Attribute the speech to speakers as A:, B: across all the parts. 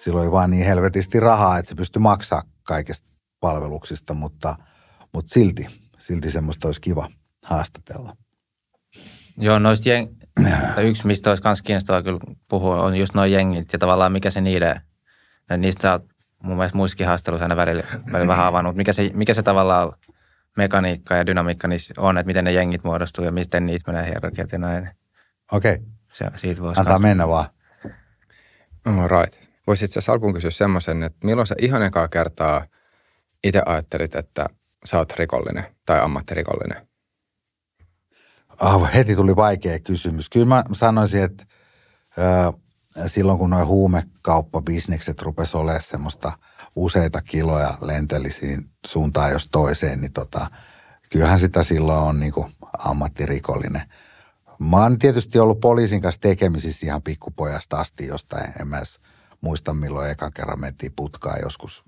A: silloin oli vaan niin helvetisti rahaa, että se pystyi maksaa kaikista palveluksista, mutta silti semmoista olisi kiva haastatella.
B: Joo, noista yksi, mistä olisi myös kiinnostavaa kyllä puhua, on just nuo jengit ja tavallaan mikä se niiden, niistä sä oot mun mielestä muissakin haastatteluissa aina välillä vähän avannut, mikä se tavallaan mekaniikka ja dynamiikka niissä on, että miten ne jengit muodostuu ja miten niitä menee hierarkiat ja näin.
A: Okei.
B: Siitä voisi
A: antaa mennä vaan.
C: Right. Voisi itse asiassa alkuun kysyä semmoisen, että milloin sä ihan ekaa kertaa itse ajattelit, että sä oot rikollinen tai ammattirikollinen?
A: Heti tuli vaikea kysymys. Kyllä mä sanoisin, että silloin kun nuo huumekauppabisnekset rupesi olemaan semmoista useita kiloja lentelisiin suuntaan jos toiseen, niin kyllähän sitä silloin on niin kuin ammattirikollinen. Mä oon tietysti ollut poliisin kanssa tekemisissä ihan pikkupojasta asti jostain. En mä edes muista milloin ekan kerran mentiin putkaan joskus,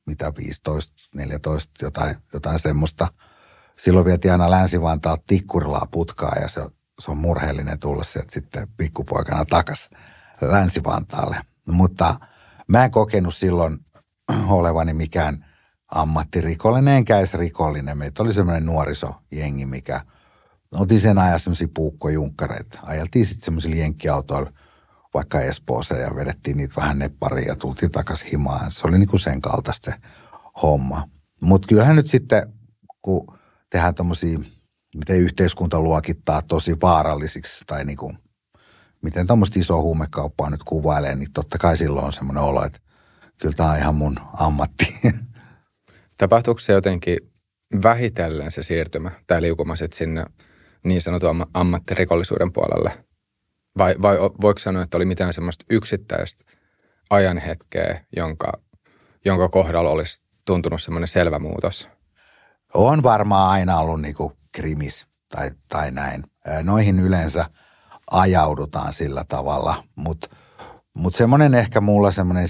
A: 15, 14, jotain semmoista. Silloin vietiin aina Länsi-Vantaalta Tikkurilaa putkaan ja se on murheellinen tulla sieltä sitten pikkupoikana takaisin Länsi-Vantaalle. Mutta mä en kokenut silloin olevani mikään ammattirikollinen enkä edes rikollinen. Meitä oli semmoinen nuorisojengi, mikä otin sen ajan semmoisia puukkojunkkareita. Ajeltiin sitten semmoisilla jenkkiautoilla vaikka Espooseen ja vedettiin niitä vähän neppariin ja tultiin takaisin himaan. Se oli niinku sen kaltaista se homma. Mutta kyllähän nyt sitten, kun tehdään tommosia, miten yhteiskunta luokittaa tosi vaarallisiksi tai niinku, miten tommoista isoa huumekauppaa nyt kuvailee, niin totta kai silloin on semmoinen olo, että kyllä tämä on ihan mun ammatti.
C: Tapahtuuko se jotenkin vähitellen se siirtymä tai liukuma sitten sinne niin sanotun ammattirikollisuuden puolelle? Vai voiko sanoa, että oli mitään semmoista yksittäistä ajanhetkeä, jonka kohdalla olisi tuntunut semmoinen selvä muutos?
A: On varmaan aina ollut niinku krimis tai näin. Noihin yleensä ajaudutaan sillä tavalla, mutta semmoinen ehkä mulla semmoinen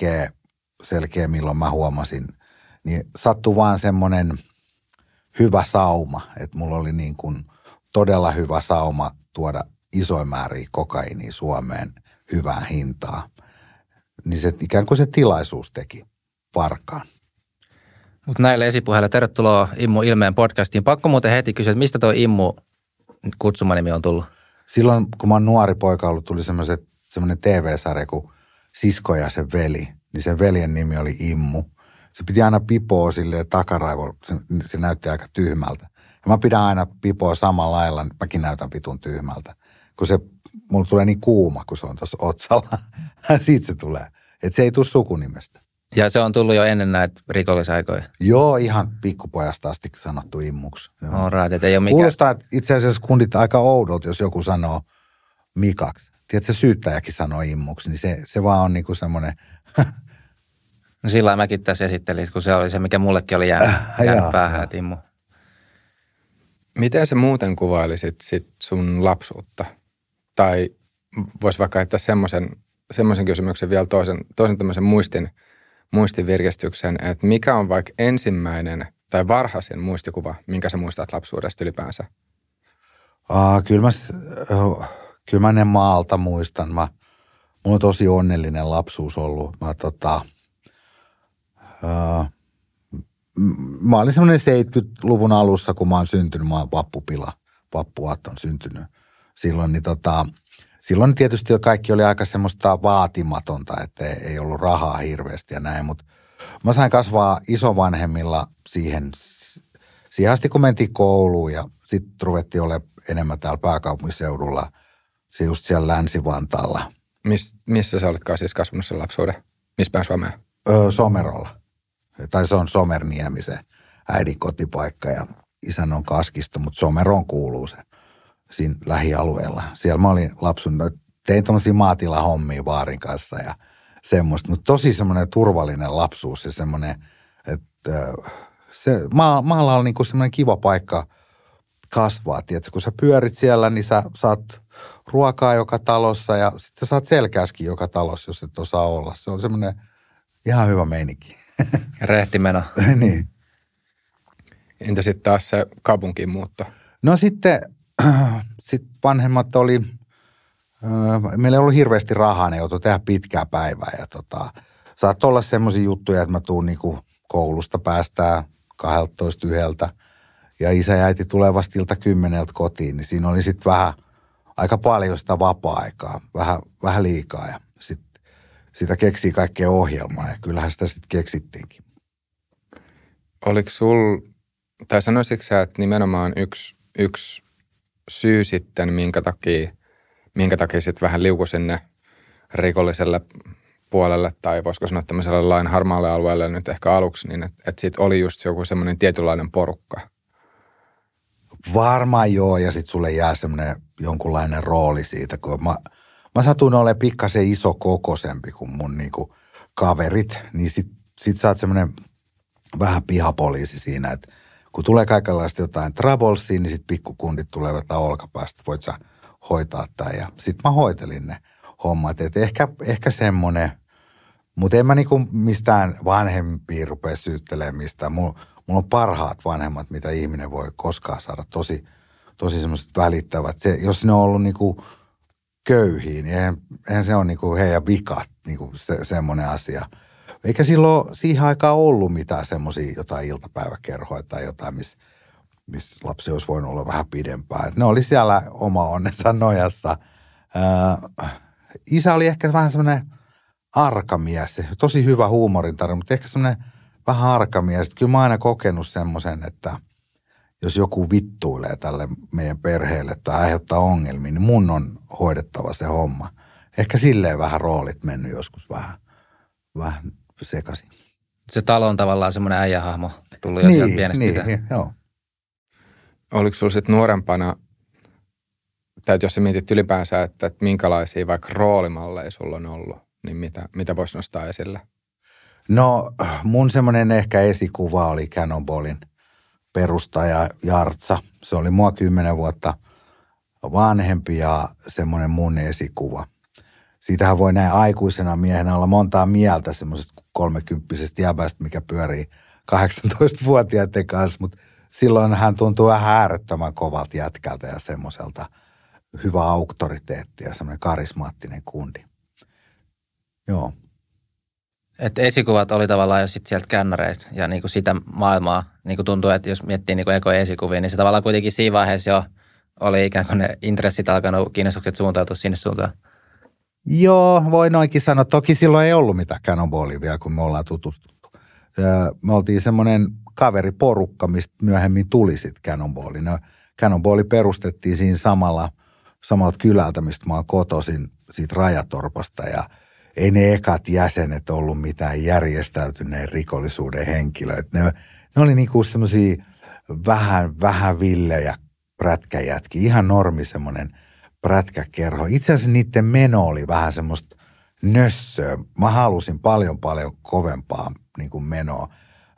A: selkeä, milloin mä huomasin, niin sattui vaan semmoinen hyvä sauma, että mulla oli niin kuin todella hyvä sauma tuoda isoin määriä kokainia Suomeen hyvään hintaan. Niin se ikään kuin se tilaisuus teki parkaan.
B: Mutta näille esipuheille tervetuloa Immu Ilmeen podcastiin. Pakko muuten heti kysyä, että mistä tuo Immu kutsumanimi on tullut?
A: Silloin, kun mä oon nuori poika ollut, tuli semmoinen TV-sarja kuin Sisko ja sen veli. Niin sen veljen nimi oli Immu. Se piti aina pipoa silleen takaraivolla. Se näytti aika tyhmältä. Ja mä pidän aina pipoa samalla lailla, niin mäkin näytän vitun tyhmältä. Kun mulla tulee niin kuuma, kun se on tuossa otsalla. Siitä se tulee. Että se ei tule sukunimestä.
B: Ja se on tullut jo ennen näitä rikollisaikoja?
A: Joo, ihan pikkupojasta asti sanottu Immuksi.
B: Right, ei ole mikään.
A: Kuulostaa itse asiassa kundit aika oudolta, jos joku sanoo Mikaksi. Tiedätkö, syyttäjäkin sanoo Immuksi, niin se vaan on niinku semmoinen.
B: No sillä lailla mäkin tässä esittelin, kun se oli se, mikä mullekin oli jäänyt päähän, että Immu.
C: Miten sä muuten kuvailisit sit sun lapsuutta? Tai vois vaikka heittää semmoisen kysymyksen vielä toisen tämmöisen muistin virkistyksen, että mikä on vaikka ensimmäinen tai varhaisin muistikuva, minkä sä muistat lapsuudesta ylipäänsä?
A: Kyllä mä ne maalta muistan. Mulla on tosi onnellinen lapsuus ollut. Mä olin semmoinen 70-luvun alussa, kun mä oon syntynyt. Mä oon vappuaatton syntynyt silloin. Niin silloin tietysti kaikki oli aika semmoista vaatimatonta, että ei ollut rahaa hirveästi ja näin. Mutta mä sain kasvaa isovanhemmilla siihen asti, kun mentiin kouluun ja sitten ruvettiin olemaan enemmän täällä pääkaupunkiseudulla. Se just siellä Länsi-Vantaalla.
C: Missä sä olitkaan siis kasvanut sen lapsuuden? Missä päin Suomea?
A: Somerolla. Tai se on Somerniemi se äidin kotipaikka ja isän on Kaskista, mutta Someroon kuuluu se siinä lähialueella. Siellä mä olin lapsuuden, tein tommosia maatilahommia vaarin kanssa ja semmoista, mutta tosi semmoinen turvallinen lapsuus ja semmoinen, että maalla on niinku semmoinen kiva paikka kasvaa, tiedätkö? Kun sä pyörit siellä, niin sä saat ruokaa joka talossa ja sitten sä saat selkääskin joka talossa, jos et osaa olla. Se on semmoinen ihan hyvä meininki.
B: Rehtimeno.
A: Niin.
C: Entä sitten taas se kaupunkiin muutto?
A: No sitten vanhemmat oli, meillä ei ollut hirveästi rahaa, ne joutui tehdä pitkää päivää ja saattoi olla semmoisia juttuja, että mä tuun niinku koulusta päästään 12:00 ja isä ja äiti tulee vasta 10:00 kotiin, niin siinä oli sitten aika paljon sitä vapaa-aikaa, vähän liikaa ja sitten sitä keksii kaikkea ohjelmaa ja kyllähän sitä sitten keksittiinkin.
C: Oliko tai sanoisitko sä, että nimenomaan yksi syy sitten, minkä takia sitten vähän liuku sinne rikolliselle puolelle tai voisiko sanoa tämmöiselle lain harmaalle alueelle nyt ehkä aluksi, niin että sitten oli just joku semmoinen tietynlainen porukka.
A: Varmaan joo, ja sitten sulle jää semmoinen jonkunlainen rooli siitä, kun mä satuin olemaan pikkasen isokokoisempi kuin mun niinku kaverit, niin sit sä oot semmoinen vähän pihapoliisi siinä, että kun tulee kaikenlaista jotain troublesia, niin sitten pikkukundit tulevat olkapäästä, voit sä hoitaa tämän. Ja sitten mä hoitelin ne hommat, että ehkä semmoinen, mutta en mä niinku mistään vanhempia rupea syyttelemään mistään. Mulla on parhaat vanhemmat, mitä ihminen voi koskaan saada, tosi semmoiset välittävät. Jos ne on ollut niinku köyhiä, niin eihän se ole niinku heidän vikat, niinku semmoinen asia. Eikä silloin siihen aikaan ollut mitään semmoisia jotain iltapäiväkerhoja tai jotain, missä lapsi olisi voinut olla vähän pidempään. Ne oli siellä oma onnensa nojassa. Isä oli ehkä vähän semmoinen arkamies, tosi hyvä huumorintarina, mutta ehkä semmoinen vähän arkamies. Kyllä mä oon aina kokenut semmoisen, että jos joku vittuilee tälle meidän perheelle tai aiheuttaa ongelmia, niin mun on hoidettava se homma. Ehkä silleen vähän roolit mennyt joskus vähän sekaisin.
B: Se talo on tavallaan semmoinen äijähahmo tullut jo sieltä pienestä pitää.
A: Niin, joo.
C: Oliko sulla sitten nuorempana, tai jos sä mietit ylipäänsä, että minkälaisia vaikka roolimalleja sulla on ollut, niin mitä voisi nostaa esille?
A: No mun semmoinen ehkä esikuva oli Cannonballin perustaja Jartsa. Se oli mua 10 vuotta vanhempi ja semmoinen mun esikuva. Siitähän voi näin aikuisena miehenä olla montaa mieltä semmoisesta 30-vuotiaasta jäbästä, mikä pyörii 18-vuotiaiden kanssa, mutta silloin hän tuntuu vähän äärettömän kovalta jätkältä ja semmoiselta hyvä auktoriteetti ja semmoinen karismaattinen kundi. Joo.
B: Että esikuvat oli tavallaan jo sitten sieltä kännareista ja niinku sitä maailmaa, niinku tuntuu, että jos miettii niinku ekoja esikuvia, niin se tavallaan kuitenkin siinä vaiheessa jo oli ikään kuin ne intressit alkanut, kiinnostukset suuntautua sinne suuntaan.
A: Joo, voi noinkin sanoa. Toki silloin ei ollut mitään Cannonballia vielä, kun me ollaan tutustuttu. Me oltiin semmoinen kaveriporukka, mistä myöhemmin tuli sitten Cannonballi. No, Cannonballi perustettiin siinä samalta kylältä, mistä mä oon kotoisin siitä Rajatorpasta ja ei ne ekat jäsenet ollut mitään järjestäytyneen rikollisuuden henkilöitä. Ne oli niinku semmoisia vähän villejä prätkäjätki, ihan normi semmoinen prätkäkerho. Itse asiassa niiden meno oli vähän semmoista nössöä. Mä halusin paljon kovempaa niin kuin menoa.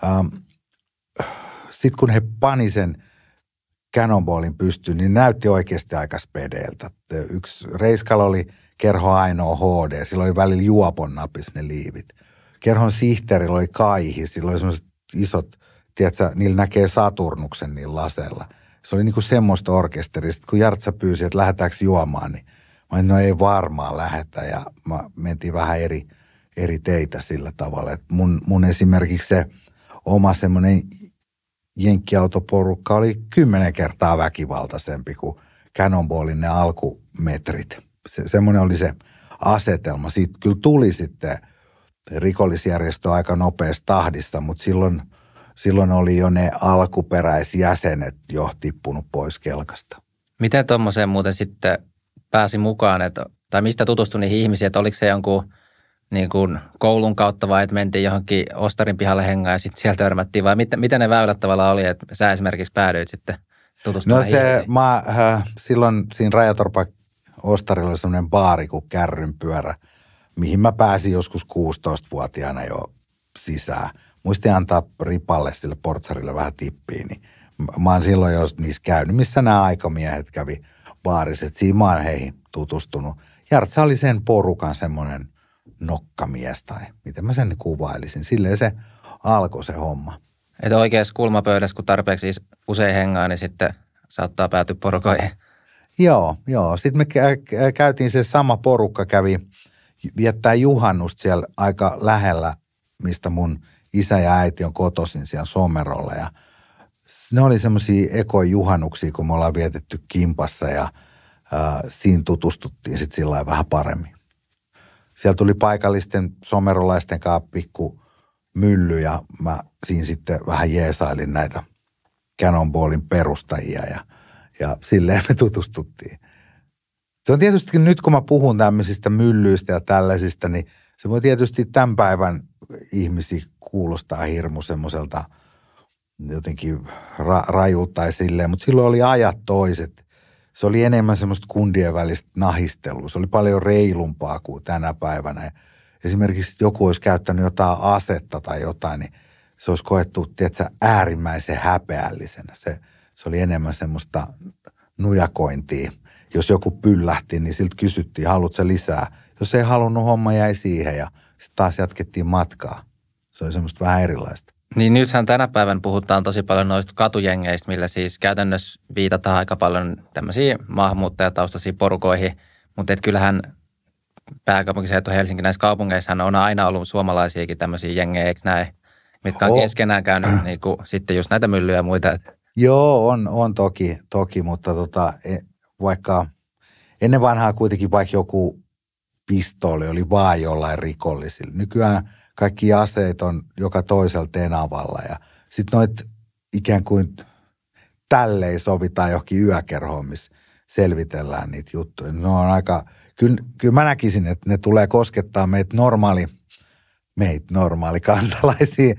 A: Sitten kun he pani sen Cannonballin pystyyn, niin näytti oikeasti aika spedeeltä. Yksi Reiskalla oli kerho ainoa HD, sillä oli välillä juopon napis ne liivit. Kerhon sihteerillä oli kaihi, sillä oli semmoiset isot, tiedätkö, niillä näkee Saturnuksen niillä laseilla. Se oli niinku semmoista orkesterista, kun Jartsa pyysi, että lähdetäänkö juomaan, niin mä olin, no ei varmaan lähetä ja mentiin vähän eri teitä sillä tavalla. Että mun esimerkiksi se oma semmoinen jenkkiautoporukka oli 10 kertaa väkivaltaisempi kuin Cannonballin ne alkumetrit. Semmoinen oli se asetelma. Siitä kyllä tuli sitten rikollisjärjestö aika nopeassa tahdissa, mutta silloin oli jo ne alkuperäisjäsenet jo tippunut pois kelkasta.
B: Miten tuommoiseen muuten sitten pääsi mukaan, tai mistä tutustui niihin ihmisiin, että oliko se jonkun niin kuin koulun kautta vai että mentiin johonkin Ostarin pihalle hengaan ja sitten sieltä törmättiin vai miten ne väylät tavallaan oli, että sä esimerkiksi päädyit sitten tutustumaan ihmisiin?
A: Silloin siinä Rajatorpan Ostarilla oli semmoinen baari kuin Kärrynpyörä, mihin mä pääsin joskus 16-vuotiaana jo sisään. Muistin antaa ripalle sille portsarille vähän tippiä, niin mä oon silloin jo niissä käynyt, missä nämä aikamiehet kävi baarissa, että siinä mä oon heihin tutustunut. Jartsa oli sen porukan semmoinen nokkamies tai miten mä sen kuvailisin. Silleen se alkoi se homma.
B: Että oikeassa kulmapöydässä, kun tarpeeksi usein hengaa, niin sitten saattaa päätyä porukoihin.
A: Joo. Sitten me käytiin se sama porukka kävi viettää juhannusta siellä aika lähellä, mistä mun isä ja äiti on kotoisin siellä Somerolla. Ja ne oli semmoisia ekojuhannuksia, kun me ollaan vietetty kimpassa ja siinä tutustuttiin sitten sillä vähän paremmin. Siellä tuli paikallisten somerolaisten kanssa pikku mylly ja mä siinä sitten vähän jeesailin näitä Cannonballin perustajia ja silleen me tutustuttiin. Se on tietysti nyt, kun mä puhun tämmöisistä myllyistä ja tällaisista, niin se voi tietysti tämän päivän ihmisiä kuulostaa hirmu semmoiselta jotenkin rajulta tai silleen, mutta silloin oli ajat toiset. Se oli enemmän semmoista kundien välistä nahistelua. Se oli paljon reilumpaa kuin tänä päivänä. Ja esimerkiksi joku olisi käyttänyt jotain asetta tai jotain, niin se olisi koettu, tiedätkö, äärimmäisen häpeällisenä. Se oli enemmän semmoista nujakointia. Jos joku pyllähti, niin siltä kysyttiin, haluatko lisää? Jos ei halunnut, homma jäi siihen ja sitten taas jatkettiin matkaa. Se oli semmoista vähän erilaista.
B: Niin nythän tänä päivän puhutaan tosi paljon noista katujengeistä, millä siis käytännössä viitataan aika paljon tämmöisiin maahanmuuttajataustaisiin porukoihin. Mutta kyllähän pääkaupunkiseutu Helsinki näissä kaupungeissa on aina ollut suomalaisiakin tämmöisiä jengejä, eikö näin? Mitkä on keskenään käynyt niin kuin, sitten just näitä myllyjä ja muita.
A: Joo, on toki, mutta vaikka ennen vanhaa kuitenkin vaikka joku pistooli oli vaan jollain rikollisilla. Nykyään kaikki aseet on joka toisella tenavalla ja sitten noit ikään kuin tälleen sovitaan johonkin yökerhoon, missä selvitellään niitä juttuja. Ne on aika, kyllä mä näkisin, että ne tulee koskettaa meitä normaali kansalaisia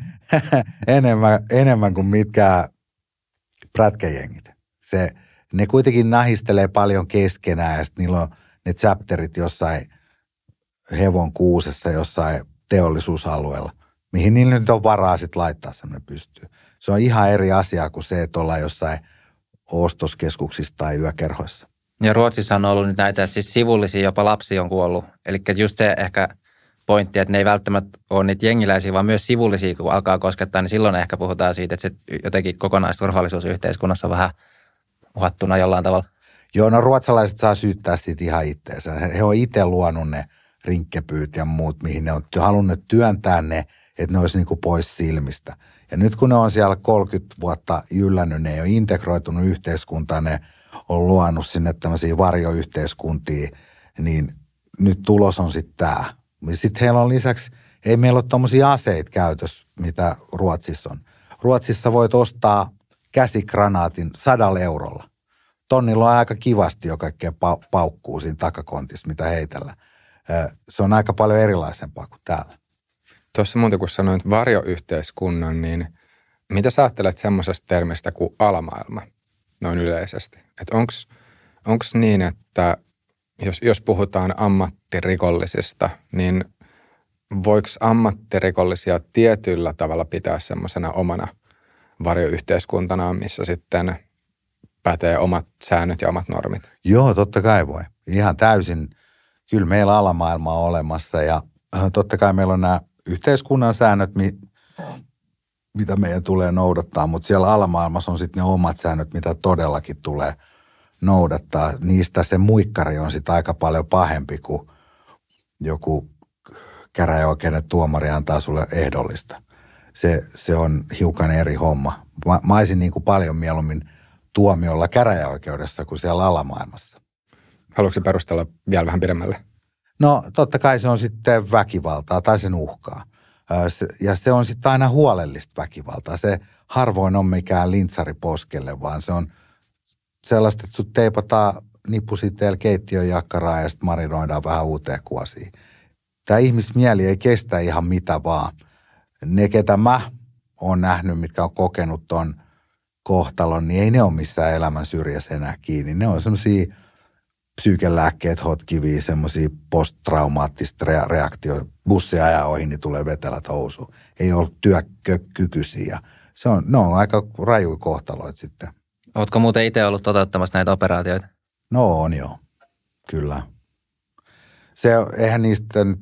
A: enemmän kuin mitkään prätkäjengit. Ne kuitenkin nahistelee paljon keskenään ja sitten niillä on ne chapterit jossain hevon kuusessa, jossain teollisuusalueella, mihin niillä nyt on varaa sitten laittaa semmoinen pystyyn. Se on ihan eri asia kuin se, että ollaan jossain ostoskeskuksissa tai yökerhoissa.
B: Ja Ruotsissa on ollut nyt näitä, että siis sivullisia jopa lapsia on kuollut. Eli just se ehkä pointti, että ne ei välttämättä ole niitä jengiläisiä, vaan myös sivullisia, kun alkaa koskettaa, niin silloin ehkä puhutaan siitä, että se jotenkin kokonaisturvallisuus yhteiskunnassa on vähän uhattuna jollain tavalla.
A: Joo, no ruotsalaiset saa syyttää siitä ihan itseensä. He on itse luonut ne rinkkepyyt ja muut, mihin ne on halunnut työntää ne, että ne olisi niin kuin pois silmistä. Ja nyt kun ne on siellä 30 vuotta jyllännyt, ne ei ole integroitunut yhteiskuntaan, ne on luonut sinne tämmöisiä varjoyhteiskuntia, niin nyt tulos on sitten tämä. Sitten heillä on lisäksi, ei meillä ole tommosia aseita käytössä, mitä Ruotsissa on. Ruotsissa voit ostaa käsikranaatin 100 eurolla. Tonnilla on aika kivasti jo kaikkea paukkuu siinä takakontissa, mitä heitellä. Se on aika paljon erilaisempaa kuin täällä.
C: Tuossa muuten kun sanoit varjoyhteiskunnan, niin mitä sä ajattelet semmoisesta termistä kuin alamaailma noin yleisesti? Että onko niin, että jos puhutaan ammattirikollisista, niin voiko ammattirikollisia tietyllä tavalla pitää semmoisena omana varjoyhteiskuntanaan, missä sitten pätee omat säännöt ja omat normit?
A: Joo, totta kai voi. Ihan täysin. Kyllä meillä alamaailma on olemassa ja totta kai meillä on nämä yhteiskunnan säännöt, mitä meidän tulee noudattaa, mutta siellä alamaailmassa on sitten ne omat säännöt, mitä todellakin tulee noudattaa. Niistä se muikkari on sitten aika paljon pahempi, kuin joku käräjäoikeuden tuomari antaa sulle ehdollista. Se on hiukan eri homma. Mä olisin niin kuin paljon mieluummin tuomiolla käräjäoikeudessa kuin siellä alamaailmassa.
C: Haluatko perustella vielä vähän pidemmälle?
A: No totta kai se on sitten väkivaltaa tai sen uhkaa. Ja se on sitten aina huolellista väkivaltaa. Se harvoin on mikään lintsari poskelle, vaan se on sellaista, että sut teipataan nippusiteellä keittiön jakkaraa ja sitten marinoidaan vähän uuteen kuosiin. Tämä ihmismieli ei kestä ihan mitä vaan. Ne, ketä mä oon nähnyt, mitkä on kokenut ton kohtalon, niin ei ne ole missään elämän syrjässä enää kiinni. Ne on semmoisia psyykelääkkeet, hotkiviä, semmoisia posttraumaattista reaktioita. Bussi ajaa ohi, niin tulee vetelät housuun. Ei ole työkykyisiä. Ne on aika rajuja kohtaloita sitten.
B: Ootko muuten itse ollut toteuttamassa näitä operaatioita?
A: No on joo, kyllä. Eihän niistä nyt,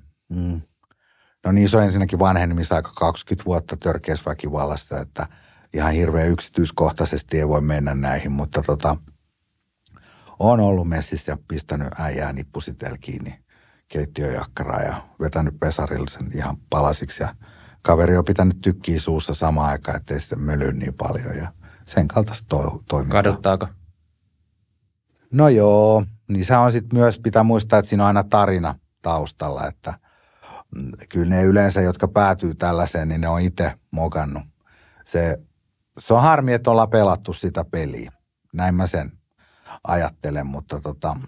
A: no niissä on ensinnäkin vanhenemisaika 20 vuotta törkeässä väkivallassa, että ihan hirveän yksityiskohtaisesti ei voi mennä näihin, mutta on ollut messissä ja pistänyt äijää nippusiteellä keittiöjakkaraa ja vetänyt pesarillisen ihan palasiksi. Ja kaveri on pitänyt tykkiä suussa samaan aikaan, ettei sitten möly niin paljon ja sen kaltaista toimintaa.
B: Kaduttaako?
A: No joo, niin se on sitten myös, pitää muistaa, että siinä on aina tarina taustalla, että kyllä ne yleensä, jotka päätyy tällaiseen, niin ne on itse mokannut. Se on harmi, että ollaan pelattu sitä peliä. Näin mä sen ajattelen, mutta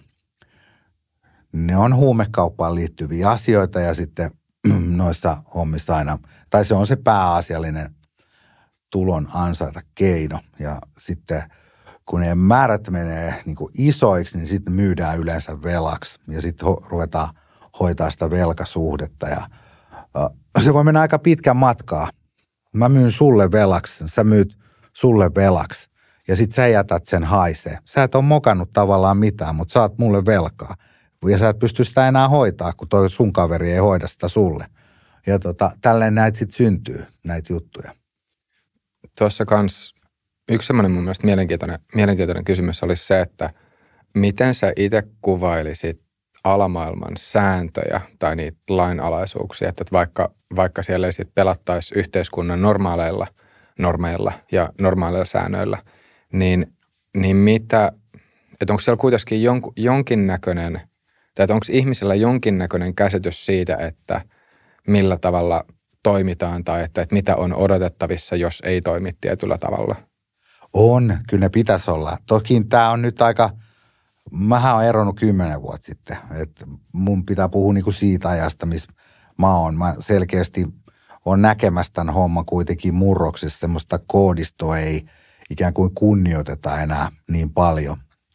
A: ne on huumekauppaan liittyviä asioita ja sitten noissa hommissa aina, tai se on se pääasiallinen tulon ansaita keino ja sitten kun ne määrät menee niin kuin isoiksi, niin sitten myydään yleensä velaksi ja sitten ruvetaan hoitaa sitä velkasuhdetta ja se voi mennä aika pitkän matkaa. Mä myyn sulle velaksi, sä myyt sulle velaksi ja sitten sä jätät sen haisee. Sä et ole mokannut tavallaan mitään, mutta saat mulle velkaa ja sä et pysty sitä enää hoitaa, kun toi sun kaveri ei hoida sitä sulle. Ja tälleen näitä sitten syntyy, näitä juttuja.
C: Tuossa kans yksi semmoinen mun mielestä mielenkiintoinen kysymys olisi se, että miten sä itse kuvailisit alamaailman sääntöjä tai niitä lainalaisuuksia, että vaikka siellä ei sitten pelattaisi yhteiskunnan normeilla ja normaaleilla säännöillä, niin mitä, että onko siellä kuitenkin jonkinnäköinen, tai onko ihmisellä jonkinnäköinen käsitys siitä, että millä tavalla toimitaan tai että mitä on odotettavissa, jos ei toimi tietyllä tavalla?
A: On, kyllä ne pitäisi olla. Toki tämä on nyt aika, mähän olen eronnut 10 vuotta sitten, että mun pitää puhua niinku siitä ajasta, missä mä oon. Mä selkeästi on näkemässä tämän homman kuitenkin murroksessa, semmoista koodistoa ei ikään kuin kunnioiteta enää niin paljon.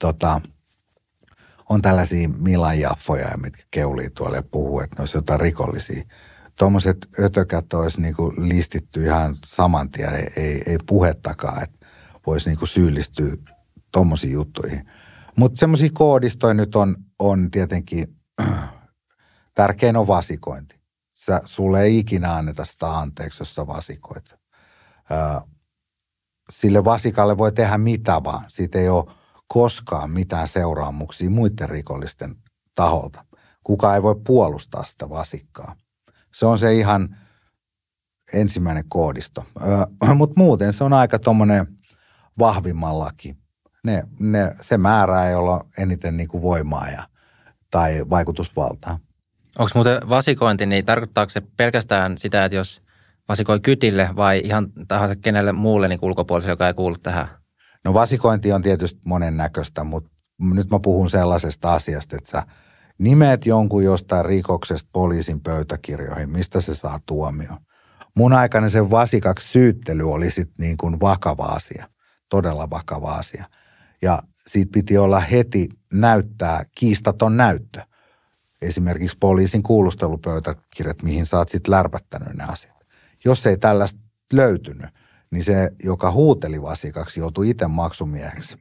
A: On tällaisia Milan Jaffoja, mitkä keulii tuolle ja puhuu, että ne olisi jotain rikollisia. Tuommoiset ötökät olisi niinku listitty ihan saman tien, ei puhettakaan, että voisi niinku syyllistyä tuommoisiin juttuihin. Mutta semmoisia koodistoja nyt on tietenkin, tärkein on vasikointi. Sulle ei ikinä anneta sitä anteeksi, jos sä vasikoit. Sille vasikalle voi tehdä mitä vaan. Siitä ei ole koskaan mitään seuraamuksia muiden rikollisten taholta. Kukaan ei voi puolustaa sitä vasikkaa. Se on se ihan ensimmäinen koodisto. Mutta muuten se on aika tommoinen vahvimman laki. Se määrää, jolla on eniten niinku voimaa tai vaikutusvaltaa.
B: Onko muuten vasikointi, niin tarkoittaako se pelkästään sitä, että jos vasikoi kytille vai ihan tahansa kenelle muulle niin ulkopuoliselle, joka ei kuulu tähän?
A: No vasikointi on tietysti monennäköistä, mutta nyt mä puhun sellaisesta asiasta, että sä nimeät jonkun jostain rikoksesta poliisin pöytäkirjoihin, mistä se saa tuomioon. Mun aikana sen vasikaksi syyttely oli sitten niin kuin vakava asia, todella vakava asia. Ja siitä piti olla heti näyttää kiistaton näyttö. Esimerkiksi poliisin kuulustelupöytäkirjat, mihin sä oot sitten lärpättänyt ne asiat. Jos ei tällaista löytynyt, niin se, joka huuteli vasikaksi, joutui itse maksumieheksi.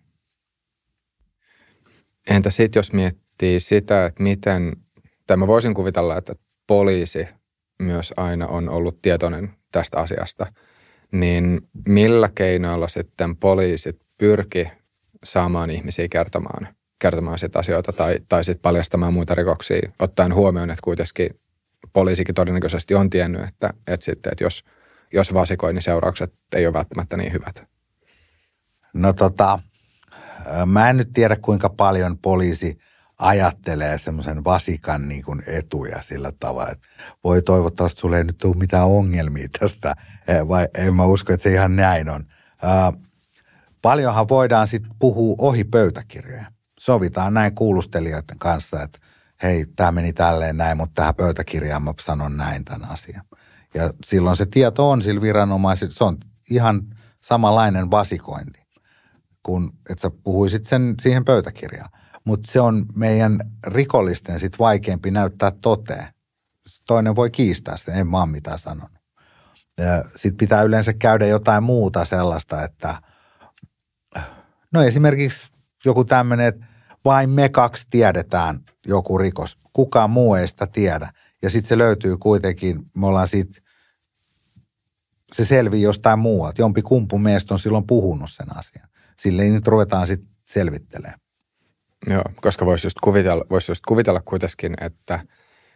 C: Entä sitten, jos miettii sitä, että miten, tai mä voisin kuvitella, että poliisi myös aina on ollut tietoinen tästä asiasta, niin millä keinoilla sitten poliisit pyrki saamaan ihmisiä kertomaan sit asioita tai sitten paljastamaan muita rikoksia, ottaen huomioon, että kuitenkin poliisikin todennäköisesti on tiennyt, että jos vasikoi, niin seuraukset ei ole välttämättä niin hyvät.
A: No mä en nyt tiedä, kuinka paljon poliisi ajattelee semmoisen vasikan niin kuin etuja sillä tavalla, että voi toivottavasti sulle ei nyt tule mitään ongelmia tästä, vai en mä usko, että se ihan näin on. Paljonhan voidaan sitten puhua ohi pöytäkirjoja. Sovitaan näin kuulustelijoiden kanssa, että hei, tämä meni tälleen näin, mutta tähän pöytäkirjaan mä sanon näin tämän asian. Ja silloin se tieto on sillä viranomaisilla, se on ihan samanlainen vasikointi, kun että sä puhuisit sen siihen pöytäkirjaan. Mutta se on meidän rikollisten sitten vaikeampi näyttää toteen. Toinen voi kiistää sen, en mä ole mitään sanonut. Sitten pitää yleensä käydä jotain muuta sellaista, että no esimerkiksi joku tämmöinen, että vain me kaksi tiedetään joku rikos. Kukaan muu ei sitä tiedä. Ja sitten se löytyy kuitenkin, me ollaan sitten, se selvii jostain muualta. Jompi kumpu meistä on silloin puhunut sen asian. Silleen nyt ruvetaan sitten selvittelemään.
C: Joo, koska voisi just kuvitella kuitenkin, että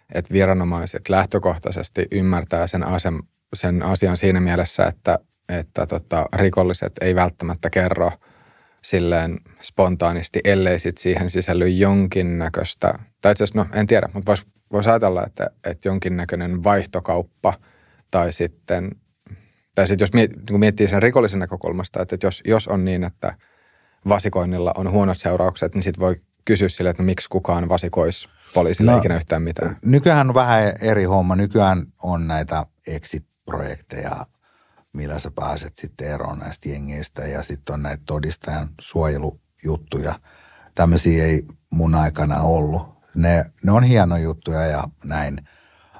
C: että viranomaiset lähtökohtaisesti ymmärtää sen asian siinä mielessä, että rikolliset ei välttämättä kerro silleen spontaanisti, ellei sit siihen sisälly jonkinnäköistä, tai itse asiassa, en tiedä, mutta voisi ajatella, että jonkinnäköinen vaihtokauppa, tai sitten jos miettii sen rikollisen näkökulmasta, että jos on niin, että vasikoinnilla on huonot seuraukset, niin sitten voi kysyä sille, että miksi kukaan vasikoisi poliisille ikinä yhtään mitään.
A: Nykyään on vähän eri homma. Nykyään on näitä exit-projekteja, millä sä pääset sitten eroon näistä jengeistä, ja sitten on näitä todistajan suojelujuttuja. Tämmöisiä ei mun aikana ollut. Ne on hienoja juttuja ja näin,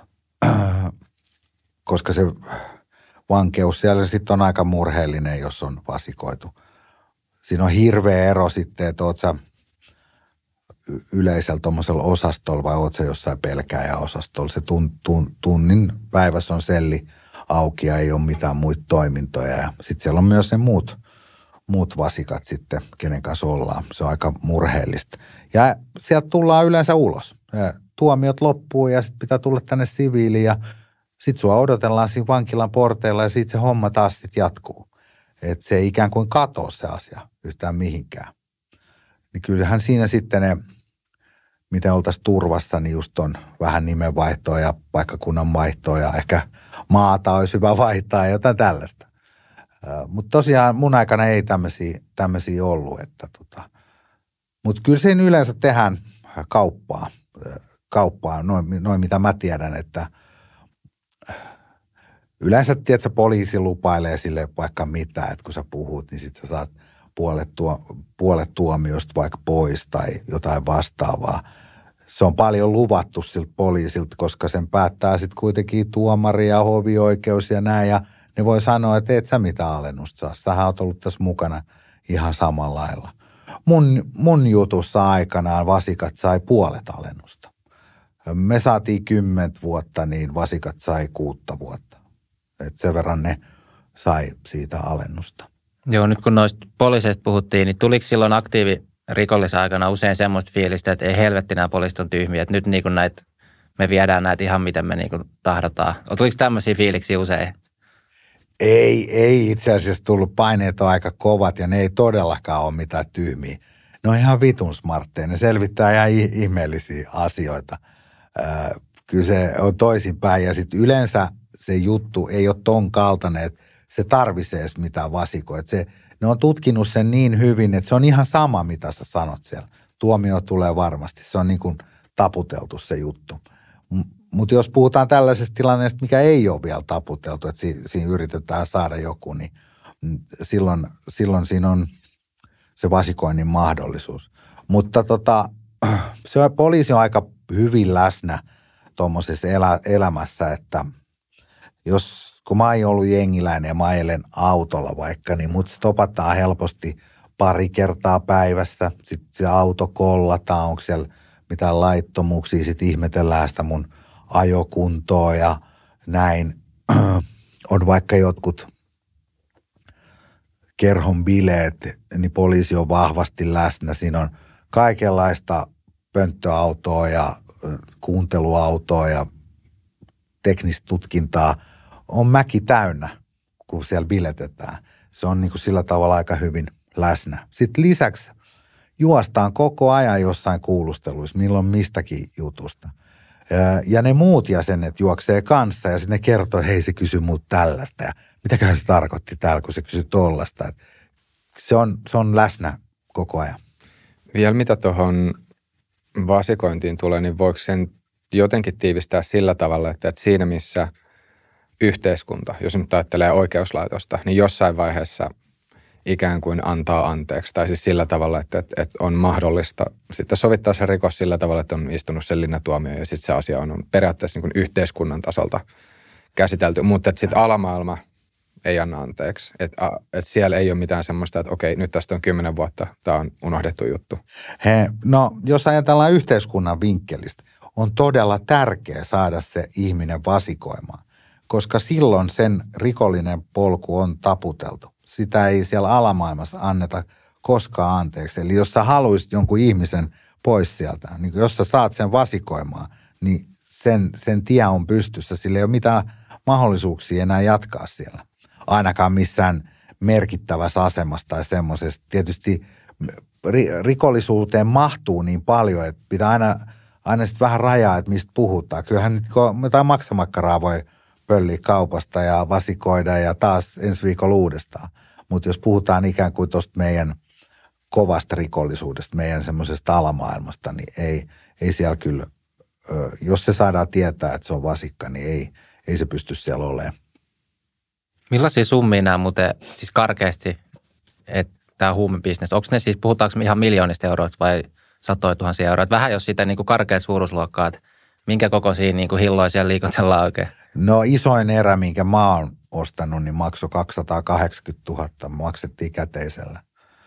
A: koska se vankeus siellä sitten on aika murheellinen, jos on vasikoitu. Siinä on hirveä ero sitten, että oot sä yleisellä tuommoisella osastolla vai oot sä jossain pelkääjäosastolla. Se tunnin päivässä on selli auki ja ei ole mitään muita toimintoja. Ja sitten siellä on myös ne muut vasikat sitten, kenen kanssa ollaan. Se on aika murheellista. Ja sieltä tullaan yleensä ulos. Tuomiot loppuu ja sitten pitää tulla tänne siviiliin ja sitten sua odotellaan siinä vankilan porteilla ja sitten se homma taas sitten jatkuu. Että se ei ikään kuin katoa se asia yhtään mihinkään. Niin kyllähän siinä sitten ne, miten oltaisiin turvassa, niin just on vähän nimenvaihtoa ja paikkakunnan vaihtoa ja ehkä maata olisi hyvä vaihtaa ja jotain tällaista. Mutta tosiaan mun aikana ei tämmöisiä ollut. Mutta kyllä siinä yleensä tehdään kauppaa noin mitä mä tiedän, että yleensä, tiedätkö, poliisi lupailee sille vaikka mitä, että kun sä puhut, niin sit sä saat puolet tuomiosta vaikka pois tai jotain vastaavaa. Se on paljon luvattu siltä poliisilta, koska sen päättää sitten kuitenkin tuomari ja hovioikeus ja näin, ja ne voi sanoa, että et sä mitään alennusta saa. Sähän oot ollut tässä mukana ihan samalla lailla. Mun jutussa aikanaan vasikat sai puolet alennusta. Me saatiin 10 vuotta, niin vasikat sai 6 vuotta. Et sen verran ne sai siitä alennusta.
B: Joo, nyt kun noista poliiseista puhuttiin, niin tuliko silloin aktiivirikollisen aikana usein semmoista fiilistä, että ei helvetti, nämä poliisit on tyhmiä, että nyt niin kuin me viedään näitä ihan miten me niin kuin tahdotaan. Tuliko tämmöisiä fiiliksiä usein?
A: Ei itse asiassa tullut, paineet on aika kovat ja ne ei todellakaan ole mitään tyhmiä. Ne on ihan vitun smartteja, ne selvittää ihan ihmeellisiä asioita. Kyllä se on toisinpäin ja sitten yleensä se juttu ei ole ton kaltainen, että se tarvitsee edes mitään vasikoa. Ne on tutkinut sen niin hyvin, että se on ihan sama, mitä sä sanot siellä. Tuomio tulee varmasti. Se on niin kuin taputeltu se juttu. Mutta jos puhutaan tällaisesta tilanteesta, mikä ei ole vielä taputeltu, että siinä yritetään saada joku, niin silloin siinä on se vasikoinnin mahdollisuus. Mutta se poliisi on aika hyvin läsnä tuommoisessa elämässä, että kun mä oon ollut jengiläinen ja mä ajelen autolla vaikka, niin mut stopataan helposti pari kertaa päivässä. Sitten se auto kollataan, onko siellä mitään laittomuuksia, sitten ihmetellään sitä mun ajokuntoa ja näin. On vaikka jotkut kerhon bileet, niin poliisi on vahvasti läsnä. Siinä on kaikenlaista pönttöautoa ja kuunteluautoa ja teknistä tutkintaa. On mäki täynnä, kun siellä biletetään. Se on niin kuin sillä tavalla aika hyvin läsnä. Sitten lisäksi juostaan koko ajan jossain kuulusteluissa, milloin mistäkin jutusta. Ja ne muut jäsenet juoksee kanssa ja sitten ne kertoo, että hei, se kysyi multa tällaista ja mitäköhän se tarkoitti täällä, kun se kysyi tollasta. Se on läsnä koko ajan.
C: Vielä mitä tuohon vasikointiin tulee, niin voiko sen jotenkin tiivistää sillä tavalla, että siinä missä yhteiskunta, jos nyt ajattelee oikeuslaitosta, niin jossain vaiheessa ikään kuin antaa anteeksi. Tai siis sillä tavalla, että on mahdollista sitten sovittaa se rikos sillä tavalla, että on istunut sen linnatuomio ja sitten se asia on periaatteessa niin kuin yhteiskunnan tasolta käsitelty. Mutta sitten alamaailma ei anna anteeksi. Että siellä ei ole mitään semmoista, että okei, nyt tästä on 10 vuotta, tämä on unohdettu juttu.
A: No, jos ajatellaan yhteiskunnan vinkkelistä, on todella tärkeää saada se ihminen vasikoimaan, koska silloin sen rikollinen polku on taputeltu. Sitä ei siellä alamaailmassa anneta koskaan anteeksi. Eli jos sä haluaisit jonkun ihmisen pois sieltä, niin jos sä saat sen vasikoimaan, niin sen tie on pystyssä. Sillä ei ole mitään mahdollisuuksia enää jatkaa siellä. Ainakaan missään merkittävässä asemassa tai semmoisessa. Tietysti rikollisuuteen mahtuu niin paljon, että pitää aina sitten vähän rajaa, että mistä puhutaan. Kyllähän nyt jotain maksamakkaraa voi pölliä kaupasta ja vasikoida ja taas ensi viikolla uudestaan. Mutta jos puhutaan ikään kuin tuosta meidän kovasta rikollisuudesta, meidän semmoisesta alamaailmasta, niin ei siellä kyllä, jos se saadaan tietää, että se on vasikka, niin ei se pysty siellä olemaan.
B: Millaisia summia nämä muuten, siis karkeasti, että tämä huumebisnes, onko ne siis, puhutaanko me ihan miljoonista euroista vai satoja tuhansia euroa? Vähän jos sitä niin kuin karkeat suuruusluokkaa, että minkä kokoisia niin kuin hilloja siellä liikutellaan oikein?
A: No isoin erä, minkä mä oon ostanut, niin maksoi 280 000, maksettiin käteisellä.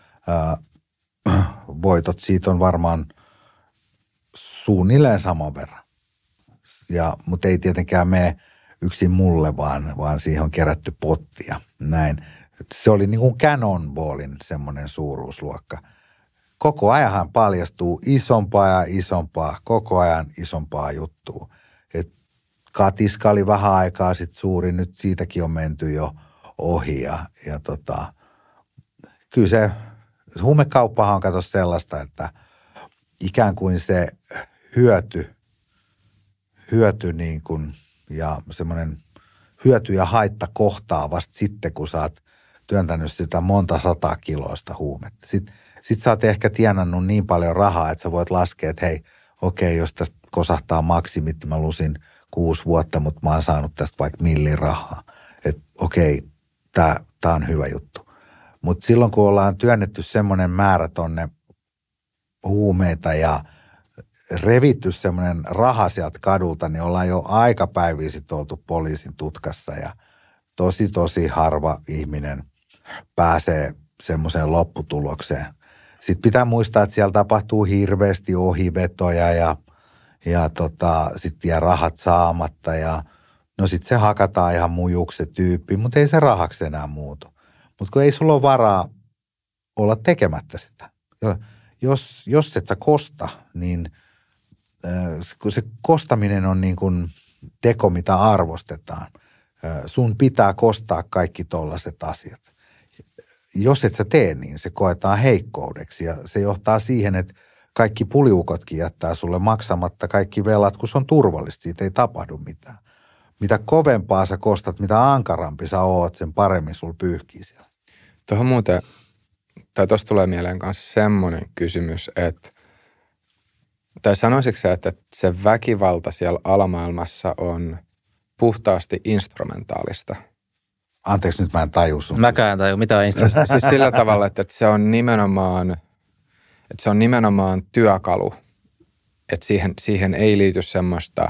A: Voitot siitä on varmaan suunnilleen saman verran. Mutta ei tietenkään mene yksin mulle, vaan siihen on kerätty pottia. Näin. Se oli niin kuin Cannonballin semmoinen suuruusluokka. Koko ajan paljastuu isompaa ja isompaa, koko ajan isompaa juttua. Et katiska oli vähän aikaa sitten suuri, nyt siitäkin on menty jo ohi. Kyllä se huumekauppahan on kato sellaista, että ikään kuin se hyöty niin kuin, ja semmoinen hyöty ja haitta kohtaa vasta sitten, kun sä oot työntänyt sitä monta 100 kiloista huumetta. Sitten sä oot ehkä tienannut niin paljon rahaa, että sä voit laskea, että hei, okei, jos tästä kosahtaa maksimit, niin mä lusin 6 vuotta, mutta mä oon saanut tästä vaikka millin rahaa. Että okei, tää on hyvä juttu. Mutta silloin, kun ollaan työnnetty semmoinen määrä tonne huumeita ja revitty semmoinen raha sieltä kadulta, niin ollaan jo aika päiviä sitten oltu poliisin tutkassa ja tosi harva ihminen pääsee semmoiseen lopputulokseen. Sitten pitää muistaa, että siellä tapahtuu hirveästi ohivetoja ja sitten jää rahat saamatta ja no sitten se hakataan ihan mujuksi se tyyppi, mutta ei se rahaksi enää muutu. Mutta kun ei sulla ole varaa olla tekemättä sitä. Jos et sä kosta, niin kun se kostaminen on niin kuin teko, mitä arvostetaan. Sun pitää kostaa kaikki tollaiset asiat. Jos et sä tee niin, se koetaan heikkoudeksi ja se johtaa siihen, että kaikki puliukotkin jättää sulle maksamatta kaikki velat, kun se on turvallista, siitä ei tapahdu mitään. Mitä kovempaa sä kostat, mitä ankarampi sä oot, sen paremmin sul pyyhkii siellä.
C: Tuohon muuten, tai tuossa tulee mieleen myös semmoinen kysymys, että tai sanoisitko sä, että se väkivalta siellä alamaailmassa on puhtaasti instrumentaalista?
A: Anteeksi, nyt mä en taju sun.
B: Mäkään taju, mitä on instrumentaalista?
C: Siis sillä tavalla, että se on nimenomaan työkalu. Että siihen ei liity semmoista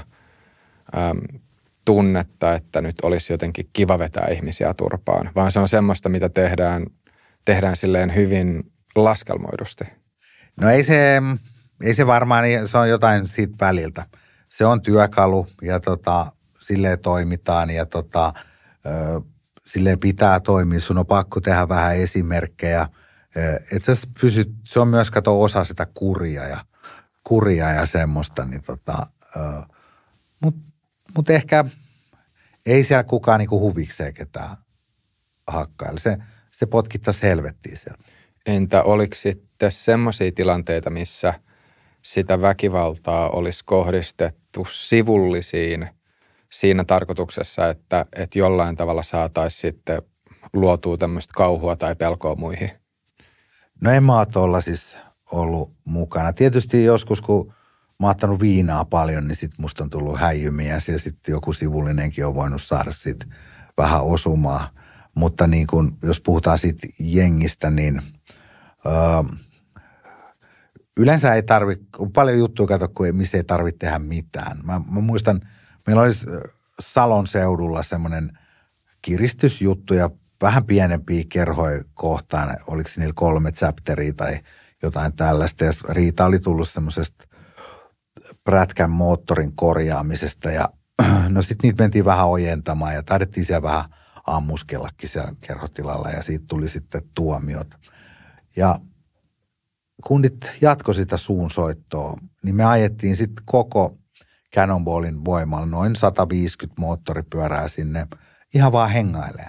C: tunnetta, että nyt olisi jotenkin kiva vetää ihmisiä turpaan, vaan se on semmoista, mitä tehdään silleen hyvin laskelmoidusti.
A: No ei se varmaan, se on jotain siitä väliltä. Se on työkalu ja silleen toimitaan ja silleen pitää toimia. Sun on pakko tehdä vähän esimerkkejä. Että sä pysyt, se on myös osa sitä kuria ja semmoista. Niin mutta ehkä ei siellä kukaan niinku huvikseen ketään hakkailla. Se potkittaisi helvettiin sieltä.
C: Entä oliko sitten semmoisia tilanteita, missä sitä väkivaltaa olisi kohdistettu sivullisiin siinä tarkoituksessa, että jollain tavalla saataisiin sitten luotua tämmöistä kauhua tai pelkoa muihin?
A: No en mä ole tuolla siis ollut mukana. Tietysti joskus, kun mä oon ottanut viinaa paljon, niin sit musta on tullut häijymiä ja sitten joku sivullinenkin on voinut saada sit vähän osumaa. Mutta niin kun, jos puhutaan siitä jengistä, niin yleensä ei tarvitse, on paljon juttuja missä ei tarvitse tehdä mitään. Mä muistan, meillä olisi Salon seudulla semmoinen kiristysjuttu ja vähän pienempiä kerhoja kohtaan. Oliko niillä 3 chapteria tai jotain tällaista. Ja riita oli tullut semmoisesta prätkän moottorin korjaamisesta ja no sitten niitä mentiin vähän ojentamaan ja taidettiin siellä vähän ammuskellakin siellä kerhotilalla ja siitä tuli sitten tuomiot. Ja kundit jatkoi sitä suunsoittoa, niin me ajettiin sitten koko Cannonballin voimalla noin 150 moottoripyörää sinne ihan vaan hengailee.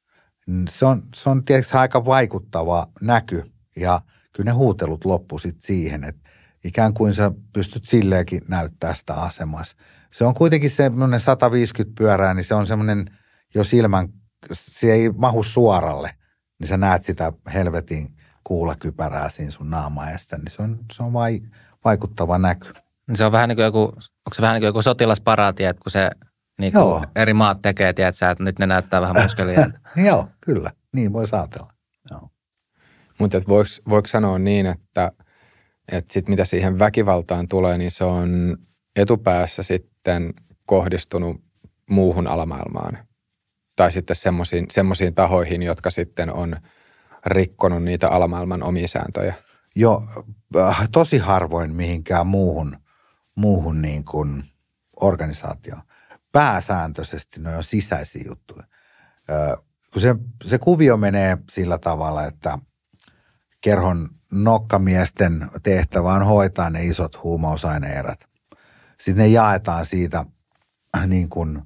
A: Se on tietysti aika vaikuttava näky ja kyllä ne huutelut loppu sitten siihen, että ikään kuin sä pystyt silleenkin näyttää sitä asemassa. Se on kuitenkin semmoinen 150 pyörää, niin se on semmoinen, jos se ei mahu suoralle, niin sä näet sitä helvetin kuulakypärää siinä sun naamaessa, niin se on vaikuttava näky.
B: Se on vähän niin kuin onko se vähän niin kuin joku sotilasparaati, että kun se niin kuin eri maat tekee, tiedät sä, että nyt ne näyttää vähän muskelia.
A: Joo, kyllä. Niin voi ajatella.
C: Mutta voiko sanoa niin, että sit mitä siihen väkivaltaan tulee, niin se on etupäässä sitten kohdistunut muuhun alamaailmaan. Tai sitten semmoisiin tahoihin, jotka sitten on rikkonut niitä alamaailman omia sääntöjä.
A: Joo, tosi harvoin mihinkään muuhun niin kuin organisaatioon. Pääsääntöisesti ne on sisäisiä juttuja. Kun se kuvio menee sillä tavalla, että kerhon nokkamiesten tehtävä on hoitaa ne isot huumausaine-erät. Sitten ne jaetaan siitä niin kuin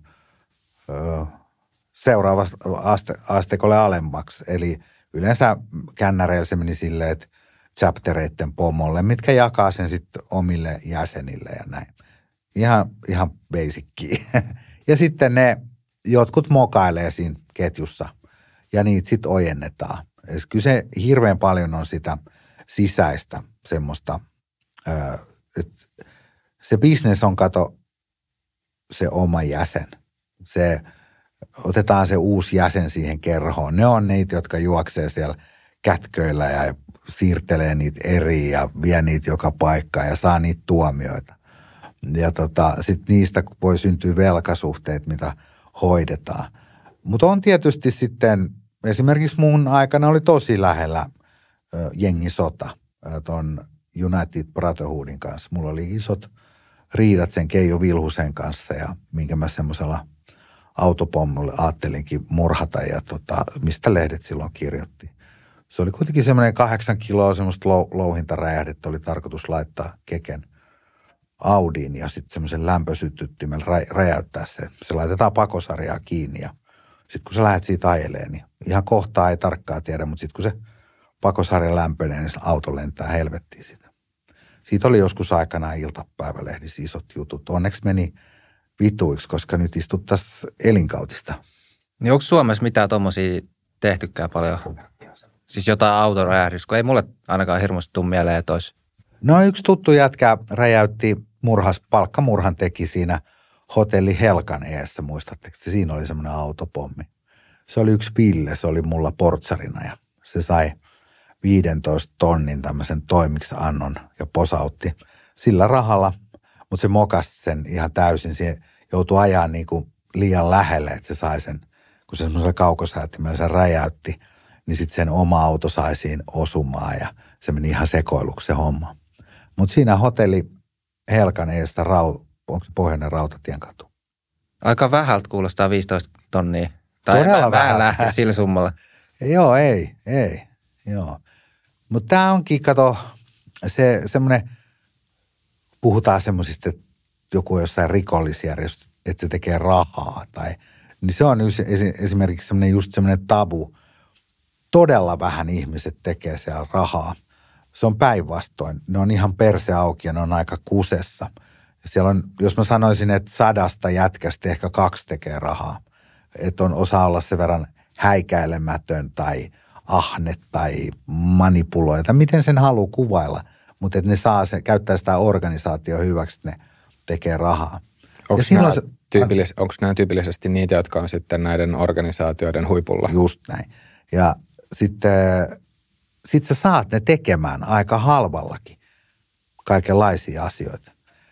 A: seuraavasta asteikolle alemmaksi. Eli yleensä kännäreillä se meni silleen, että chaptereiden pomolle, mitkä jakaa sen sitten omille jäsenille ja näin. Ihan basickiä. Ja sitten ne jotkut mokailee siinä ketjussa ja niitä sitten ojennetaan. Eli kyllä se hirveän paljon on sitä sisäistä semmoista, että se business on se oma jäsen. Otetaan se uusi jäsen siihen kerhoon. Ne on niitä, jotka juoksee siellä kätköillä ja siirtelee niitä eri ja vie niitä joka paikkaan ja saa niitä tuomioita. Ja sitten niistä voi syntyä velkasuhteet, mitä hoidetaan. Mutta on tietysti sitten, esimerkiksi mun aikana oli tosi lähellä jengisota ton United Brotherhoodin kanssa. Mulla oli isot riidat sen Keijo Vilhusen kanssa ja minkä mä semmoisella autopommulle ajattelinkin murhata ja mistä lehdet silloin kirjoitti. Se oli kuitenkin semmoinen 8 kiloa semmoista louhintaräjähdettä oli tarkoitus laittaa Keken Audiin ja sitten semmoisen lämpösytyttimellä räjäyttää se. Se laitetaan pakosarjaa kiinni ja sitten kun sä lähdet siitä ajeleen, niin ihan kohtaa ei tarkkaan tiedä, mutta sitten kun se pakosarja lämpenee, niin se auto lentää helvettiin sitä. Siitä oli joskus aikanaan iltapäivälehdissä isot jutut. Onneksi meni vituiksi, koska nyt istuttaisiin elinkautista.
B: Niin onko Suomessa mitään tommosia tehtykään paljon? Siis jotain autoräjähdys, kun ei mulle ainakaan hirmuisesti tule mieleen, että olisi.
A: No yksi tuttu jätkä räjäytti palkkamurhan teki siinä hotelli Helkan eessä, muistatteko? Siinä oli semmoinen autopommi. Se oli yksi Ville, se oli mulla portsarina ja se sai 15 tonnin tämmöisen toimiksiannon ja posautti sillä rahalla, mutta se mokasi sen ihan täysin. Se joutui ajaa niin kuin liian lähelle, että se sai sen, kun se semmoisella kaukosäättimellä se räjäytti, niin sitten sen oma auto sai siinä osumaan ja se meni ihan sekoiluksi se homma. Mutta siinä hotelli Helkan eestä, onko se Pohjoinen Rautatien katu?
B: Aika vähältä kuulostaa 15 tonnia. Tai
A: todella vähän
B: lähti sillä summalla.
A: Joo, ei. Joo. Mutta tämä onkin, kato, se semmoinen, puhutaan semmoisista, että joku jossain rikollisjärjestö, että se tekee rahaa. Niin se on esimerkiksi semmoinen just semmoinen tabu. Todella vähän ihmiset tekee siellä rahaa. Se on päinvastoin. Ne on ihan perse auki ja ne on aika kusessa. Ja siellä on, jos mä sanoisin, että 100 jätkästä ehkä 2 tekee rahaa. Että on osaa olla sen verran häikäilemätön tai ahne tai manipuloija, tai miten sen haluaa kuvailla. Mutta että ne käyttää sitä organisaatio hyväksi, että ne tekee rahaa.
C: Onko nämä tyypillisesti niitä, jotka on sitten näiden organisaatioiden huipulla?
A: Just näin. Ja sitten sä saat ne tekemään aika halvallakin kaikenlaisia asioita.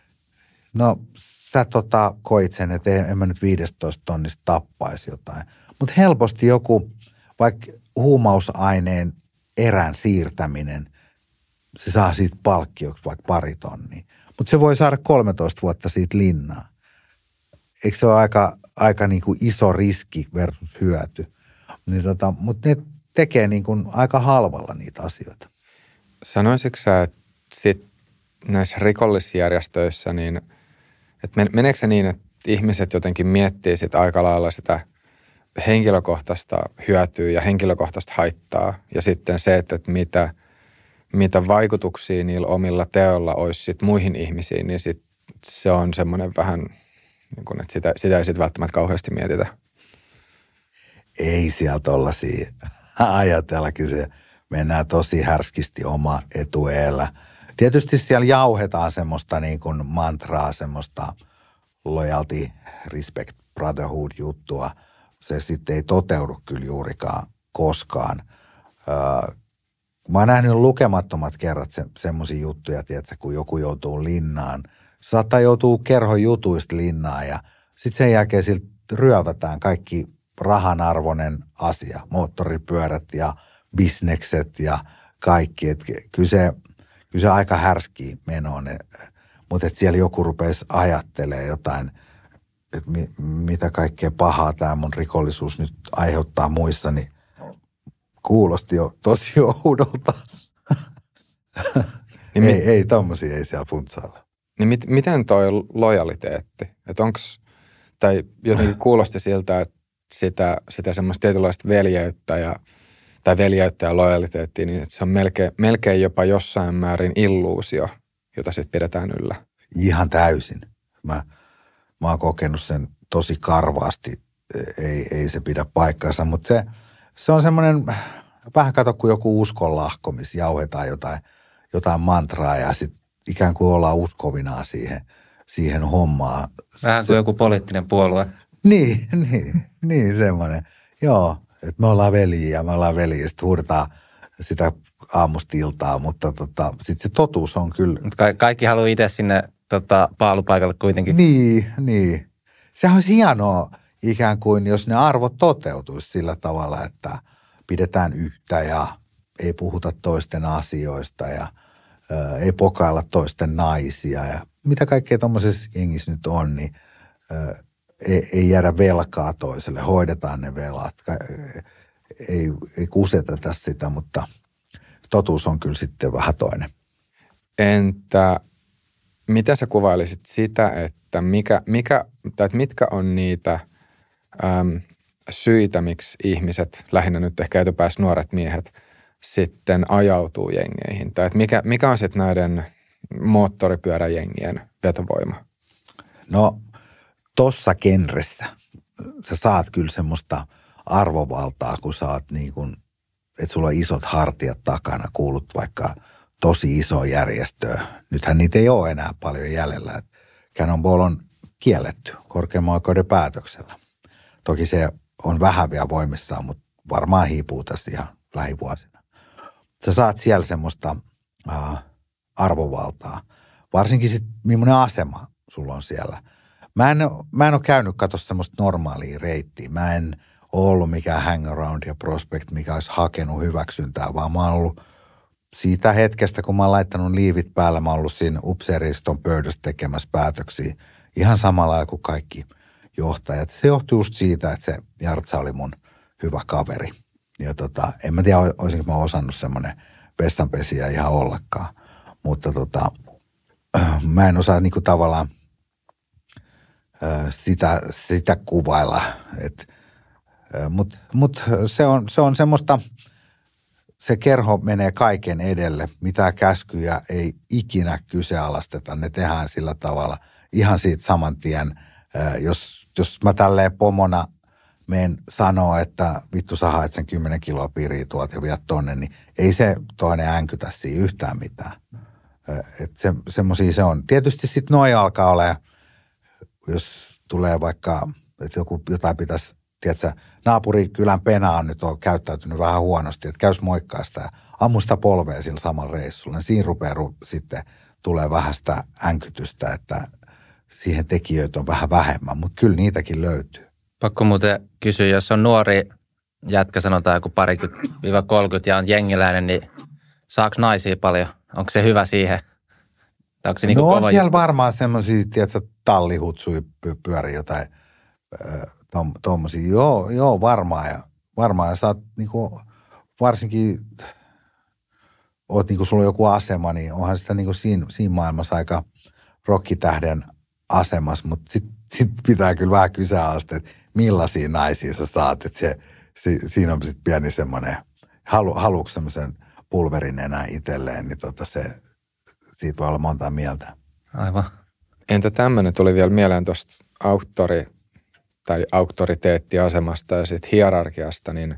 A: No sä koit sen, että en mä nyt 15 tonnista tappaisi jotain. Mutta helposti joku, vaikka huumausaineen erän siirtäminen, se saa siitä palkkioksi vaikka 2 tonnia. Mutta se voi saada 13 vuotta siitä linnaa. Eikö se ole aika niin kuin iso riski versus hyöty? Niin mutta ne tekee niin kuin aika halvalla niitä asioita.
C: Sanoisitko sä, että sit näissä rikollisjärjestöissä, niin Että meneekö se niin, että ihmiset jotenkin miettii sit aika lailla sitä henkilökohtaista hyötyä ja henkilökohtaista haittaa ja sitten se, että mitä vaikutuksia niillä omilla teoilla olisi sit muihin ihmisiin, niin sit se on semmoinen vähän, niin kun, että sitä ei sitten välttämättä kauheasti mietitä.
A: Ei siellä tollaisia ajatella, kyllä se mennään tosi härskisti oma etu edellä. Tietysti siellä jauhetaan semmoista niin kuin mantraa, semmoista loyalty, respect, brotherhood juttua. Se sitten ei toteudu kyllä juurikaan koskaan. Mä oon nähnyt lukemattomat kerrat semmoisia juttuja, tiedätkö, kun joku joutuu linnaan. Saattaa joutua kerhon jutuista linnaan ja sitten sen jälkeen siltä ryövätään kaikki rahanarvoinen asia, moottoripyörät ja bisnekset ja kaikki. Et kyllä se aika härskiä menoa, mutta siellä joku rupeisi ajattelemaan jotain, että mitä kaikkea pahaa tämä mun rikollisuus nyt aiheuttaa muissa, niin kuulosti jo tosi oudolta. Niin ei tommosia ei siellä funtsailla.
C: Niin miten toi lojaliteetti? Että onks, tai jotenkin kuulosti siltä, että sitä semmoista tietynlaista veljeyttä ja lojaliteettia, niin että se on melkein jopa jossain määrin illuusio, jota sitten pidetään yllä.
A: Ihan täysin. Mä oon kokenut sen tosi karvaasti. Ei se pidä paikkaansa, mutta se on semmoinen, vähän kato kuin joku uskonlahko, missä jauhetaan jotain mantraa ja sitten ikään kuin ollaan uskovinaan siihen hommaan.
B: Vähän kuin joku poliittinen puolue.
A: Niin semmoinen. Joo, että me ollaan veljiä ja sitten huudetaan sitä aamusta iltaa, mutta sitten se totuus on kyllä.
B: Kaikki haluaa itse sinne paalupaikalle kuitenkin.
A: Niin. Sehän olisi hienoa ikään kuin, jos ne arvot toteutuisi sillä tavalla, että pidetään yhtä ja ei puhuta toisten asioista ja ei pokailla toisten naisia ja mitä kaikkea tuommoisessa jengissä nyt on, niin ei jäädä velkaa toiselle, hoidetaan ne velat, ei kuseteta sitä, mutta totuus on kyllä sitten vähän toinen.
C: Entä mitä sä kuvailisit sitä, että mitkä on niitä syitä, miksi ihmiset, lähinnä nyt ehkä etupäässä nuoret miehet, sitten ajautuu jengeihin? Tai että mikä on sitten näiden moottoripyöräjengien vetovoima?
A: No tossa genressä sä saat kyllä semmoista arvovaltaa, kun sä oot niin kuin, että sulla on isot hartiat takana, kuulut vaikka tosi iso järjestöä. Nythän niitä ei ole enää paljon jäljellä. Cannonball on kielletty korkeimman oikeuden päätöksellä. Toki se on vähän vielä voimissaan, mutta varmaan hiipuu tässä ihan lähivuosina. Sä saat siellä semmoista arvovaltaa. Varsinkin sitten, millainen asema sulla on siellä. Mä en ole käynyt katsoa semmoista normaalia reittiä. Mä en ole ollut mikään hangaround ja prospect, mikä olisi hakenut hyväksyntää, vaan mä oon ollut siitä hetkestä, kun mä oon laittanut liivit päällä, mä oon ollut siinä upseeriston pöydässä tekemässä päätöksiä ihan samalla lailla kuin kaikki johtajat. Se johtui just siitä, että se Jartsa oli mun hyvä kaveri. Ja en mä tiedä, olisinko mä osannut semmoinen vessanpesiä ihan ollakaan. Mutta mä en osaa niinku tavallaan sitä kuvailla. Mutta se on semmoista, se kerho menee kaiken edelle. Mitään käskyjä ei ikinä kyseenalaisteta. Ne tehdään sillä tavalla ihan siitä saman tien. Jos mä tälleen pomona menen sanoa, että vittu sä haet sen 10 kiloa piiriä tuolta ja viet tonne, niin ei se toinen änkytä siinä yhtään mitään. Että semmosia se on. Tietysti sitten noi alkaa olemaan, jos tulee vaikka, että jotain pitäisi, tiedätkö, naapurikylän Pena on nyt käyttäytynyt vähän huonosti, että käys moikkaa sitä ja ammu sitä polvea sillä samalla reissulla. Niin siinä rupeaa sitten tulee vähän sitä änkytystä, että siihen tekijöitä on vähän vähemmän, mutta kyllä niitäkin löytyy.
B: Pakko muuten kysyä, jos on nuori jätkä, sanotaan joku 20-30 ja on jengiläinen, niin saako naisia paljon? Onko se hyvä siihen? Tai onko se niin kuin
A: on siellä varmaan semmoisia, tiedätkö, tallihutsuja pyörii jotain tommosia. Joo, varmaan. Ja sä oot niinku, varsinkin, oot niinku, sulla on joku asema, niin onhan sitä niinku siinä maailmassa aika rokkitähden asemassa, mutta sit pitää kyllä vähän kyseenalaistaa, että millaisia naisia sä saat, että siinä on sitten pieni semmoinen, haluatko semmoisen pulverin enää itselleen, niin siitä voi olla monta mieltä.
B: Aivan.
C: Entä tämmöinen tuli vielä mieleen tuosta auktoriteettiasemasta ja sitten hierarkiasta, niin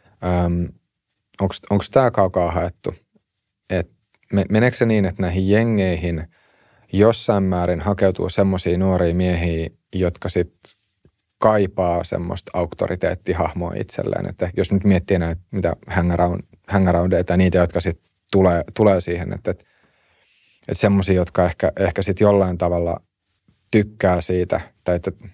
C: onko tämä kaukaa haettu? Meneekö se niin, että näihin jengeihin jossain määrin hakeutuu semmoisia nuoria miehiä, jotka sitten kaipaa semmoista auktoriteettihahmoa itselleen? Että jos nyt miettii näitä, mitä hangaroundeja tai niitä, jotka sitten tulee siihen, että semmoisia, jotka ehkä sitten jollain tavalla tykkää siitä, tai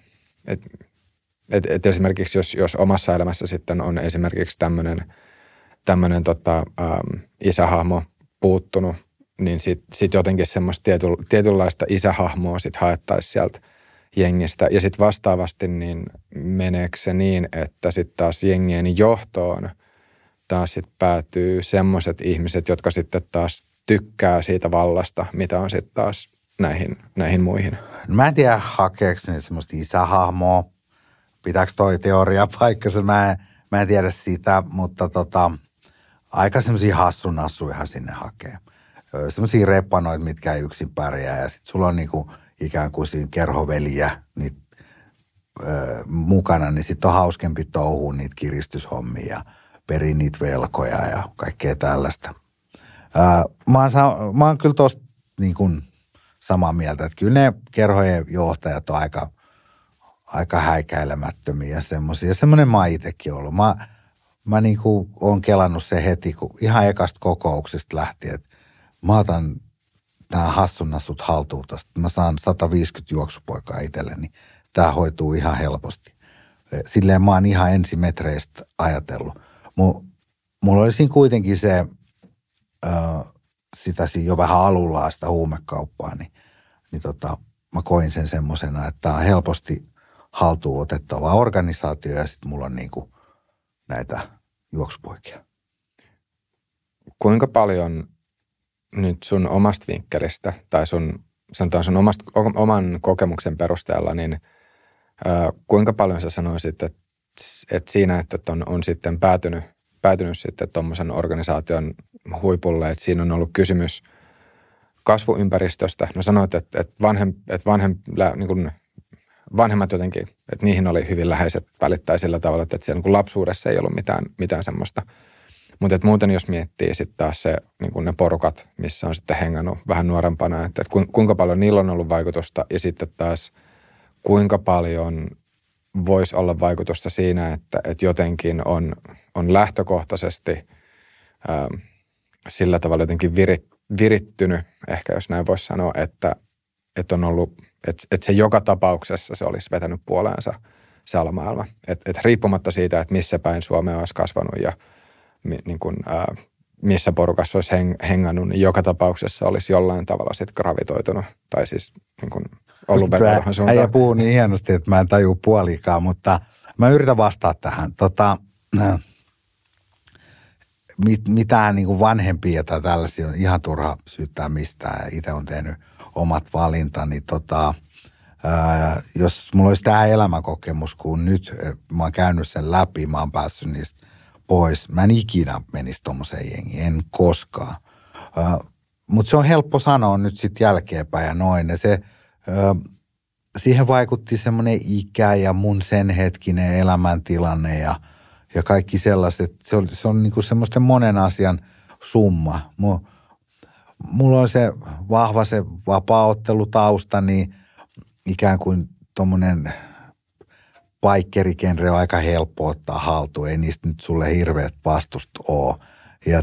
C: että esimerkiksi jos omassa elämässä sitten on esimerkiksi tämmöinen isähahmo puuttunut, niin sit jotenkin semmoista tietynlaista isähahmoa sit haettaisiin sieltä jengistä. Ja sitten vastaavasti niin meneekö se niin, että sitten taas jengien johtoon taas sit päätyy semmoiset ihmiset, jotka sitten taas tykkää siitä vallasta, mitä on sitten taas näihin muihin.
A: Mä en tiedä, hakeeko ne semmoista isähahmoa. Pitääkö toi teoria paikkansa? Mä en tiedä sitä, mutta aika semmoisia hassunassuja sinne hakee. Semmoisia repanoita, mitkä ei yksin pärjää. Ja sitten sulla on niinku ikään kuin siinä kerhoveliä mukana, niin sitten on hauskempi touhua niitä kiristyshommia ja peri niitä velkoja ja kaikkea tällaista. Mä oon kyllä tosta niin kuin samaa mieltä, että kyllä ne kerhojen johtajat on aika häikäilemättömiä ja semmoisia. Semmoinen mä oon itsekin ollut. Mä niin kuin oon kelannut se heti, kun ihan ekasta kokouksesta lähtien, että mä otan nämä hassunnassut haltuun tästä. Mä saan 150 juoksupoikaa itselleni. Tää hoituu ihan helposti. Silleen mä oon ihan ensimetreistä ajatellut. Mulla oli siinä kuitenkin se, sitä siinä jo vähän alulla sitä huumekauppaa, niin mä koin sen semmosena, että tää on helposti haltuun otettava organisaatio ja sitten mulla on niinku näitä juoksupoikia.
C: Kuinka paljon nyt sun omasta vinkkelistä tai sun oman kokemuksen perusteella, niin kuinka paljon sä sanoisit, että siinä, että on sitten päätynyt sitten tuommoisen organisaation huipulle, että siinä on ollut kysymys kasvuympäristöstä. No sanoit, että vanhemmat jotenkin, että niihin oli hyvin läheiset välit tai sillä tavalla, että siellä niin lapsuudessa ei ollut mitään semmoista. Mutta muuten jos miettii sitten taas se, niin ne porukat, missä on sitten hengannut vähän nuorempana, että kuinka paljon niillä on ollut vaikutusta ja sitten taas kuinka paljon voisi olla vaikutusta siinä, että jotenkin on lähtökohtaisesti sillä tavalla jotenkin virittynyt, ehkä jos näin voisi sanoa, että on ollut, että se joka tapauksessa se olisi vetänyt puoleensa se alamaailma. Että riippumatta siitä, että missä päin Suomea olisi kasvanut ja niin kuin, missä porukassa olisi hengannut, niin joka tapauksessa olisi jollain tavalla sitten gravitoitunut tai siis niin kuin ollut vetä tuohon suuntaan.
A: Äijä puhuu niin hienosti, että mä en tajua puolikaan, mutta mä yritän vastata tähän. Mitään niin kuin vanhempia tai tällaisia on ihan turha syyttää mistään. Itse on tehnyt omat valintani. Jos mulla olisi tämä elämänkokemus, kun nyt mä oon käynyt sen läpi, mä oon päässyt niistä pois. Mä en ikinä menisi tommoseen jengiin, en koskaan. Mutta se on helppo sanoa nyt sitten jälkeenpäin ja noin. Ja siihen vaikutti semmoinen ikä ja mun sen hetkinen elämäntilanne ja kaikki sellaiset. Se on niinku semmoisten monen asian summa. Mulla on se vahva se vapaaottelutausta, niin ikään kuin tommonen bikerigenre on aika helppo ottaa haltuun. Ei niistä nyt sulle hirveät vastusta ole. Ja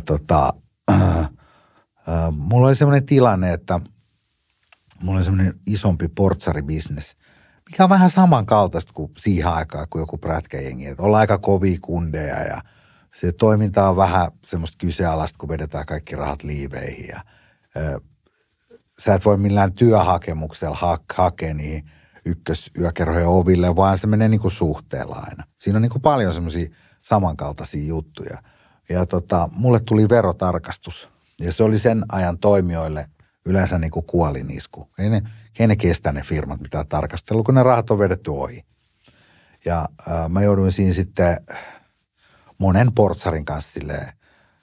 A: mulla oli semmoinen tilanne, että mulla oli semmoinen isompi portsaribisnes, mikä on vähän samankaltaista kuin siihen aikaan kuin joku prätkäjengi. Että ollaan aika kovia kundeja ja se toiminta on vähän semmoista kyseenalaista, kun vedetään kaikki rahat liiveihin. Ja, sä et voi millään työhakemuksella hakea niihin ykkösyökerhojen oville, vaan se menee niin kuin suhteella aina. Siinä on niin kuin paljon semmoisia samankaltaisia juttuja. Ja mulle tuli verotarkastus ja se oli sen ajan toimijoille yleensä niin kuin kuolinisku. Ei ne ei ne kestä ne firmat mitään tarkastelua, kun ne rahat on vedetty ohi. Ja mä jouduin siinä sitten monen portsarin kanssa silleen,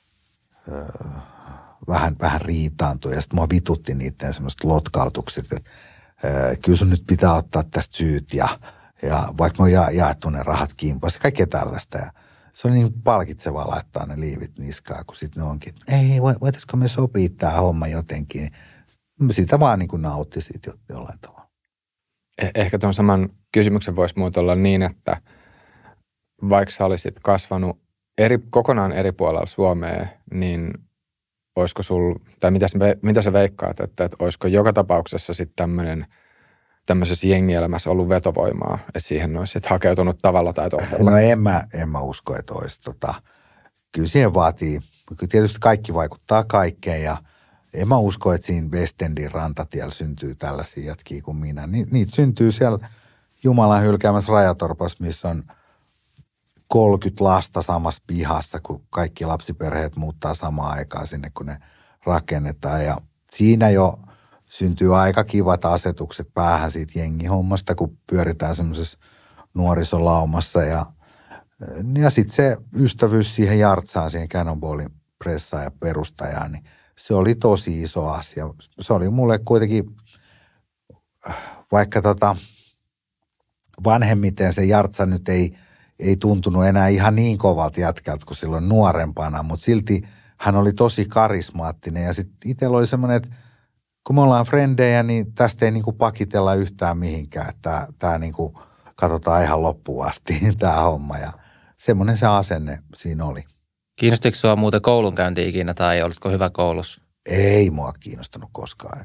A: vähän riitaantui ja sitten mua vitutti niiden semmoiset lotkautukset, että kyllä sun nyt pitää ottaa tästä syyt ja vaikka me on jaettu ne rahat kimpas ja kaikkea tällaista. Ja se oli niin palkitsevaa laittaa ne liivit niskaan, kun sitten ne onkin, ei voitaisiko me sopii tämä homma jotenkin. Sitä vaan niin kuin nautti siitä jollain tavalla.
C: Ehkä tuon saman kysymyksen voisi muotoilla niin, että vaikka sä olisit kasvanut kokonaan eri puolella Suomea, niin olisiko sul, tai mitä sä veikkaat, että olisiko joka tapauksessa sitten tämmöisessä jengielämässä ollut vetovoimaa, että siihen olisi sitten hakeutunut tavalla tai toisella?
A: No en mä usko, että olisi. Kyllä siihen vaatii, tietysti kaikki vaikuttaa kaikkeen ja en mä usko, että siinä West Endin rantatiellä syntyy tällaisia jätkiä kuin minä. Niitä syntyy siellä Jumalan hylkäämässä Rajatorpassa, missä on 30 lasta samassa pihassa, kun kaikki lapsiperheet muuttaa samaan aikaan sinne, kun ne rakennetaan. Ja siinä jo syntyy aika kivat asetukset päähän siitä jengihommasta, kun pyöritään semmoisessa nuorisolaumassa. Ja sitten se ystävyys siihen Jartsaan, siihen Cannonballin pressaan ja perustajaan, niin se oli tosi iso asia. Se oli mulle kuitenkin, vaikka vanhemmiten se Jartsa nyt ei tuntunut enää ihan niin kovalta jätkältä kuin silloin nuorempana, mutta silti hän oli tosi karismaattinen. Ja sitten itsellä oli semmoinen, että kun me ollaan frendejä, niin tästä ei niinku pakitella yhtään mihinkään. Tämä niinku katsotaan ihan loppuun asti tämä homma ja semmoinen se asenne siinä oli.
B: Kiinnostiko sinua muuten koulunkäynti ikinä tai olisiko hyvä koulussa?
A: Ei mua kiinnostanut koskaan.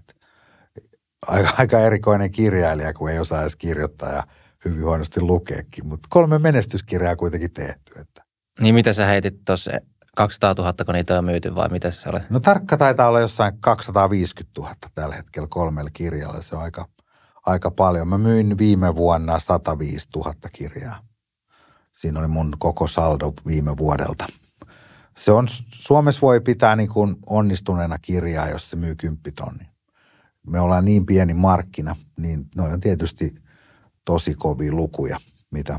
A: Aika erikoinen kirjailija, kun ei osaa edes kirjoittaa ja hyvin huonosti lukeekin, mutta 3 menestyskirjaa kuitenkin tehty. Että.
B: Niin mitä sä heitit tuossa 200 000, kun niitä on myyty vai mitä se oli?
A: No tarkka taitaa olla jossain 250 000 tällä hetkellä 3 kirjalla. Se on aika paljon. Mä myin viime vuonna 105 000 kirjaa. Siinä oli mun koko saldo viime vuodelta. Se on, Suomessa voi pitää niin kuin onnistuneena kirjaa, jos se myy 10 000. Me ollaan niin pieni markkina, niin ne on tietysti tosi kovia lukuja, mitä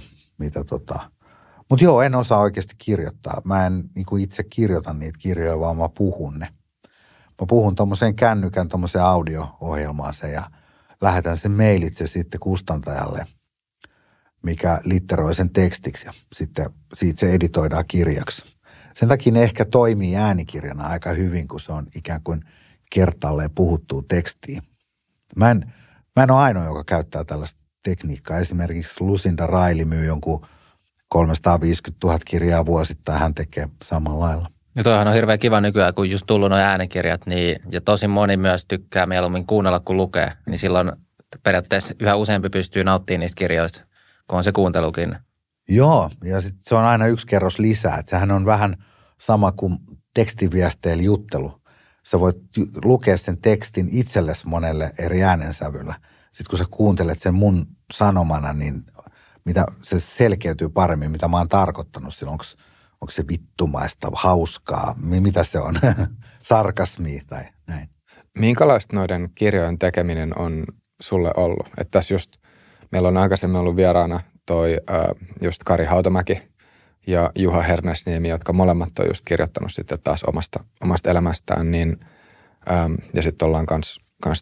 A: Mutta joo, en osaa oikeasti kirjoittaa. Mä en niin kuin itse kirjoita niitä kirjoja, vaan mä puhun ne. Mä puhun tommoseen kännykän, tommoseen audio-ohjelmaan se ja lähetän sen mailitse sitten kustantajalle, mikä litteroi sen tekstiksi ja sitten siitä se editoidaan kirjaksi. Sen takia ne ehkä toimii äänikirjana aika hyvin, kun se on ikään kuin kertaalleen puhuttua tekstiä. Mä en ole ainoa, joka käyttää tällaista tekniikkaa. Esimerkiksi Lucinda Riley myy jonkun 350 000 kirjaa vuosittain, hän tekee samalla lailla.
B: Ja toihan on hirveän kiva nykyään, kun just tullut nuo äänikirjat, niin, ja tosi moni myös tykkää mieluummin kuunnella kuin lukea, niin silloin periaatteessa yhä useampi pystyy nauttimaan niistä kirjoista, kun on se kuuntelukin.
A: Joo, ja sitten se on aina yksi kerros lisää, että sehän on vähän sama kuin tekstiviesteillä juttelu. Sä voit lukea sen tekstin itsellesi monelle eri äänensävyllä. Sitten kun sä kuuntelet sen mun sanomana, niin mitä se selkeytyy paremmin, mitä mä oon tarkoittanut silloin. Onko se vittumaista, hauskaa, mitä se on, sarkasmia tai näin.
C: Minkälaista noiden kirjojen tekeminen on sulle ollut? Että tässä just, meillä on aikaisemmin ollut vieraana just Kari Hautamäki ja Juha Hernesniemi, jotka molemmat on just kirjoittanut sitten taas omasta elämästään, niin, ja sitten ollaan kans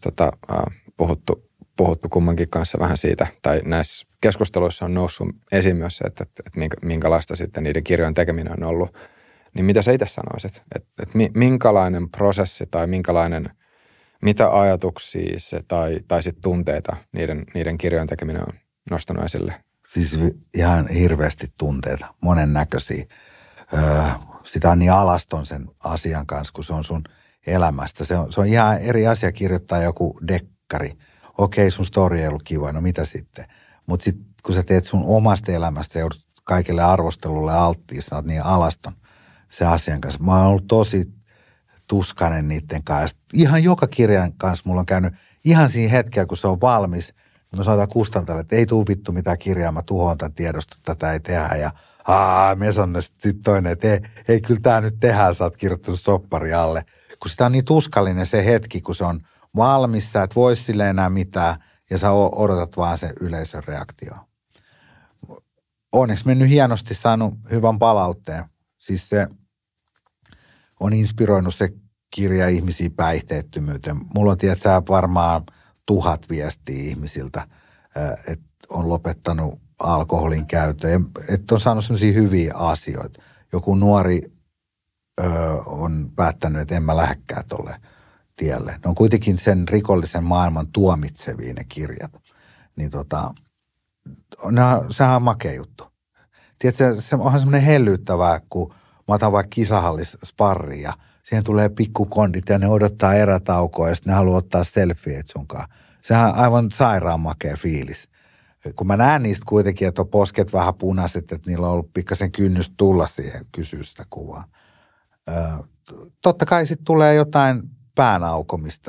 C: puhuttu kummankin kanssa vähän siitä, tai näissä keskusteluissa on noussut esiin myös se, että minkälaista sitten niiden kirjojen tekeminen on ollut. Niin mitä sä itse sanoisit? Että minkälainen prosessi tai mitä ajatuksia se tai sitten tunteita niiden kirjojen tekeminen on nostanut esille?
A: Siis ihan hirveästi tunteita, monennäköisiä. Sitä on niin alaston sen asian kanssa, kun se on sun elämästä. Se on ihan eri asia kirjoittaa joku dekkari. Okei, sun story ei ollut kiva, no mitä sitten? Mutta sitten kun sä teet sun omasta elämästä, sä joudut kaikille arvostelulle alttiin, sä oot niin alaston se asian kanssa. Mä oon ollut tosi tuskainen niiden kanssa. Ihan joka kirjan kanssa mulla on käynyt ihan siinä hetkellä, kun se on valmis, niin mä soitan kustantajalle, että ei tuu vittu mitään kirjaa, mä tuhoan tämän tiedoston, tätä ei tehdä. Ja mesonne sitten toinen, että ei kyllä tää nyt tehdään, sä oot kirjoittanut soppari alle. Kun sitä on niin tuskallinen se hetki, kun se on valmis, sä et voi sille enää mitään ja sä odotat vaan sen yleisön reaktioon. Onneksi mennyt hienosti, saanut hyvän palautteen. Siis se on inspiroinut se kirja ihmisiä päihteettömyyteen. Mulla on tiedätkö, varmaan 1000 viestiä ihmisiltä, että on lopettanut alkoholin käytön. Että on saanut sellaisia hyviä asioita. Joku nuori on päättänyt, että en mä lähdekään tolle tielle. Ne on kuitenkin sen rikollisen maailman tuomitsevia ne kirjat. Niin sehän on makea juttu. Tiedätkö, se onhan semmoinen hellyttävää, kun mä otan vaikka kisahallis sparria ja siihen tulee pikkukondit ja ne odottaa erätaukoa ja sitten ne haluaa ottaa selfieet sunkaan. Sehän on aivan sairaan makea fiilis. Kun mä näen niistä kuitenkin, että on posket vähän punaiset, että niillä on ollut pikkasen kynnys tulla siihen kysyä sitä kuvaa. Totta kai sitten tulee jotain päänaukomista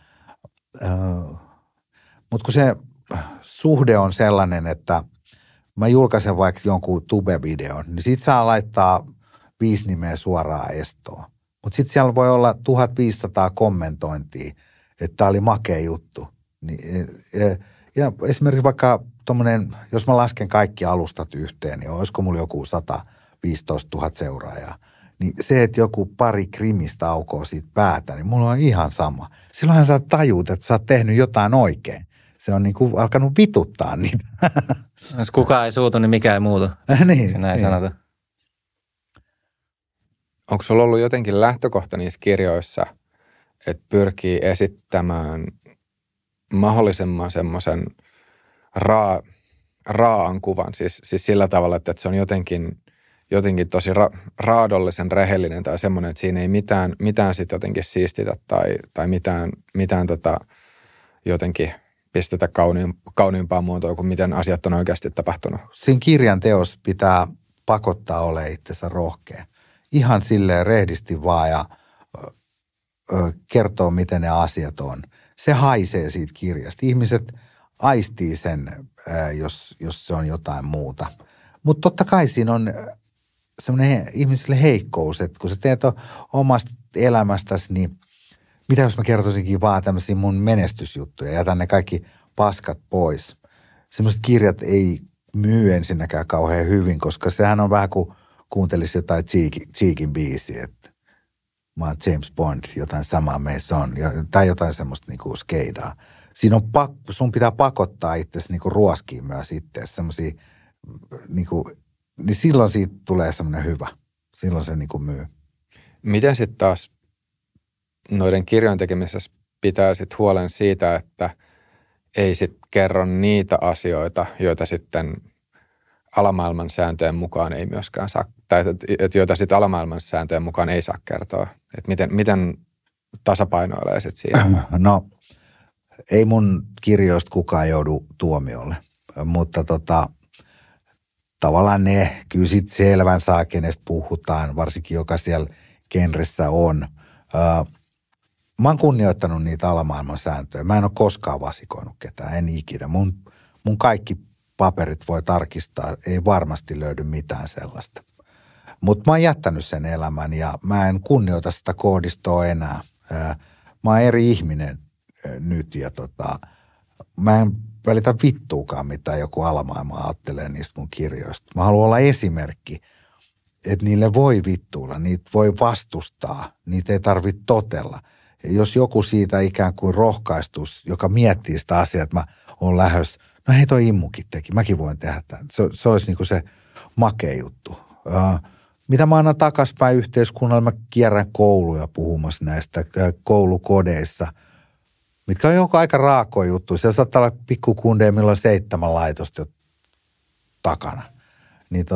A: mutta kun se suhde on sellainen, että mä julkaisen vaikka jonkun tube-videon, niin sit saa laittaa 5 nimeä suoraan estoon. Mutta sitten siellä voi olla 1500 kommentointia, että tämä oli makea juttu. Ja esimerkiksi vaikka tommonen, jos mä lasken kaikki alustat yhteen, niin olisiko mulla joku 115 000 seuraajaa. Niin se, että joku pari krimistä aukoo siitä päätä, niin mulla on ihan sama. Silloinhan sä tajuut, että sä oot tehnyt jotain oikein. Se on niin kuin alkanut vituttaa niitä.
B: Jos kukaan ei suutu, niin mikään ei muutu.
A: Niin,
B: se näin sanota.
C: Onko sulla ollut jotenkin lähtökohta niissä kirjoissa, että pyrkii esittämään mahdollisimman semmoisen raaan kuvan? Siis sillä tavalla, että se on jotenkin tosi raadollisen rehellinen tai semmoinen, että siinä ei mitään sit jotenkin siistitä tai mitään jotenkin pistetä kauniimpaa muotoa kuin miten asiat on oikeasti tapahtunut.
A: Siinä kirjan teos pitää pakottaa olemaan itsensä rohkea. Ihan silleen rehdisti vaan ja kertoo, miten ne asiat on. Se haisee siitä kirjasta. Ihmiset aistii sen, jos se on jotain muuta. Mutta totta kai siinä on semmoinen ihmisille heikkous, että kun sä teet omasta elämästäsi, niin mitä jos mä kertoisinkin vaan tämmöisiä mun menestysjuttuja ja jätän ne kaikki paskat pois. Semmoiset kirjat ei myy ensinnäkään kauhean hyvin, koska sehän on vähän kuin kuuntelisi jotain Cheekin biisiä, että mä oon James Bond, jotain samaa meissä on, tai jotain semmoista niinku skeidaa. Siinä on sun pitää pakottaa itsesi niinku ruoskiin myös itseäsi, semmoisia niinku, niin silloin siitä tulee semmoinen hyvä. Silloin se niinku myy.
C: Miten sitten taas noiden kirjojen tekemisessä pitää sitten huolen siitä, että ei sitten kerro niitä asioita, joita sitten alamaailman sääntöjen mukaan ei myöskään saa, tai joita sitten alamaailman sääntöjen mukaan ei saa kertoa. Että miten tasapainoilee sitten siinä?
A: No, ei mun kirjoista kukaan joudu tuomiolle, mutta tavallaan ne kyllä sitten selvän saa, kenestä puhutaan, varsinkin joka siellä genressä on. Mä oon kunnioittanut niitä alamaailman sääntöjä. Mä en ole koskaan vasikoinut ketään, en ikinä. Mun kaikki paperit voi tarkistaa, ei varmasti löydy mitään sellaista. Mutta mä oon jättänyt sen elämän ja mä en kunnioita sitä koodistoa enää. Mä oon eri ihminen nyt ja mä en välitä vittuukaan, mitä joku alamaailma ajattelee niistä mun kirjoista. Mä haluan olla esimerkki, että niille voi vittuilla, niitä voi vastustaa, niitä ei tarvitse totella. Ja jos joku siitä ikään kuin rohkaistus, joka miettii sitä asiaa, että mä oon lähdössä, no hei toi Immukin teki, mäkin voin tehdä tämän. Se olisi niin kuin se makea juttu. Mitä mä annan takaspäin yhteiskunnalle, mä kierrän kouluja puhumassa näistä koulukodeissa, mitkä on joku aika raakoja juttuja. Siellä saattaa olla pikkukundeja, millä on 7 laitosta jo takana. Niin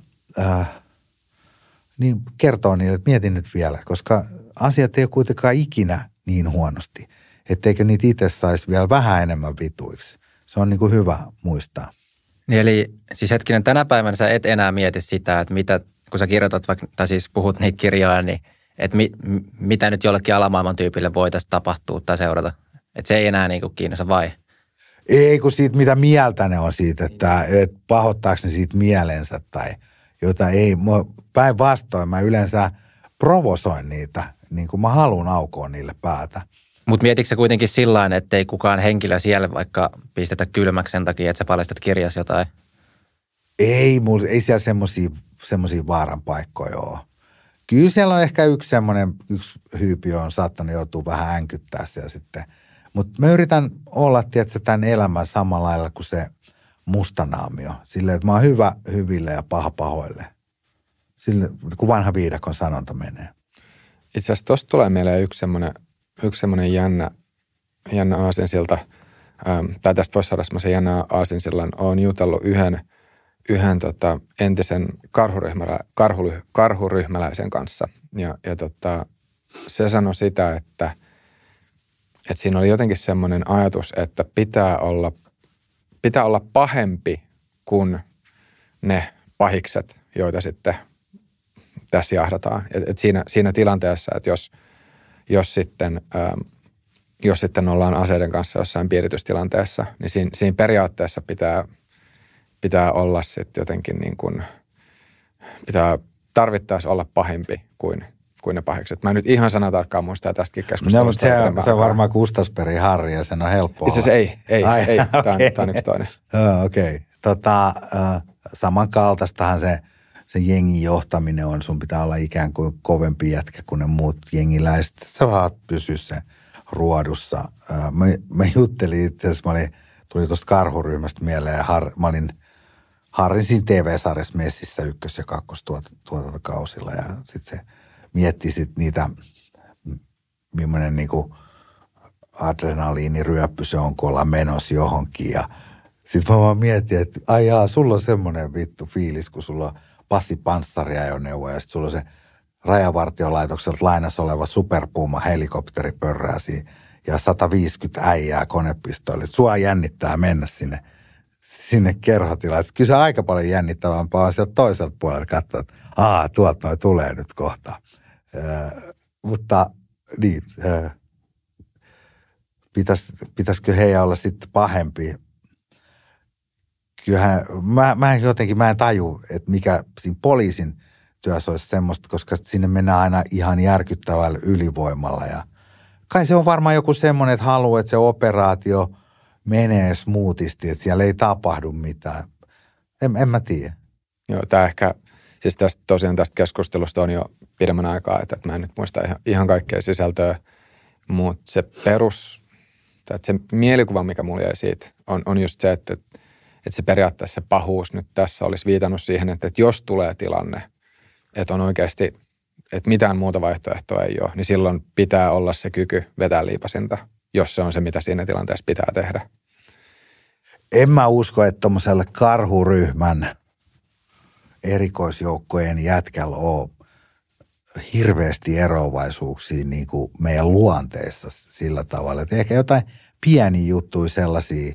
A: niin kertoo niille, että mietin nyt vielä, koska asiat ei ole kuitenkaan ikinä niin huonosti, etteikö niitä itse saisi vielä vähän enemmän vituiksi. Se on niin kuin hyvä muistaa.
B: Niin eli siis hetkinen, tänä päivänä sä et enää mieti sitä, että mitä, kun sä kirjoitat vaikka, tai siis puhut niitä kirjoja, niin että mitä nyt jollekin alamaailman tyypille voitaisiin tapahtua tai seurata. Että se ei enää niin kuin kiinnosta vai?
A: Ei kun siitä, mitä mieltä ne on siitä, että pahoittaako ne siitä mielensä tai jota ei. Päinvastoin mä yleensä provosoin niitä, niin kuin mä haluan aukoa niille päätä.
B: Mutta mietitkö se kuitenkin sillain, ettei kukaan henkilö siellä vaikka pistetä kylmäksi sen takia, että sä paljastat kirjassa jotain?
A: Ei siellä semmoisia vaaran paikkoja ole. Kyllä siellä on ehkä yksi hyypiö on saattanut joutua vähän änkyttää siellä sitten. Mutta mä yritän olla, tiedätkö, tämän elämän samalla lailla kuin se mustanaamio. Silleen, että mä oon hyvä hyville ja paha pahoille. Silleen, kun vanha viidakon sanonta menee.
C: Itse asiassa tuosta tulee mieleen yksi semmoinen jännä aasinsilta, tai tästä voisi saada semmoisen jännä aasinsillan. Olen jutellut yhden entisen karhuryhmäläisen kanssa. Ja se sanoi sitä, että siinä oli jotenkin semmoinen ajatus, että pitää olla pahempi kuin ne pahikset, joita sitten tässä jahdataan. Et siinä tilanteessa, että jos sitten ollaan aseiden kanssa jossain piiritystilanteessa, niin siinä periaatteessa pitää olla sitten jotenkin niin kuin, pitää tarvittaessa olla pahempi kuin ne pahikset. Mä en nyt ihan sanatarkkaan muista tästäkin keskustelusta.
A: No, se on varmaan Kustasperin Harri ja sen on helppo olla.
C: Itse asiassa ei.
A: Okay.
C: Tämä on yksi toinen.
A: Okei. Samankaltaistahan se jengin johtaminen on. Sun pitää olla ikään kuin kovempi jätkä kuin ne muut jengiläiset. Sä vaan pysyä sen ruodussa. Mä juttelin itse asiassa, tuli tuosta karhuryhmästä mieleen ja mä olin Harrin siinä TV-sarjassa Messissä ykkös- ja kakkostuotantokausilla ja sitten se mietti niitä, millainen niinku adrenaliiniryöppy se on, kun ollaan menossa johonkin. Ja sitten mä vaan mietin, että sulla on semmoinen vittu fiilis, kun sulla on Passi panssariajoneuvo ja sitten sulla on se Rajavartiolaitokselta lainassa oleva Superpuma helikopteri pörrää siinä ja 150 äijää konepistoille. Sua jännittää mennä sinne kerhotilaan. Kyllä se aika paljon jännittävämpää on sieltä toiselta puolelta katsoa, että tuolta noi tulee nyt kohta. Mutta niin, pitäisikö heidän olla sitten pahempi? Kyllähän mä en taju, että mikä siinä poliisin työssä olisi semmoista, koska sinne mennään aina ihan järkyttävällä ylivoimalla. Ja kai se on varmaan joku semmoinen, että haluaa, että se operaatio menee smoothisti, että siellä ei tapahdu mitään. En mä tiedä.
C: Joo, tämä ehkä, siis tosiaan tästä keskustelusta on jo pidemmän aikaa, että mä en nyt muista ihan kaikkea sisältöä, mutta se se mielikuva, mikä mulla jäi siitä, on just se, että se periaatteessa se pahuus nyt tässä olisi viitannut siihen, että jos tulee tilanne, että on oikeasti, että mitään muuta vaihtoehtoa ei ole, niin silloin pitää olla se kyky vetää liipasinta, jos se on se, mitä siinä tilanteessa pitää tehdä.
A: En mä usko, että tuommoiselle karhuryhmän erikoisjoukkojen jätkällä on hirveästi eroavaisuuksia niin kuin meidän luonteessa sillä tavalla. Että ehkä jotain pieniä juttuja sellaisia,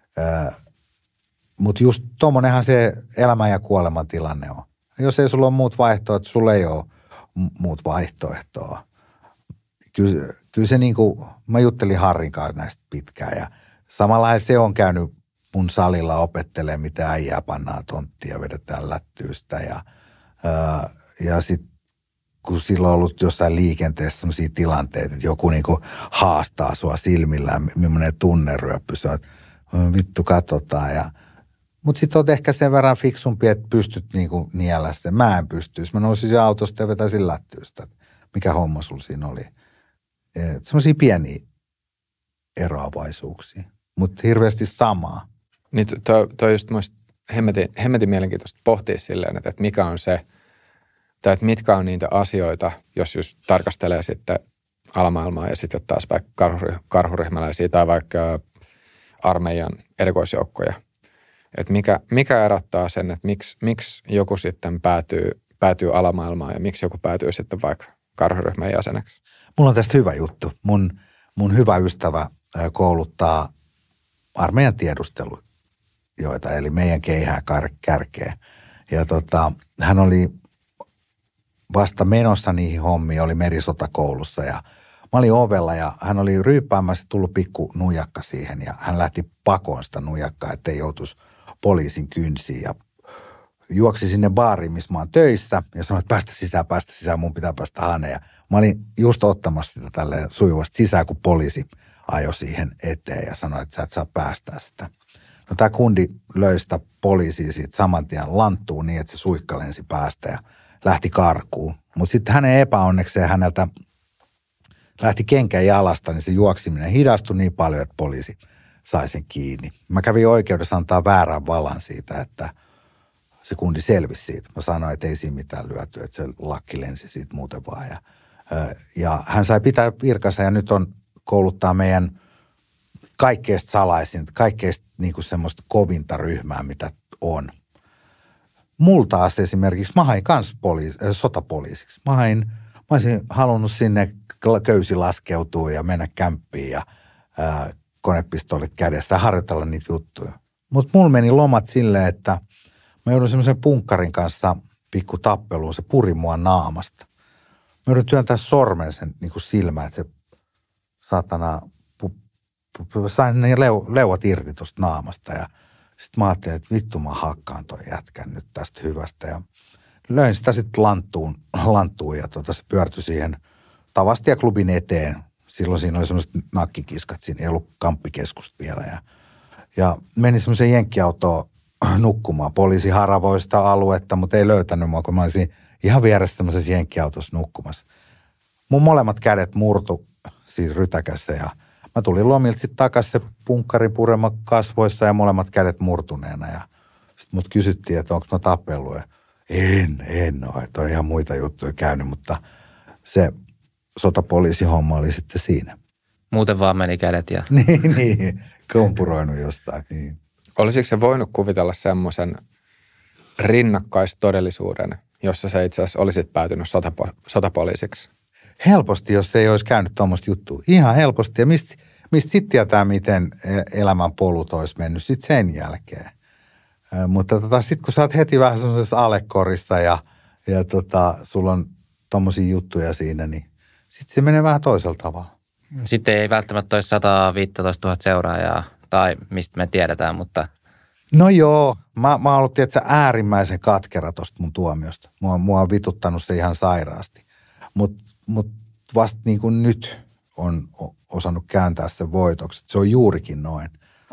A: mutta just tuommoinenhan se elämän ja kuoleman tilanne on. Jos ei sulla ole muut vaihtoehtoja, sulla ei ole muut vaihtoehtoa. Kyllä se niin kuin, mä juttelin Harrin kanssa näistä pitkään ja samalla se on käynyt mun salilla opettelemaan, mitä äijää pannaan tonttia ja vedetään lättyystä ja sitten kun silloin on ollut jossain liikenteessä sellaisia tilanteita, että joku niinku haastaa sua silmillään, millainen tunneryöppy se on, vittu katsotaan. Mutta sitten olet ehkä sen verran fiksumpi, että pystyt niinku niellä sen. Mä en pystyisi. Mä nousisin autosta ja vetäisin lättyystä. Mikä homma sulla siinä oli? Sellaisia pieniä eroavaisuuksia, mutta hirveästi samaa.
C: Niin toi just muista hemmetin mielenkiintoista pohtia silleen, että mikä on se, tai että mitkä on niitä asioita, jos just tarkastelee sitten alamaailmaa ja sitten taas vaikka karhuryhmäläisiä tai vaikka armeijan erikoisjoukkoja. Että mikä erottaa sen, että miksi joku sitten päätyy alamaailmaan ja miksi joku päätyy sitten vaikka karhuryhmän jäseneksi?
A: Mulla on tästä hyvä juttu. Mun hyvä ystävä kouluttaa armeijan tiedustelujoita, eli meidän keihää kärkeä. Ja hän oli vasta menossa niihin hommiin, oli merisotakoulussa ja mä olin ovella ja hän oli ryyppäämässä, tullut pikku nujakka siihen ja hän lähti pakoon sitä nujakkaa, ettei joutuisi poliisin kynsiin ja juoksi sinne baariin, missä mä oon töissä ja sanoi, että päästä sisään, mun pitää päästä Haneen. Ja mä olin just ottamassa sitä tälleen sujuvasti sisään, kun poliisi ajoi siihen eteen ja sanoi, että sä et saa päästää sitä. No tämä kundi löi sitä poliisia siitä saman tien lanttuun niin, että se suikka lensi päästä ja lähti karkuun. Mutta sitten hänen epäonnekseen häneltä lähti kenkä jalasta, niin se juoksiminen hidastui niin paljon, että poliisi sai sen kiinni. Mä kävin oikeudessa antaa väärän valan siitä, että se kundi selvisi siitä. Mä sanoin, että ei siinä mitään lyöty, että se lakki lensi siitä muuten vaan. Ja hän sai pitää virkansa ja nyt on kouluttaa meidän kaikkeesta salaisin, kaikkeesta niinku semmoista kovinta ryhmää, mitä on. Mulla taas esimerkiksi, mä hain kans sotapoliisiksi. Mä olisin halunnut sinne köysi laskeutua ja mennä kämppiin ja konepistolit kädessä ja harjoitella niitä juttuja. Mutta mulla meni lomat silleen, että mä joudun semmoisen punkkarin kanssa pikku tappeluun, se puri mua naamasta. Mä joudun työntää sormen sen niinku silmään, että se satana sain ne leuat irti tuosta naamasta ja sitten mä ajattelin, että vittu mä hakkaan toi jätkän nyt tästä hyvästä ja löin sitä sitten lanttuun ja se pyörtyi siihen Tavastia-klubin eteen. Silloin siinä oli semmoiset nakkikiskat, siinä ei ollut kamppikeskusta vielä ja menin semmoiseen jenkkiautoon nukkumaan. Poliisi haravoi sitä aluetta, mutta ei löytänyt mua, kun mä olisin ihan vieressä semmoisessa jenkkiautossa nukkumassa. Mun molemmat kädet murtu siinä rytäkässä ja mä tulin lomilta sitten takaisin se punkkarin purema kasvoissa ja molemmat kädet murtuneena. Ja sitten mut kysyttiin, että onko mä tapellut. Ja en ole, että on ihan muita juttuja käynyt, mutta se sotapoliisihomma oli sitten siinä.
B: Muuten vaan meni kädet ja...
A: niin, kompuroinut jossain. Niin.
C: Olisiko se voinut kuvitella semmoisen rinnakkaistodellisuuden, jossa sä itse asiassa olisit päätynyt sotapoliisiksi?
A: Helposti, jos ei olisi käynyt tuommoista juttua. Ihan helposti. Ja mistä sitten tietää, miten elämän polut olisi mennyt sitten sen jälkeen. Mutta sitten kun sä oot heti vähän semmoisessa alekorissa ja sulla on tommosia juttuja siinä, niin sitten se menee vähän toisella tavalla.
B: Sitten ei välttämättä olisi 115 000 seuraajaa tai mistä me tiedetään, mutta...
A: No joo, mä oon ollut tietysti äärimmäisen katkera tosta mun tuomiosta. Mua on vituttanut se ihan sairaasti. Mutta vasta niin kuin nyt on osannut kääntää sen voitoksi. Se on juurikin noin.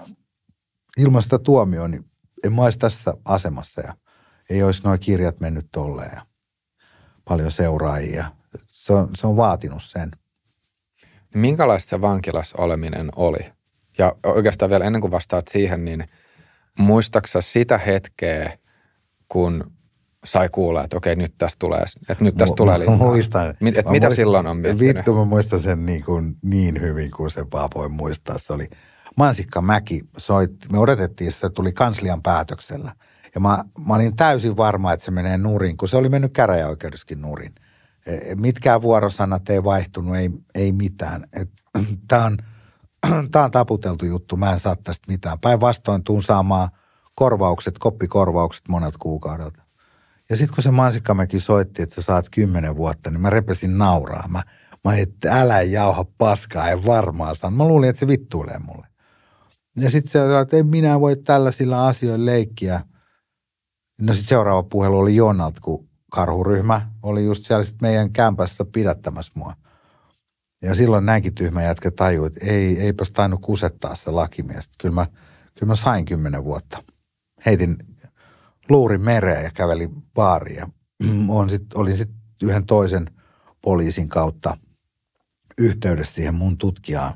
A: Ilman sitä tuomioon, niin en mä olisi tässä asemassa ja ei olisi nuo kirjat mennyt tolleen ja paljon seuraajia. Se on vaatinut sen.
C: Minkälaista se vankilas oleminen oli? Ja oikeastaan vielä ennen kuin vastaat siihen, niin muistaaksä sitä hetkeä, kun sai kuulla, että okei, nyt tästä tulee linnaa.
A: Muistan.
C: Mitä silloin on miettinyt?
A: Vittu, mä muistan sen niin hyvin kuin se vaan voi muistaa. Se oli Mansikkamäki soitti. Me odotettiin, että se tuli kanslian päätöksellä. Ja mä olin täysin varma, että se menee nurin, kun se oli mennyt käräjäoikeudessakin nurin. Mitkään vuorosanat ei vaihtunut, ei mitään. Tämä on taputeltu juttu, mä en saa tästä mitään. Päinvastoin tuun saamaan koppikorvaukset monelta kuukaudelta. Ja sitten kun se Mansikkamäki soitti, että sä saat 10 vuotta, niin mä repesin nauraa. Mä olin, että älä jauha paskaa, en varmaan saa. Mä luulin, että se vittuilee mulle. Ja sitten se oli, että ei minä voi tällaisilla asioilla leikkiä. No sitten seuraava puhelu oli Jonnalta, kun karhuryhmä oli just siellä sit meidän kämpässä pidättämässä mua. Ja silloin näinkin tyhmä jätkä tajui, että eipäs tainnut kusettaa se lakimies. Kyllä mä sain 10 vuotta. Heitin luurin mereen ja kävelin baariin. Ja olin sitten yhden toisen poliisin kautta yhteydessä siihen mun tutkijaan.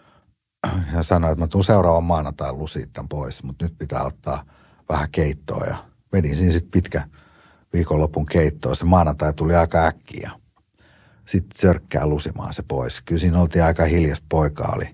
A: Ja sanoin, että mä tuun seuraavan maanantain lusiittan pois, mutta nyt pitää ottaa vähän keittoa. Ja vedin siinä sitten pitkä viikonlopun keittoa. Se maanantai tuli aika äkkiä. Sitten sörkkää lusimaan se pois. Kyllä siinä oltiin aika hiljasta, poika oli.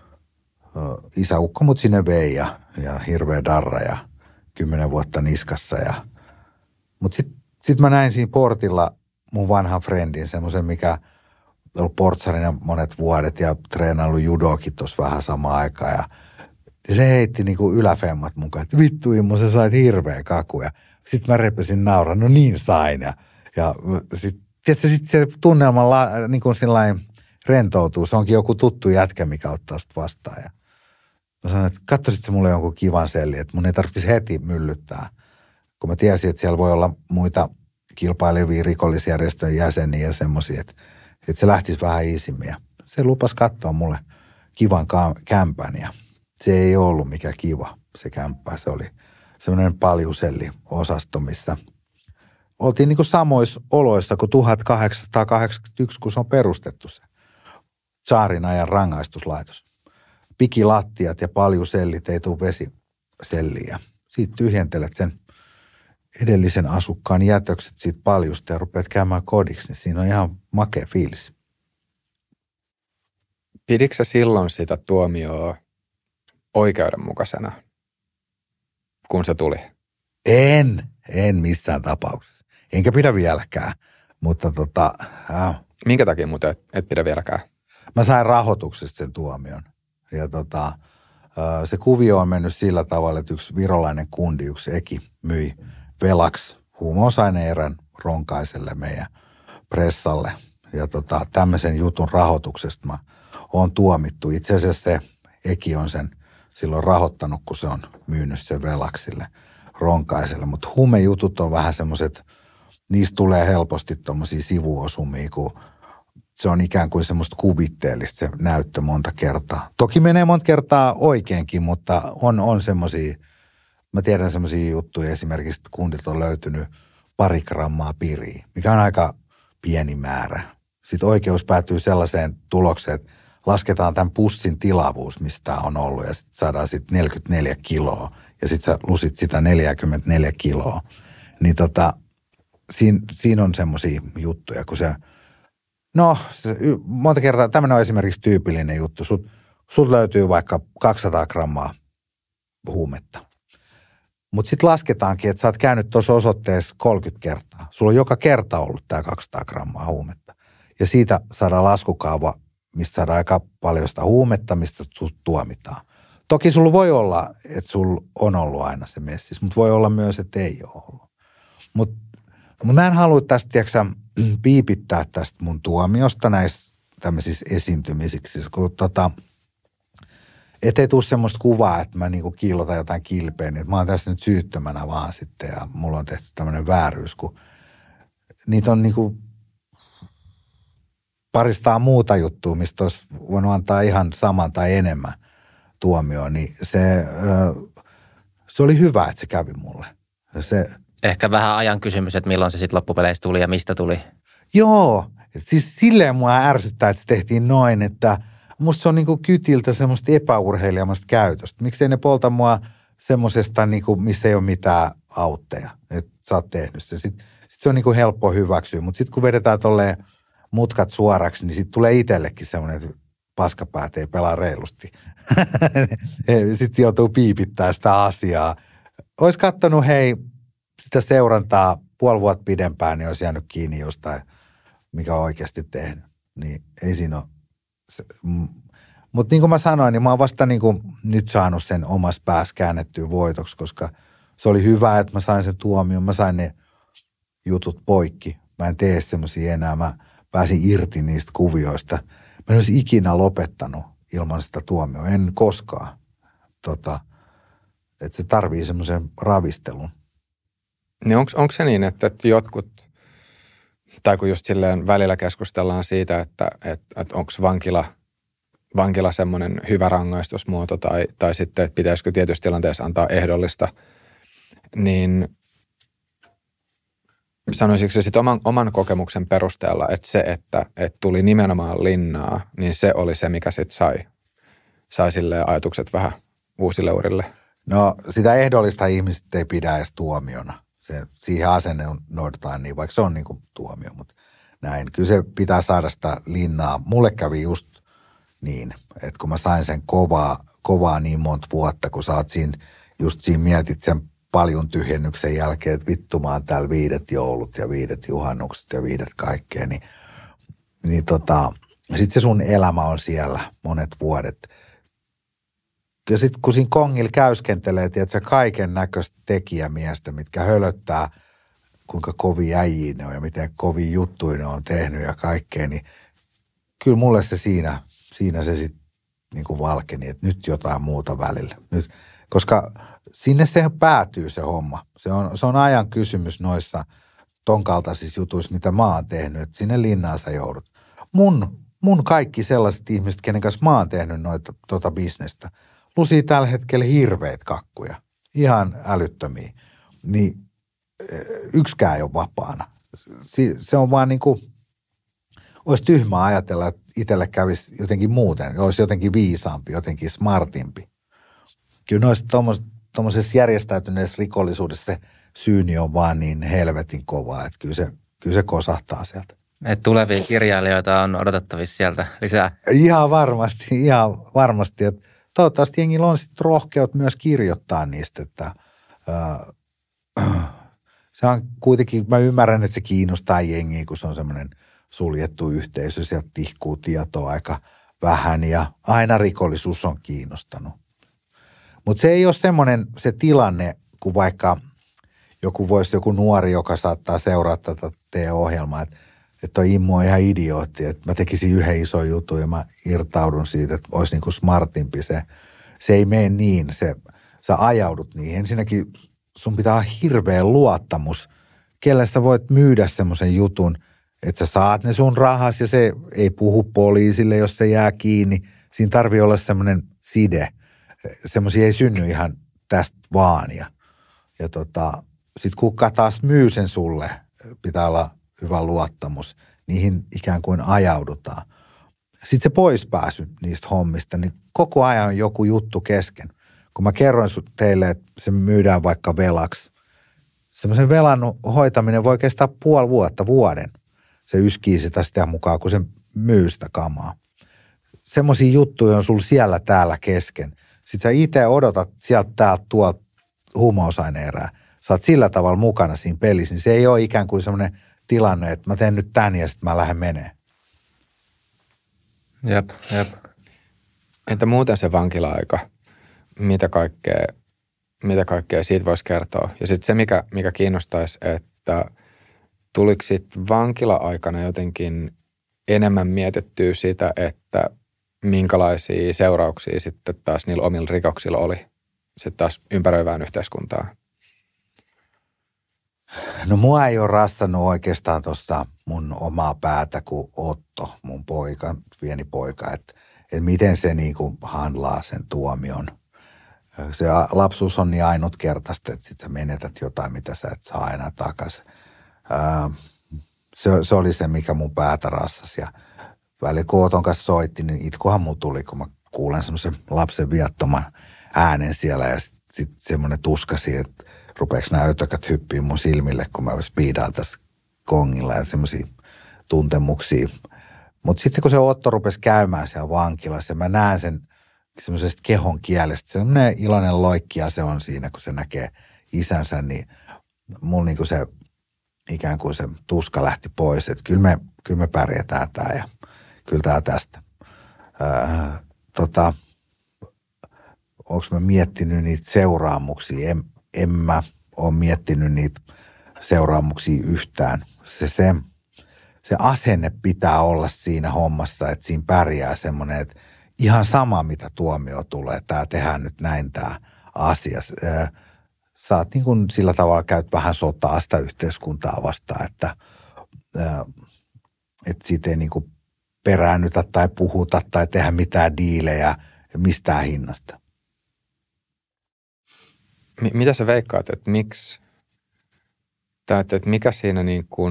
A: Isäukko mut sinne vei ja hirveä darra ja 10 vuotta niskassa. Mutta sitten mä näin siinä portilla mun vanhan friendin, semmoisen mikä on ollut portsarina monet vuodet ja treenaillut judokin tuossa vähän samaan aikaan. Ja se heitti niinku yläfemmat mukaan, että vittu Immo, sä sait hirveä kaku. Ja sitten mä repesin nauraa, no niin sain. Ja sitten se tunnelma niin kuin sillain rentoutuu. Se onkin joku tuttu jätkä, mikä ottaa sitä vastaan. Ja mä sanoin, että katsoisit se mulle jonkun kivan selli, että mun ei tarvitsisi heti myllyttää. kun mä tiesin, että siellä voi olla muita kilpailevia rikollisjärjestöjen jäseniä ja semmoisia, että se lähtisi vähän iisimmin. Se lupasi katsoa mulle kivan kämpän ja se ei ollut mikään kiva se kämppä. Se oli semmoinen paljuselliosasto, missä oltiin niin kuin samoissa oloissa kuin 1881, kun se on perustettu se tsaarin ajan rangaistuslaitos. Pikilattiat ja paljusellit, ei tule vesiselliä. Siitä tyhjentelet sen edellisen asukkaan jätökset siitä paljusta ja rupeat käymään kodiksi, niin siinä on ihan makea fiilis.
C: Pidikö sä silloin sitä tuomioa oikeudenmukaisena, kun se tuli?
A: En missään tapauksessa. Enkä pidä vieläkään, mutta
C: Minkä takia muuten et pidä vieläkään?
A: Mä sain rahoituksesta sen tuomion. Ja se kuvio on mennyt sillä tavalla, että yksi virolainen kundi, yksi Eki, myi velaksi huumausaine-erän Ronkaiselle meidän pressalle. Ja tämmöisen jutun rahoituksesta mä oon tuomittu. Itse asiassa se Eki on sen silloin rahoittanut, kun se on myynyt sen velaksille Ronkaiselle. Mutta huumejutut on vähän semmoiset, niistä tulee helposti tommosia sivuosumia, kun se on ikään kuin semmoista kuvitteellista se näyttö monta kertaa. Toki menee monta kertaa oikeinkin, mutta on semmoisia, mä tiedän semmoisia juttuja esimerkiksi, että kundit on löytynyt 2 grammaa piriä, mikä on aika pieni määrä. Sitten oikeus päätyy sellaiseen tulokseen, että lasketaan tämän pussin tilavuus, mistä on ollut, ja sitten saadaan sitten 44 kiloa, ja sitten sä lusit sitä 44 kiloa. Niin siinä on semmoisia juttuja, kun se monta kertaa, tämmöinen on esimerkiksi tyypillinen juttu. Sut löytyy vaikka 200 grammaa huumetta. Mutta sitten lasketaankin, että sä oot käynyt tuossa osoitteessa 30 kertaa. Sulla on joka kerta ollut tämä 200 grammaa huumetta. Ja siitä saadaan laskukaava, mistä saadaan aika paljon sitä huumetta, mistä sut tuomitaan. Toki sulla voi olla, että sulla on ollut aina se messis, mutta voi olla myös, että ei ole ollut. Mutta mä en halua tästä, tiiäksä, piipittää tästä mun tuomiosta näissä tämmöisissä esiintymisiksi, kun ettei tule semmoista kuvaa, että mä niinku kiillotan jotain kilpeä, niin että mä oon tässä nyt syyttömänä vaan sitten ja mulla on tehty tämmöinen vääryys, kun niitä on niinku paristaan muuta juttua, mistä olisi voinut antaa ihan saman tai enemmän tuomioon, niin se oli hyvä, että se kävi mulle.
B: Ehkä vähän ajan kysymys, että milloin se sitten loppupeleissä tuli ja mistä tuli.
A: Joo, siis silleen mua ärsyttää, että se tehtiin noin, että musta se on niinku kytiltä semmoista epäurheilijamasta käytöstä. Miksei ne polta mua semmosesta, niinku, mistä ei ole mitään autteja, että sä oot tehnyt se. Sitten se on niinku helppo hyväksyä, mutta sitten kun vedetään tolleen mutkat suoraksi, niin sitten tulee itsellekin semmoinen, että paskapäät ei pelaa reilusti. Sitten joutuu piipittämään sitä asiaa. Ois kattonut, sitä seurantaa 5 vuotta pidempään, niin olisi jäänyt kiinni jostain, mikä on oikeasti tehnyt. Niin ei siinä ole. Mutta niin kuin mä sanoin, niin mä oon vasta niin kuin nyt saanut sen omassa päässä käännettyä voitoksi, koska se oli hyvä, että mä sain sen tuomion. Mä sain ne jutut poikki. Mä en tee semmoisia enää. Mä pääsin irti niistä kuvioista. Mä en olisi ikinä lopettanut ilman sitä tuomioa. En koskaan. Että se tarvii semmoisen ravistelun.
C: Niin onko se niin, että jotkut, tai kun just silleen välillä keskustellaan siitä, että onko vankila semmoinen hyvä rangaistusmuoto tai sitten, että pitäisikö tietyissä tilanteessa antaa ehdollista, niin sanoisitko se sitten oman kokemuksen perusteella, että se, että tuli nimenomaan linnaa, niin se oli se, mikä sitten sai silleen ajatukset vähän uusille urille? No
A: sitä ehdollista ihmiset ei pidä edes tuomiona. Siihen asenne noudataan niin, vaikka se on niin kuin tuomio, mutta näin. Kyllä se pitää saada sitä linnaa. Mulle kävi just niin, että kun mä sain sen kovaa niin monta vuotta, kun sä oot siinä mietit sen paljon tyhjennyksen jälkeen, että vittu mä oon täällä 5 joulut ja 5 juhannukset ja 5 kaikkea, niin sit se sun elämä on siellä monet vuodet. Ja sitten kun siinä kongilla käyskentelee, tiedätkö, kaiken näköistä tekijämiestä, mitkä hölöttää, kuinka kovia äijiä ne on ja miten kovia juttuja ne on tehnyt ja kaikkea, niin kyllä mulle se siinä se sitten niin kuin valkeni, että nyt jotain muuta välillä. Nyt Koska sinne se päätyy se homma. Se on ajan kysymys noissa ton kaltaisissa jutuissa, mitä mä oon tehnyt, että sinne linnaan sä joudut. Mun kaikki sellaiset ihmiset, kenen kanssa mä oon tehnyt tota bisnestä, lusii tällä hetkellä hirveät kakkuja. Ihan älyttömiä. Niin yksikään ei ole vapaana. Se on vaan niin kuin, olisi tyhmää ajatella, että itselle kävisi jotenkin muuten. Olisi jotenkin viisaampi, jotenkin smartimpi. Kyllä noissa tuommoisessa järjestäytyneessä rikollisuudessa se syyni on vaan niin helvetin kova, että kyllä se kosahtaa sieltä.
B: Et tulevia kirjailijoita on odotettavissa sieltä lisää.
A: Ihan varmasti. Että toivottavasti jengillä on sitten rohkeut myös kirjoittaa niistä, että se on kuitenkin, mä ymmärrän, että se kiinnostaa jengiä, kun se on semmoinen suljettu yhteisö, sieltä tihkuu tietoa aika vähän ja aina rikollisuus on kiinnostanut. Mutta se ei ole semmoinen se tilanne, kun vaikka joku nuori, joka saattaa seurata tätä teidän ohjelmaa, että toi Immu on ihan idiootti, että mä tekisin yhden ison jutun ja mä irtaudun siitä, että olisi niin kuin smartimpi se. Se ei mene niin, sä ajaudut niihin. Ensinnäkin sun pitää olla hirveä luottamus, kelle sä voit myydä semmoisen jutun, että sä saat ne sun rahas ja se ei puhu poliisille, jos se jää kiinni. Siinä tarvii olla semmoinen side. Semmoisia ei synny ihan tästä vaan. Ja sit kuka taas myy sen sulle, pitää olla hyvä luottamus. Niihin ikään kuin ajaudutaan. Sitten se poispääsy niistä hommista, niin koko ajan on joku juttu kesken. Kun mä kerroin teille, että se myydään vaikka velaksi, semmoisen velan hoitaminen voi kestää puoli vuotta, vuoden. Se yskii sitä mukaan, kun se myy sitä kamaa. Semmoisia juttuja on sulla siellä täällä kesken. Sitten sä itse odotat sieltä täältä tuolta huumausaine-erää. Sä oot sillä tavalla mukana siinä pelissä, niin se ei ole ikään kuin semmoinen tilanne, että mä teen nyt tän ja sitten mä lähden menee.
B: Jep.
C: Entä muuten se vankila-aika? Mitä kaikkea siitä voisi kertoa? Ja sitten se, mikä kiinnostaisi, että tuliko sitten vankila-aikana jotenkin enemmän mietittyä sitä, että minkälaisia seurauksia sitten taas niillä omilla rikoksilla oli sitten taas ympäröivään yhteiskuntaan?
A: No mua ei ole rassannut oikeastaan tuossa mun omaa päätä kuin Otto, mun poika, pieni poika, että miten se niinku handlaa sen tuomion. Se lapsuus on niin ainutkertaista, että sit sä menetät jotain, mitä sä et saa enää takaisin. Se oli se, mikä mun päätä rassasi. Ja välillä kun Oton kanssa soitti, niin itkuhan mun tuli, kun mä kuulen semmoisen lapsen viattoman äänen siellä. Ja sitten semmoinen tuskasi, että rupeeko nämä ötökät hyppiä mun silmille, kun mä speedaan tässä kongilla ja semmoisia tuntemuksia. Mutta sitten kun se Otto rupesi käymään siellä vankilassa ja mä näen sen semmoisesta kehon kielestä, semmoinen iloinen loikkia se on siinä, kun se näkee isänsä, niin mulla niinku se ikään kuin se tuska lähti pois, että kyllä me pärjätään tää ja kyllä tää tästä. Onko mä miettinyt niitä seuraamuksia? En mä ole miettinyt niitä seuraamuksia yhtään. Se asenne pitää olla siinä hommassa, että siinä pärjää semmoinen, että ihan sama mitä tuomio tulee, tää tehdään nyt näin tää asia. Sä oot niin kuin sillä tavalla käyt vähän sotaa sitä yhteiskuntaa vastaan, että siitä ei niin kuin peräännytä tai puhuta tai tehdä mitään diilejä mistään hinnasta.
C: Mitä sä veikkaat, että miksi, että mikä siinä niin kuin,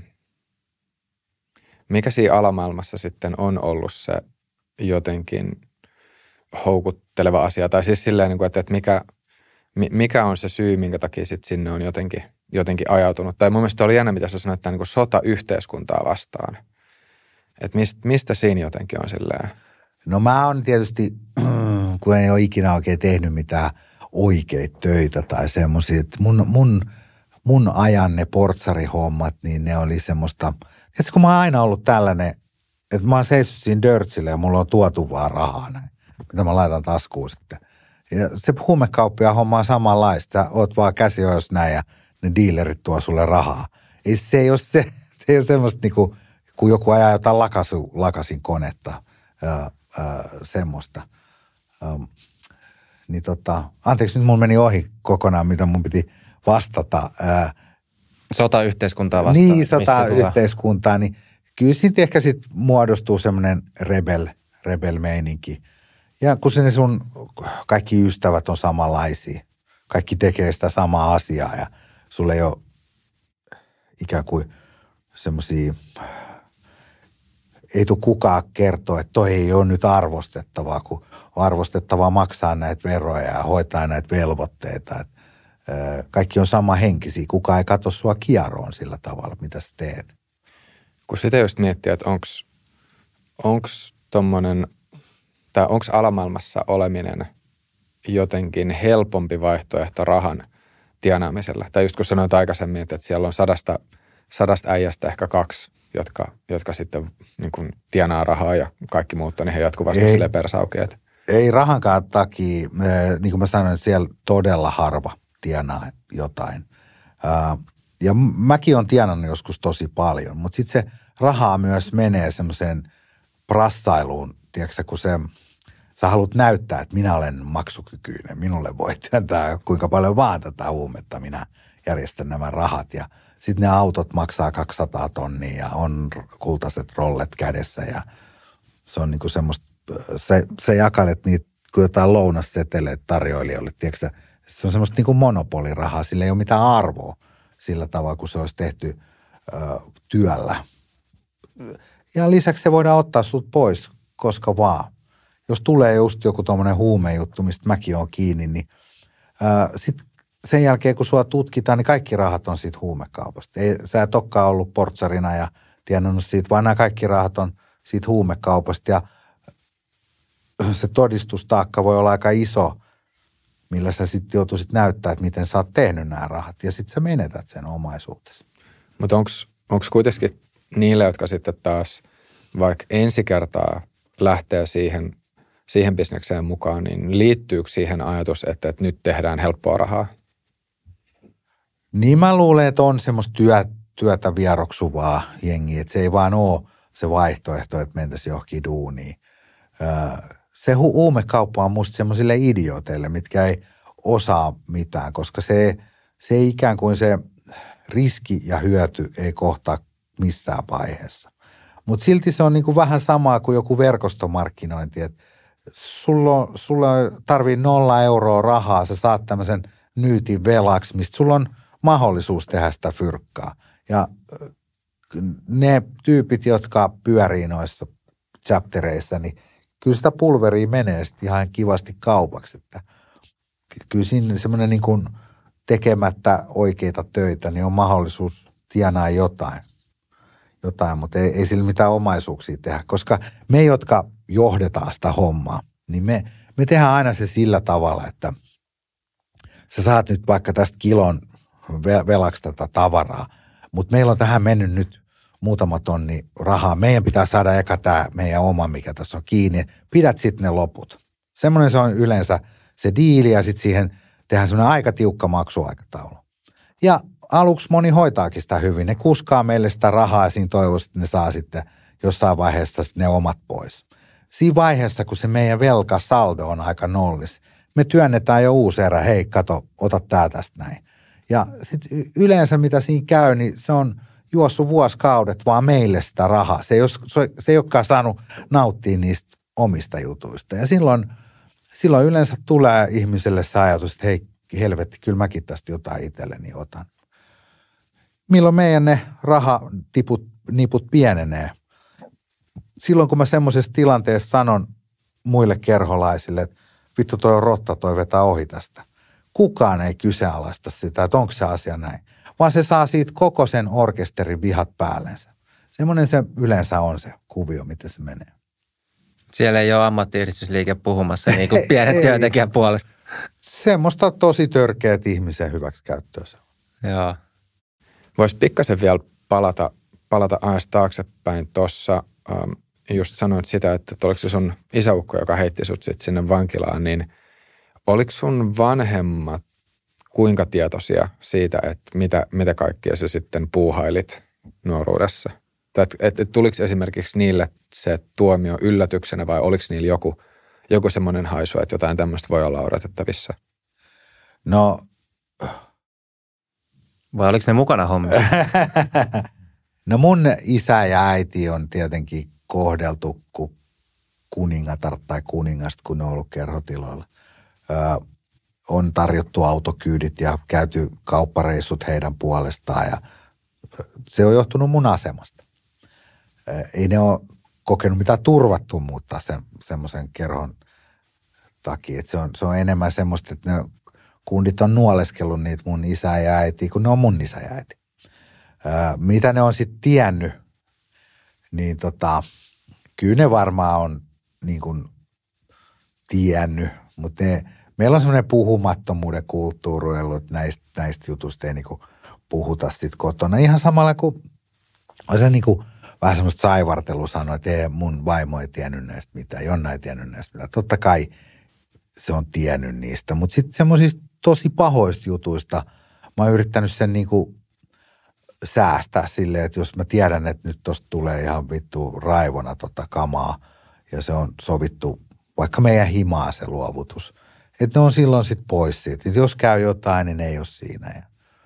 C: mikä siinä alamaailmassa sitten on ollut se jotenkin houkutteleva asia, tai siis silleen, että mikä on se syy, minkä takia sitten sinne on jotenkin ajautunut. Tai mun mielestä oli jännä, mitä sä sanoit, että niin kuin sota yhteiskuntaa vastaan. Että mistä siinä jotenkin on silleen?
A: No mä oon tietysti, kun en ole ikinä oikein tehnyt mitään oikeita töitä tai semmoisia, että mun ajan ne portsarihommat, niin ne oli semmoista, että kun mä oon aina ollut tällainen, että mä oon seissyt siinä dörtsillä ja mulla on tuotu vaan rahaa näin, mitä mä laitan taskuun sitten. Ja se huumekauppia homma on samanlaista, sä oot vaan käsiojos näin ja ne dealerit tuo sulle rahaa. Se ei ole semmoista niinku, kun joku ajaa jotain lakasin konetta, semmoista. Anteeksi, nyt mun meni ohi kokonaan, mitä mun piti vastata.
B: Sotayhteiskuntaa vastaan.
A: Niin, sotayhteiskuntaa, niin kyllä siitä ehkä sitten muodostuu semmoinen rebel-meininki. Ja kun ne sun kaikki ystävät on samanlaisia, kaikki tekee sitä samaa asiaa ja sulle ei ole ikään kuin semmoisia, ei tule kukaan kertoa, että toi ei ole nyt arvostettavaa, kun on arvostettavaa maksaa näitä veroja ja hoitaa näitä velvoitteita. Kaikki on sama henkisiä, kukaan ei katso sua kieroon sillä tavalla, mitä sä teet.
C: Kun sitä just miettii, että onko alamaailmassa oleminen jotenkin helpompi vaihtoehto rahan tienaamiselle. Tai just kun sanoit aikaisemmin, että siellä on sadasta äijästä ehkä 2, jotka sitten niin kuin tienaa rahaa ja kaikki muut on ihan jatkuvasti silleen persauki.
A: Ei rahankaan takia, niin kuin mä sanoin, siellä todella harva tienaa jotain. Ja mäkin olen tienannut joskus tosi paljon, mutta sitten se rahaa myös menee semmoiseen prassailuun, tiedätkö, kun sä haluat näyttää, että minä olen maksukykyinen, minulle voi työntää kuinka paljon vaan tätä huumetta, minä järjestän nämä rahat ja sitten ne autot maksaa 200 tonnia ja on kultaiset rollet kädessä ja se on niinku semmoista, sä jakalet niitä kuin jotain lounasseteleitä tarjoilijoille, tiedätkö, se on semmoista niinku monopolirahaa, sillä ei ole mitään arvoa sillä tavalla, kun se olisi tehty työllä. Ja lisäksi se voidaan ottaa sut pois, koska vaan. Jos tulee just joku tommoinen huumejuttu, mistä mäkin olen kiinni, niin sitten sen jälkeen, kun sua tutkitaan, niin kaikki rahat on siitä huumekaupasta. Sä et olekaan ollut portsarina ja tienannut siitä, vaan nämä kaikki rahat on siitä huumekaupasta. Ja se todistustaakka voi olla aika iso, millä sä sitten joutuisit näyttää, että miten sä oot tehnyt nämä rahat. Ja sitten sä menetät sen omaisuutesi.
C: Mutta onko kuitenkin niille, jotka sitten taas vaikka ensi kertaa lähtee siihen bisnekseen mukaan, niin liittyykö siihen ajatus, että nyt tehdään helppoa rahaa?
A: Niin mä luulen, että on semmoista työtä vieroksuvaa jengiä, että se ei vaan ole se vaihtoehto, että mentäisiin johonkin duuniin. Se huumekauppa on musta semmoisille idiooteille, mitkä ei osaa mitään, koska se ikään kuin se riski ja hyöty ei kohtaa missään vaiheessa. Mutta silti se on niinku vähän samaa kuin joku verkostomarkkinointi, että sulla tarvii 0 euroa rahaa, sä saat tämmöisen nyytin velaksi, mistä sulla on mahdollisuus tehdä sitä fyrkkaa. Ja ne tyypit, jotka pyörii noissa chaptereissa, niin kyllä sitä pulveria menee sitten ihan kivasti kaupaksi. Että kyllä siinä semmoinen niin kuin tekemättä oikeita töitä, niin on mahdollisuus tienaa jotain, mutta ei sillä mitään omaisuuksia tehdä. Koska me, jotka johdetaan sitä hommaa, niin me tehdään aina se sillä tavalla, että sä saat nyt vaikka tästä kilon velaksi tätä tavaraa, mutta meillä on tähän mennyt nyt muutama tonni rahaa. Meidän pitää saada eka tämä meidän oma, mikä tässä on kiinni. Pidät sitten ne loput. Semmoinen se on yleensä se diili ja sitten siihen tehdään semmoinen aika tiukka maksuaikataulu. Ja aluksi moni hoitaakin sitä hyvin. Ne kuskaa meille sitä rahaa ja siinä toivoisi, että ne saa sitten jossain vaiheessa ne omat pois. Siinä vaiheessa, kun se meidän velkasaldo on aika nollis, me työnnetään jo uusi erä. Hei, kato, ota tää tästä näin. Ja sitten yleensä mitä siinä käy, niin se on juossut vuosikaudet vaan meille sitä rahaa. Se ei olekaan saanut nauttia niistä omista jutuista. Ja silloin yleensä tulee ihmiselle se ajatus, että hei, helvetti, kyllä mäkin tästä jotain itselleni otan. Milloin meidän ne rahaniput pienenee? Silloin, kun mä semmoisessa tilanteessa sanon muille kerholaisille, että vittu toi on rotta, toi vetää ohi tästä. Kukaan ei kyseenalaista sitä, että onko se asia näin. Vaan se saa siitä koko sen orkesterin vihat päällensä. Semmoinen se yleensä on se kuvio, miten se menee.
B: Siellä ei ole ammattiyhdistysliike puhumassa niin kuin pienen työntekijän puolesta.
A: Semmoista tosi törkeät ihmisen hyväksikäyttöä se on.
B: Joo.
C: Voisi pikkasen vielä palata aina taaksepäin tuossa. Just sanoit sitä, että oliko se sun isäukko, joka heitti sut sit sinne vankilaan, niin oliko sun vanhemmat kuinka tietoisia siitä, että mitä kaikkea sä sitten puuhailit nuoruudessa? Tai tuliko esimerkiksi niille se tuomio yllätyksenä vai oliko niillä joku semmoinen haisu, että jotain tämmöistä voi olla odotettavissa?
A: No,
B: vai oliko ne mukana hommissa?
A: no mun isä ja äiti on tietenkin kohdeltu kuin kuningatar tai kuningasta, kun ne on ollut kerhotiloilla. On tarjottu autokyydit ja käyty kauppareissut heidän puolestaan ja se on johtunut mun asemasta. Ei ne ole kokenut mitään turvattomuutta semmoisen kerhon takia. Että se on enemmän semmoista, että ne kundit on nuoleskellut niitä mun isä ja äiti, kun ne on mun isä ja äiti. Mitä ne on sitten tiennyt, niin kyllä ne varmaan on niin kuin tiennyt, mutta meillä on semmoinen puhumattomuuden kulttuuri ollut, että näistä jutuista ei niin kuin puhuta sitten kotona. Ihan samalla kuin se niin kuin vähän semmoista saivartelua sanoi, että ei, mun vaimo ei tiennyt näistä mitään, Jonna ei tiennyt näistä mitään. Totta kai se on tiennyt niistä, mutta sitten semmoisista tosi pahoista jutuista mä oon yrittänyt sen niin kuin säästää silleen, että jos mä tiedän, että nyt tosta tulee ihan vittu raivona kamaa ja se on sovittu vaikka meidän himaa se luovutus, että ne on silloin sitten pois siitä. Että jos käy jotain, niin ei ole siinä.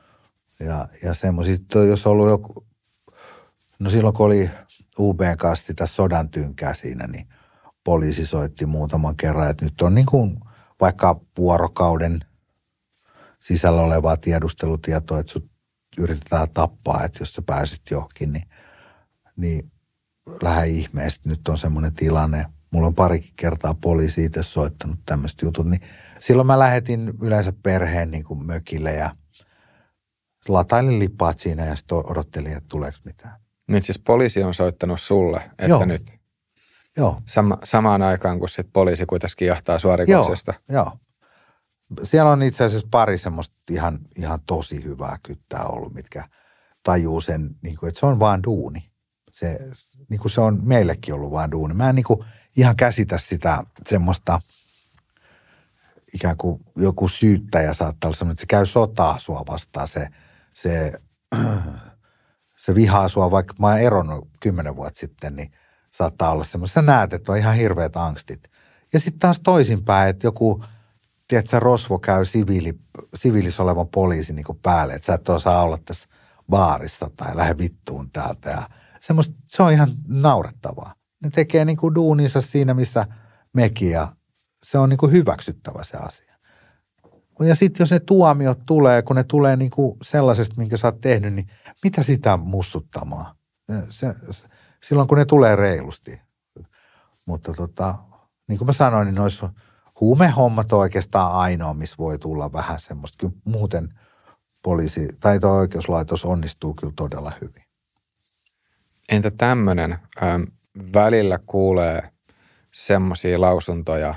A: Ja semmoiset, jos on ollut joku, no silloin kun oli UB:n kanssa sitä sodan tynkää siinä, niin poliisi soitti muutaman kerran, että nyt on niin kuin vaikka vuorokauden sisällä olevaa tiedustelutietoa, että sut yritetään tappaa, että jos sä pääsit johonkin, niin lähde ihmeestä, nyt on semmoinen tilanne. Mulla on parikin kertaa poliisi itse soittanut tämmöiset jutut, niin silloin mä lähetin yleensä perheen niin kuin mökille ja latailin lippaat siinä ja sitten odottelin, että tuleeko mitään.
C: Niin siis poliisi on soittanut sulle, että
A: Joo.
C: nyt
A: Joo.
C: samaan aikaan, kun sitten poliisi kuitenkin johtaa suorikoksesta.
A: Joo. Siellä on itse asiassa pari semmoista ihan tosi hyvää kyttää ollut, mitkä tajuu sen, niin kuin, että se on vaan duuni. Niin kuin se on meillekin ollut vaan duuni. Mä en niin kuin ihan käsitä sitä semmoista, ikään kuin joku syyttäjä saattaa olla semmoinen, että se käy sotaa sua vastaan. Se vihaa sua, vaikka mä oon eronnut 10 vuotta sitten, niin saattaa olla semmoista. Sä näet, että on ihan hirveät angstit. Ja sitten taas toisinpäin, että joku, tiedätkö, rosvo käy siviilissä olevan poliisin niin kuin päälle, että sä et osaa olla tässä baarissa tai lähde vittuun täältä. Ja semmoista, se on ihan naurettavaa. Ne tekee niin kuin duuninsa siinä, missä mekin ja se on niin kuin hyväksyttävä se asia. Ja sitten jos ne tuomiot tulee, kun ne tulee niin kuin sellaisesta, minkä sä oot tehnyt, niin mitä sitä mussuttamaan? Silloin kun ne tulee reilusti. Mutta niin kuin mä sanoin, niin noissa huumehommat on oikeastaan ainoa, missä voi tulla vähän semmoista. Kyllä muuten poliisi tai tuo oikeuslaitos onnistuu kyllä todella hyvin.
C: Entä tämmöinen? Välillä kuulee semmoisia lausuntoja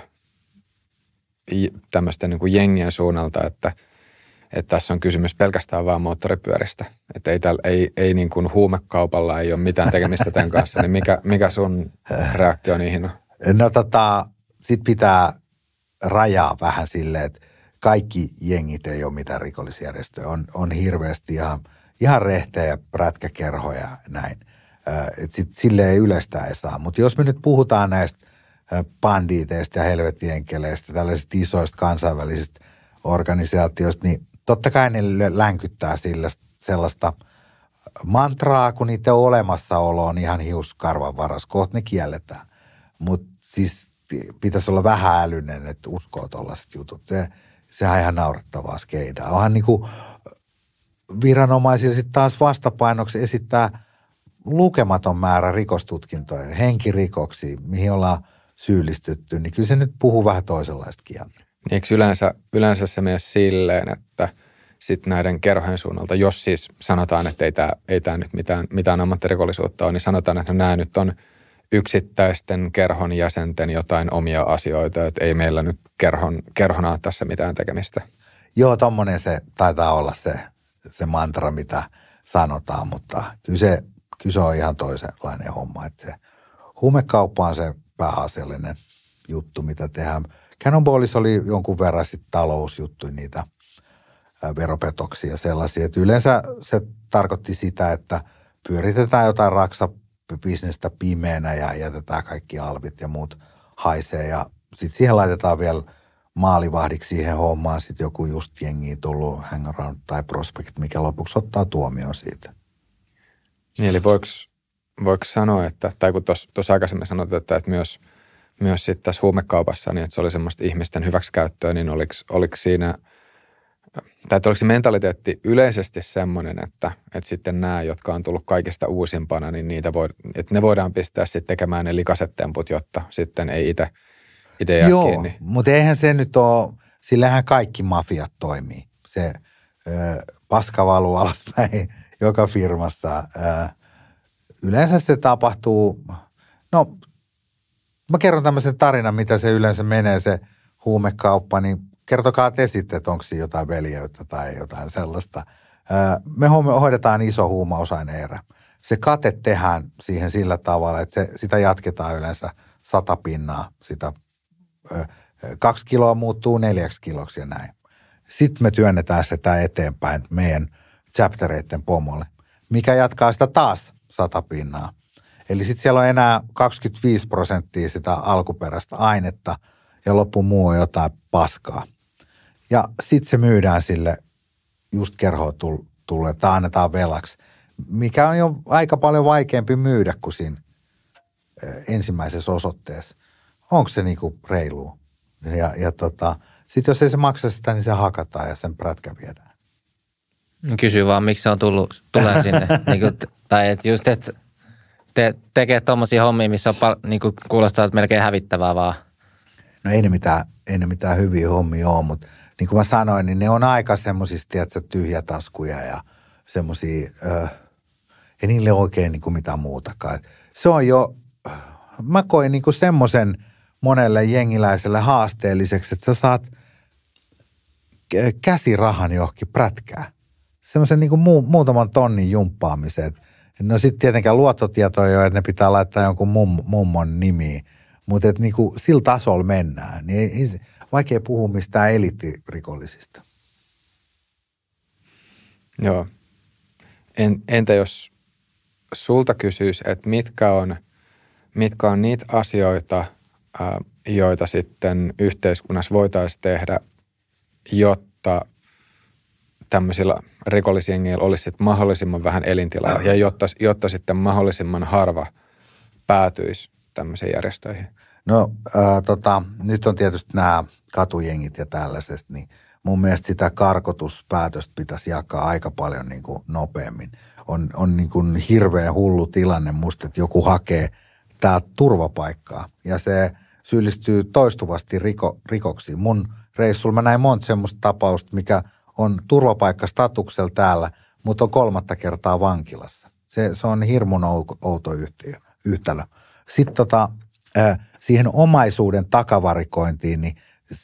C: tämmöisten niin kuin jengien suunnalta, että tässä on kysymys pelkästään vaan moottoripyöristä. Että ei niin kuin huumekaupalla ei ole mitään tekemistä tämän kanssa. Niin mikä sun reaktio niihin on?
A: No sit pitää rajaa vähän silleen, että kaikki jengit ei ole mitään rikollisjärjestöjä. On hirveästi ihan rehtejä, prätkäkerhoja ja näin. Silleen ei yleistää ei saa. Mutta jos me nyt puhutaan näistä bandiiteista ja helvettienkeleistä, tällaisista isoista kansainvälisistä organisaatioista, niin totta kai ne länkyttää sellaista mantraa, kun niiden olemassaolo on ihan hiuskarvan varas. Kohta ne kielletään. Mutta siis pitäisi olla vähän älyinen, että uskoo tuollaiset jutut. Sehän on ihan naurettavaa skeidaa. Onhan niinku viranomaisilla sitten taas vastapainoksi esittää lukematon määrä rikostutkintoja, henkirikoksia, mihin ollaan syyllistytty, niin kyllä se nyt puhuu vähän toisenlaista kieltä.
C: Eikö yleensä se mene silleen, että sitten näiden kerhojen suunnalta, jos siis sanotaan, että ei tämä nyt mitään ammattirikollisuutta ole, niin sanotaan, että nämä nyt on yksittäisten kerhon jäsenten jotain omia asioita, että ei meillä nyt kerhona ole tässä mitään tekemistä.
A: Joo, tommoinen se taitaa olla se mantra, mitä sanotaan, mutta kyllä se on ihan toisenlainen homma. Että se huumekauppa on se pääasiallinen juttu, mitä tehdään. Cannonballissa oli jonkun verran sitten talousjuttuja, niitä veropetoksia ja sellaisia. Että yleensä se tarkoitti sitä, että pyöritetään jotain bisnestä pimeänä ja jätetään kaikki alvit ja muut haisee. Ja sitten siihen laitetaan vielä maalivahdiksi siihen hommaan sitten joku just jengiin tullut hangaround tai prospect, mikä lopuksi ottaa tuomioon siitä.
C: Niin, eli voiko sanoa, että, tai kun tuossa aikaisemmin sanoit, että myös sitten tässä huumekaupassa, niin että se oli semmoista ihmisten hyväksikäyttöä, niin oliko siinä, tai oliko se mentaliteetti yleisesti semmoinen, että sitten nämä, jotka on tullut kaikista uusimpana, niin että ne voidaan pistää sitten tekemään ne likaset temput, jotta sitten ei itse jää kiinni.
A: Joo, mutta eihän se nyt ole, sillähän kaikki mafiat toimii. Se paska valuu alaspäin joka firmassa. Yleensä se tapahtuu, no mä kerron tämmöisen tarinan, mitä se yleensä menee se huumekauppa, niin kertokaa te sitten, että onko siinä jotain veljeyttä tai jotain sellaista. Me hoidetaan iso huumausaine-erä. Se kate tehdään siihen sillä tavalla, että sitä jatketaan yleensä 100 pinnaa. Sitä 2 kiloa muuttuu 4 kiloksi ja näin. Sitten me työnnetään sitä eteenpäin meidän chaptereiden pomolle, mikä jatkaa sitä taas 100 pinnaa. Eli sitten siellä on enää 25% sitä alkuperäistä ainetta ja loppu muu on jotain paskaa. Ja sitten se myydään sille just kerhoon tulle, että annetaan velaksi, mikä on jo aika paljon vaikeampi myydä kuin siinä ensimmäisessä osoitteessa. Onko se niinku reilua? Ja sitten jos ei se maksa sitä, niin se hakataan ja sen prätkä viedään.
B: Kysy vaan, miksi se on tulee sinne. Tai että just, että tekee tommosia hommia, missä on kuulostaa, että melkein hävittävää vaan.
A: No ei ne mitään hyviä hommia ole, mutta niin kuin mä sanoin, niin ne on aika semmoisista, tiedätkö, tyhjätaskuja ja semmoisia, ei niille oikein niin kuin mitään muutakaan. Se on jo, mä koin niin kuin semmoisen monelle jengiläiselle haasteelliseksi, että sä saat käsirahan johonkin prätkää. Semmoisen niin kuin muutaman tonnin jumppaamiseen. No sitten tietenkään luottotietoja jo, että ne pitää laittaa jonkun mummon nimiin. Mutta niinku, sillä tasolla mennään. Niin ei vaikea puhua mistään eliittirikollisista.
C: Joo. Entä jos sulta kysyisi, että mitkä on niitä asioita, joita sitten yhteiskunnassa voitaisiin tehdä, jotta tämmöisillä rikollisjengeillä olisi sitten mahdollisimman vähän elintilaa ja jotta sitten mahdollisimman harva päätyisi tämmöisiin järjestöihin?
A: No nyt on tietysti nämä katujengit ja tällaiset, niin mun mielestä sitä karkotuspäätöstä pitäisi jakaa aika paljon niin kuin nopeammin. On niin kuin hirveän hullu tilanne musta, että joku hakee täältä turvapaikkaa ja se syyllistyy toistuvasti rikoksiin. Mun reissulla mä näin monta semmoista tapausta, mikä on turvapaikkastatuksella täällä, mutta on 3. kertaa vankilassa. Se on hirmun outo yhtälö. Sitten siihen omaisuuden takavarikointiin, niin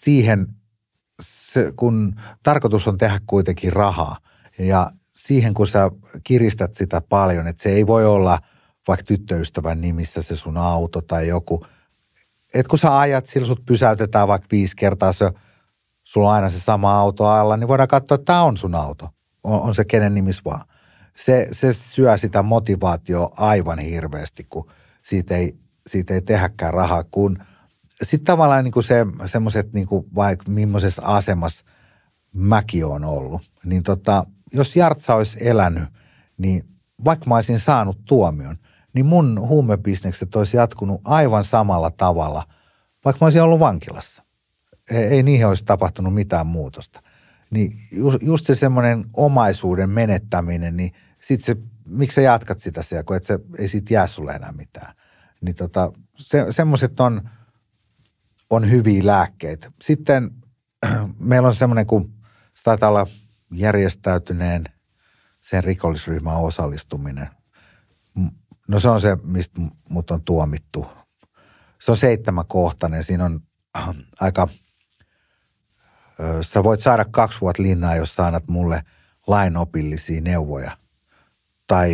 A: kun tarkoitus on tehdä kuitenkin rahaa ja siihen kun sä kiristät sitä paljon, että se ei voi olla vaikka tyttöystävän nimissä se sun auto tai joku, että kun sä ajat, sillä sut pysäytetään vaikka 5 kertaa, sulla on aina se sama auto alla, niin voidaan katsoa, että tämä on sun auto. On se kenen nimis vaan. Se syö sitä motivaatioa aivan hirveästi, kun siitä ei tehdäkään rahaa, kun sitten tavallaan niin kuin semmoiset, niin kuin vaikka millaisessa asemassa mäkin on ollut, niin jos Jartsa olisi elänyt, niin vaikka mä olisin saanut tuomion, niin mun huumebisnekset olisi jatkunut aivan samalla tavalla, vaikka mä olisin ollut vankilassa. Ei niihin olisi tapahtunut mitään muutosta. Niin just se semmoinen omaisuuden menettäminen, niin sitten se, miksi sä jatkat sitä siellä, kun ei siitä jää sulle enää mitään. Niin semmoiset on hyviä lääkkeitä. Sitten meillä on semmoinen, kun se taitaa olla järjestäytyneen sen rikollisryhmän osallistuminen. No se on se, mistä mut on tuomittu. Se on 7-kohtainen. Siinä on aika, sä voit saada 2 vuotta linnaa, jos sä annat mulle lainopillisia neuvoja tai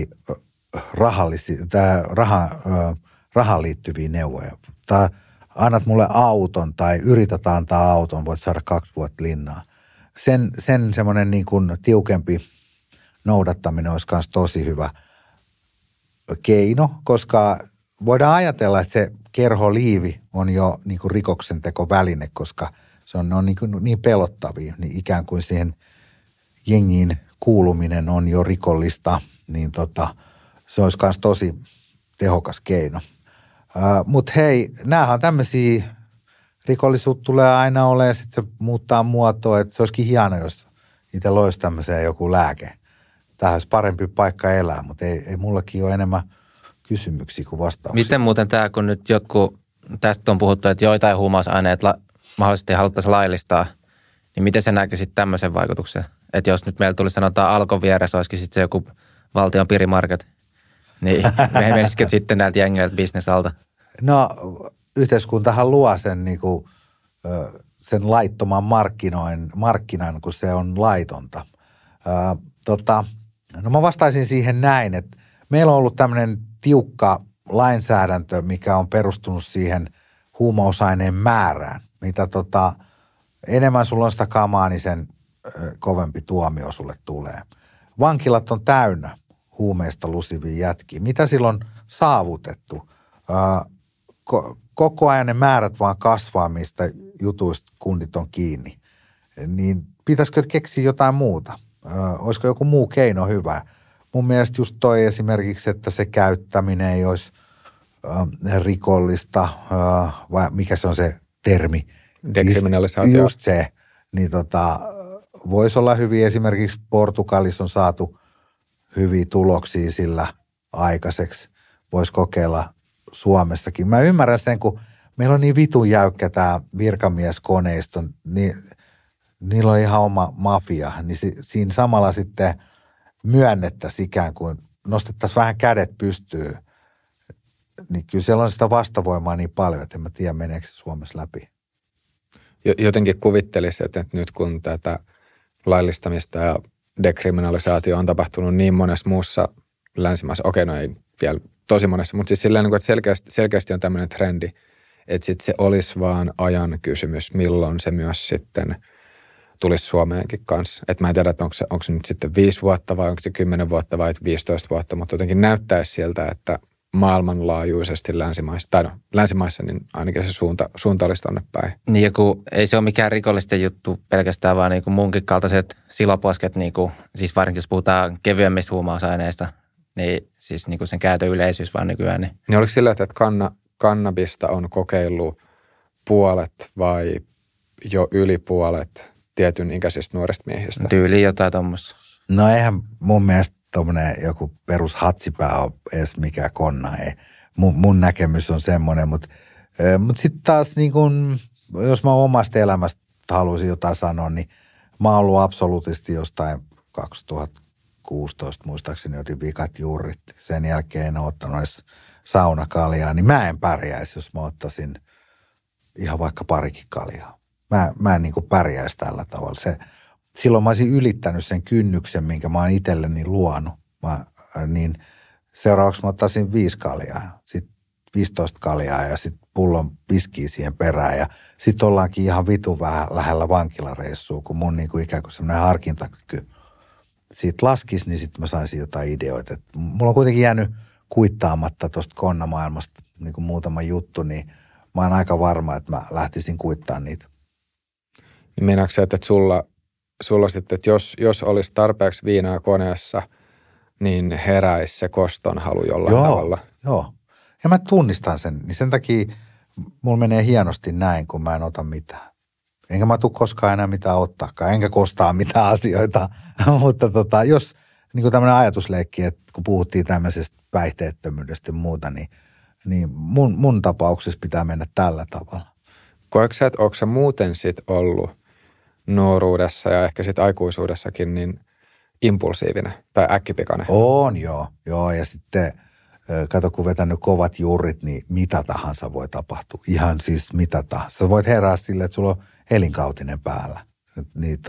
A: rahaan liittyviä neuvoja. Tai annat mulle auton tai yrität antaa auton, voit saada 2 vuotta linnaa. Sen semmoinen niin kuin tiukempi noudattaminen olisi myös tosi hyvä keino, koska voidaan ajatella, että se kerholiivi on jo niin kuin rikoksentekoväline, koska se on niin pelottavia, niin ikään kuin siihen jengiin kuuluminen on jo rikollista, niin se olisi myös tosi tehokas keino. Mutta hei, näähän on tämmöisiä, rikollisuutta tulee aina olemaan, sitten se muuttaa muotoa, että se olisikin hieno, jos itsellä olisi tämmöiseen joku lääke. Tämähän olisi parempi paikka elää, mutta ei mullakin ole enemmän kysymyksiä kuin vastauksia.
B: Miten muuten tämä, kun nyt tästä on puhuttu, että joitain huumausaineet mahdollisesti haluttaisiin laillistaa, niin miten se näkisi tämmöisen vaikutuksen? Että jos nyt meillä tulisi sanotaan Alkon vieressä, olisikin sitten se joku valtion pirimarket, niin me menisikö sitten näiltä jengeiltä bisnesalta?
A: No yhteiskuntahan luo sen, sen laittoman markkinan, kun se on laitonta. No mä vastaisin siihen näin, että meillä on ollut tämmöinen tiukka lainsäädäntö, mikä on perustunut siihen huumausaineen määrään. Mitä enemmän sulla on sitä kamaa, niin sen kovempi tuomio sulle tulee. Vankilat on täynnä huumeista lusivia jätkiä. Mitä silloin saavutettu? Koko ajan ne määrät vaan kasvaa, mistä jutuista kundit on kiinni. Niin pitäisikö keksiä jotain muuta? Olisiko joku muu keino hyvä? Mun mielestä just toi esimerkiksi, että se käyttäminen ei olisi rikollista, vai mikä se on se termi?
C: Dekriminalisaatio.
A: Just se. Niin voisi olla hyvin. Esimerkiksi Portugalissa on saatu hyviä tuloksia sillä aikaiseksi. Voisi kokeilla Suomessakin. Mä ymmärrän sen, kun meillä on niin vitun jäykkä tämä virkamieskoneisto, niin niillä on ihan oma mafia. Niin siinä samalla sitten myönnettäisiin ikään kuin, nostettaisiin vähän kädet pystyyn. Niin kyllä siellä on sitä vastavoimaa niin paljon, että en mä tiedä, meneekö se Suomessa läpi.
C: Jotenkin kuvittelisi, että nyt kun tätä laillistamista ja dekriminalisaatio on tapahtunut niin monessa muussa länsimaassa, okei, no ei vielä tosi monessa, mutta siis silleen, että selkeästi on tämmöinen trendi, että sitten se olisi vaan ajan kysymys, milloin se myös sitten tulisi Suomeenkin kanssa. Että mä en tiedä, että onko se nyt sitten 5 vuotta vai onko se 10 vuotta vai 15 vuotta, mutta jotenkin näyttäisi siltä, että maailmanlaajuisesti länsimaissa, niin ainakin se suunta olisi tonne päin.
B: Niin ja kun ei se ole mikään rikollisten juttu pelkästään, vaan niin kuin munkin kaltaiset silaposket, niin kuin, siis varsinkin jos puhutaan kevyemmistä huumausaineista, niin siis niin kuin sen käytön yleisyys vaan nykyään.
C: Niin oliko sillä, että kannabista on kokeillut puolet vai jo yli puolet tietyn ikäisistä nuorista miehistä?
B: Tyyliin jotain tuommoista.
A: No eihän mun mielestä tuommoinen joku perus hatsipää ole edes mikään konna. Ei. Mun näkemys on semmoinen, mutta sitten taas niin kun, jos mä omasta elämästä haluaisin jotain sanoa, niin mä oon ollut absoluutisti jostain 2016 muistaakseni otin vikat juurit. Sen jälkeen en ole ottanut edes saunakaljaa, niin mä en pärjäisi, jos mä ottaisin ihan vaikka parikin kaljaa. Mä en niin kuin pärjäisi tällä tavalla. Silloin mä olisin ylittänyt sen kynnyksen, minkä mä oon itselleni luonut. Niin seuraavaksi mä ottaisin 5 kaljaa, sitten 15 kaljaa ja sitten pullon viskiä siihen perään. Ja sitten ollaankin ihan vitun vähän lähellä vankilareissua, kun mun niin kuin ikään kuin semmoinen harkintakyky siitä laskisi, niin sitten mä saisin jotain ideoita. Et mulla on kuitenkin jäänyt kuittaamatta tuosta konnamaailmasta niin kuin muutama juttu, niin mä oon aika varma, että mä lähtisin kuittamaan niitä.
C: Meinaatko sä, että sulla sitten, että jos olisi tarpeeksi viinaa koneessa, niin heräisi se kostonhalu jollain tavalla?
A: Joo, ja mä tunnistan sen, niin sen takia mulla menee hienosti näin, kun mä en ota mitään. Enkä mä tule koskaan enää mitään ottaakaan, enkä kostaa mitään asioita, mutta jos niin kuin tämmöinen ajatusleikki, että kun puhuttiin tämmöisestä päihteettömyydestä ja muuta, niin mun tapauksessa pitää mennä tällä tavalla.
C: Koetko sä, että onko sä muuten sit ollut nuoruudessa ja ehkä sitten aikuisuudessakin niin impulsiivinen tai äkkipikainen?
A: On joo ja sitten kato kun vetänyt kovat juurit, niin mitä tahansa voi tapahtua. Ihan siis mitä tahansa. Sä voit herää silleen, että sulla on elinkautinen päällä. Niin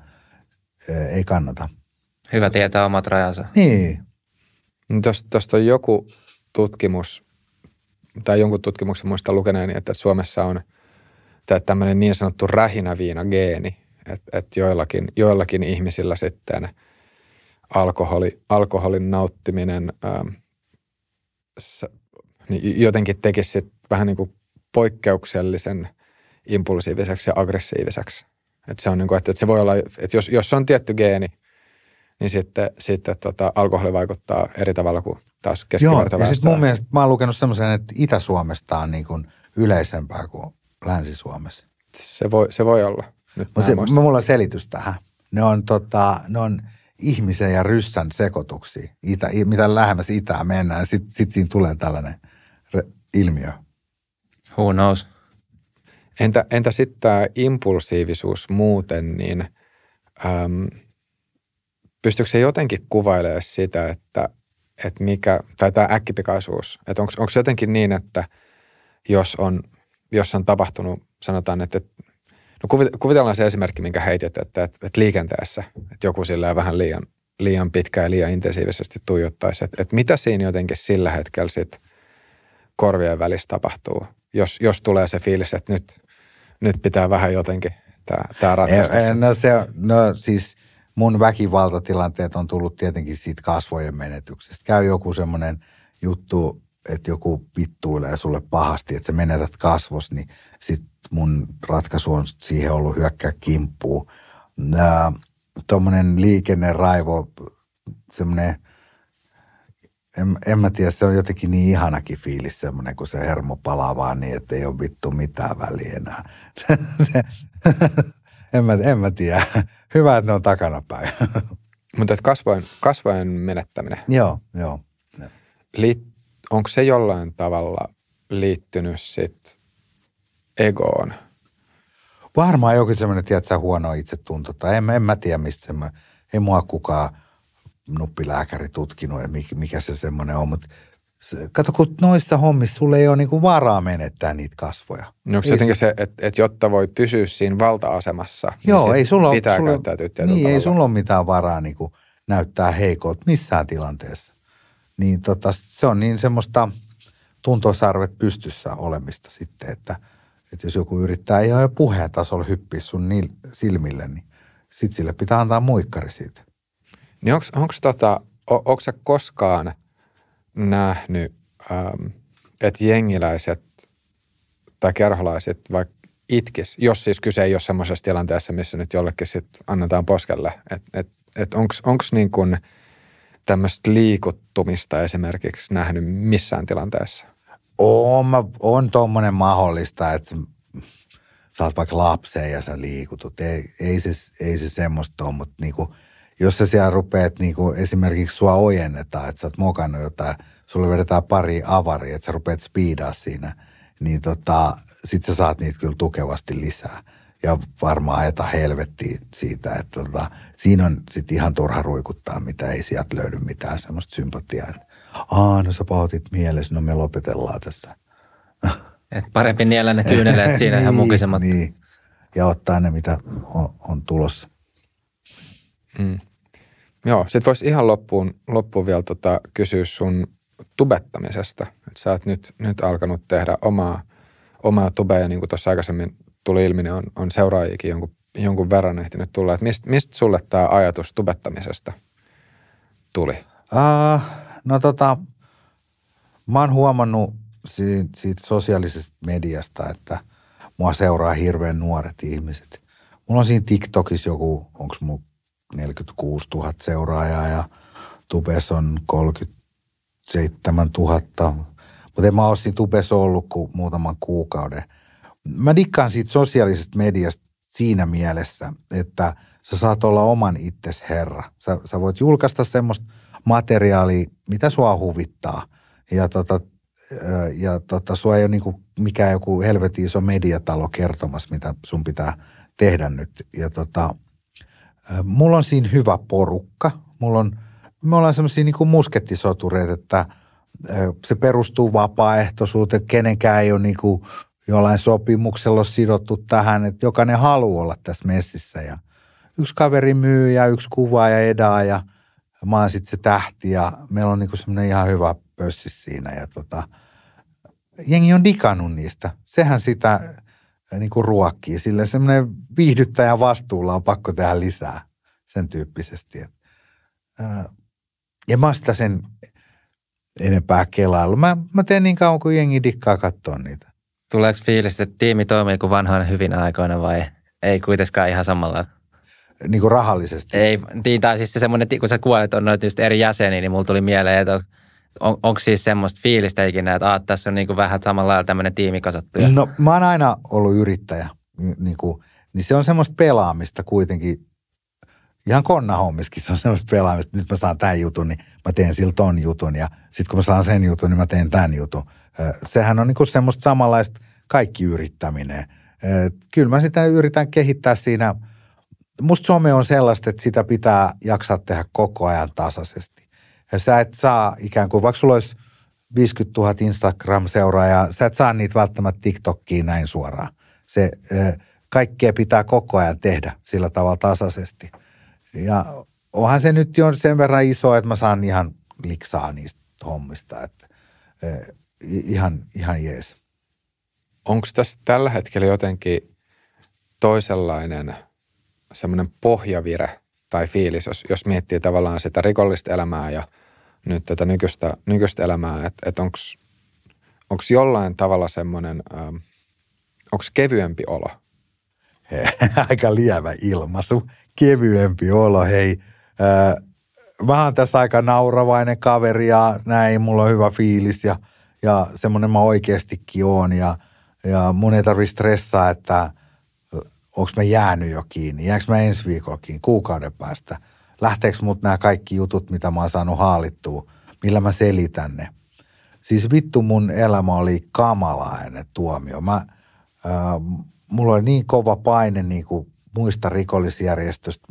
A: ei kannata.
B: Hyvä tietää omat rajansa.
A: Niin.
C: Tuosta on joku tutkimus, tai jonkun tutkimuksen muistan lukeneeni, että Suomessa on tämmöinen niin sanottu rähinäviina-geeni, että joillakin ihmisillä sitten alkoholin nauttiminen niin jotenkin tekisi sit vähän niin kuin poikkeuksellisen impulsiiviseksi ja aggressiiviseksi. Että se on niin kuin, että se voi olla, että jos on tietty geeni, niin sitten alkoholi vaikuttaa eri tavalla kuin taas keskivertoväestöä.
A: Joo, ja sitten mun mielestä mä oon lukenut semmoisen, että Itä-Suomesta on niin kuin yleisempää kuin Länsi-Suomessa.
C: Se voi olla.
A: Mulla on selitys tähän. Ne on ihmisen ja ryssän sekoituksia. Mitä lähemmäs itään mennään, sitten siinä tulee tällainen ilmiö.
B: Who knows?
C: Entä sitten tämä impulsiivisuus muuten, niin pystyykö se jotenkin kuvailemaan sitä, että mikä, tai tämä äkkipikaisuus, että onko jotenkin niin, että jos on tapahtunut, sanotaan, että kuvitellaan se esimerkki, minkä heitit, että liikenteessä, että joku sillä vähän liian pitkään ja liian intensiivisesti tuijottaisi, että mitä siinä jotenkin sillä hetkellä sitten korvien välissä tapahtuu, jos tulee se fiilis, että nyt pitää vähän jotenkin tämä ratkaista.
A: Siis mun väkivaltatilanteet on tullut tietenkin siitä kasvojen menetyksestä. Käy joku semmoinen juttu, että joku vittuilee sulle pahasti, että sä menetät kasvos, niin sit mun ratkaisu on siihen ollut hyökkää kimppuun. Tuommoinen liikenneraivo, semmoinen, en mä tiedä, se on jotenkin niin ihanakin fiilis semmoinen, kun se hermo palaa vaan niin, että ei ole vittu mitään väliä enää. En mä tiedä. Hyvä, että ne on takanapäin.
C: Mutta kasvojen menettäminen.
A: Joo.
C: Onko se jollain tavalla liittynyt sitten egoon?
A: Varmaan jokin semmoinen, tiedätkö, huono itsetunto. Tai en mä tiedä, mistä semmoinen. Ei mua kukaan nuppilääkäri tutkinut, että mikä se semmoinen on. Mutta kato, kun noissa hommissa sulle ei ole niinku varaa menettää niitä kasvoja.
C: No onko se jotenkin se, että jotta voi pysyä siinä valta-asemassa,
A: joo,
C: niin
A: ei sulla
C: pitää käyttäytyä tietyllä
A: niin,
C: tavalla.
A: ei sulla ole mitään varaa niinku näyttää heikolta missään tilanteessa. Niin se on niin semmoista tuntosarvet pystyssä olemista sitten, että jos joku yrittää ihan jo puheen tasolla hyppiä sun silmille, niin sitten sille pitää antaa muikkari siitä.
C: Niin onko sä koskaan nähnyt, että jengiläiset tai kerholaiset vaikka itkis, jos siis kyse ei ole semmoisessa tilanteessa, missä nyt jollekin sitten annetaan poskelle, että onko niin kuin tämmöistä liikuttumista esimerkiksi nähnyt missään tilanteessa?
A: On tommonen mahdollista, että sä oot vaikka lapseen ja sä liikutut. Ei se semmoista ole, mutta niinku, jos sä siellä rupeat niinku, esimerkiksi sua ojennetaan, että sä oot mokannut jotain, sulle vedetään pari avaria, että sä rupeat speedaa siinä, niin sit sä saat niitä kyllä tukevasti lisää. Ja varmaan ajeta helvettiin siitä, että siinä on sit ihan turha ruikuttaa, mitä ei sieltä löydy mitään semmoista sympatiaa. Että no sä pahoitit mielessä, no me lopetellaan tässä.
B: Et parempi niellä ne kyyneleet siinä ihan mukisematta.
A: Niin, ja ottaa ne, mitä on tulossa.
C: Joo, sit vois ihan loppuun vielä kysyä sun tubettamisesta. Että sä oot nyt alkanut tehdä omaa tubea, ja niin kuin tuossa aikaisemmin tuli ilmi, niin on seuraajikin jonkun verran ehtinyt tulla. Että mistä sulle tämä ajatus tubettamisesta tuli?
A: Mä oon huomannut siitä sosiaalisesta mediasta, että mua seuraa hirveän nuoret ihmiset. Mulla on siinä TikTokissa joku, onko mun 46 000 seuraajaa ja Tubessa on 37 000. Mutta en mä ole siinä Tubessa ollut kuin muutaman kuukauden. Mä dikkaan siitä sosiaalisesta mediasta siinä mielessä, että sä saat olla oman itses herra. Sä voit julkaista semmoista materiaalia, mitä sua huvittaa. Ja sua ei ole niinku mikään joku helvetin iso mediatalo kertomassa, mitä sun pitää tehdä nyt. Ja mulla on siinä hyvä porukka. Me ollaan semmoisia niinku muskettisotureita, että se perustuu vapaaehtoisuuteen. Kenenkään ei ole niinku jollain sopimuksella sidottu tähän, että jokainen haluaa olla tässä messissä. Ja yksi kaveri myy ja yksi kuvaa ja edaa ja mä oon sitten se tähti ja meillä on niinku semmoinen ihan hyvä pössis siinä. Ja jengi on digannut niistä. Sehän sitä niinku ruokkii. Sille semmoinen viihdyttäjän vastuulla on pakko tehdä lisää sen tyyppisesti. Ja mä sitä sen enempää kelailu. Mä teen niin kauan, kuin jengi dikkaa katsoa niitä.
B: Tuleeko fiilis, että tiimi toimii kuin vanhoina hyvinä aikoina vai ei kuitenkaan ihan samalla?
A: Niin kuin rahallisesti.
B: Ei, tai siis se semmoinen, kun sä kuolet, on noita just eri jäseniä, niin mulla tuli mieleen, että onko siis semmoista fiilistä ikinä, että tässä on niin kuin vähän samalla lailla tämmöinen tiimi kasattu?
A: No mä oon aina ollut yrittäjä, niin se on semmoista pelaamista kuitenkin. Ihan konnahommiskin se on semmoista pelaamista. Nyt mä saan tämän jutun, niin mä teen sillä ton jutun. Ja sitten kun mä saan sen jutun, niin mä teen tämän jutun. Sehän on niinku semmoista samanlaista kaikki yrittäminen. Kyllä mä sitä yritän kehittää siinä. Musta some on sellaista, että sitä pitää jaksaa tehdä koko ajan tasaisesti. Ja sä et saa ikään kuin, vaikka sulla olisi 50 000 Instagram-seuraajaa, sä et saa niitä välttämättä TikTokiin näin suoraan. Se kaikkea pitää koko ajan tehdä sillä tavalla tasaisesti. Ja onhan se nyt jo sen verran iso, että mä saan ihan liksaa niistä hommista, että ihan jees.
C: Onko tässä tällä hetkellä jotenkin toisenlainen semmoinen pohjavire tai fiilis, jos miettii tavallaan sitä rikollista elämää ja nyt tätä nykyistä elämää, että onko jollain tavalla semmoinen, onko kevyempi olo?
A: Aika lievä ilmaisu. Kevyempi olo, hei. Mä oon tässä aika nauravainen kaveri ja näin, mulla on hyvä fiilis ja semmoinen mä oikeastikin oon ja mun ei tarvitse stressaa, että onko mä jäänyt jo kiinni, jäänkö mä ensi viikolla kiinni, kuukauden päästä. Lähteekö mut nämä kaikki jutut, mitä mä oon saanut haalittua, millä mä selitän ne. Siis vittu mun elämä oli kamalainen tuomio. Mulla oli niin kova paine niin kuin muista rikollisjärjestöistä.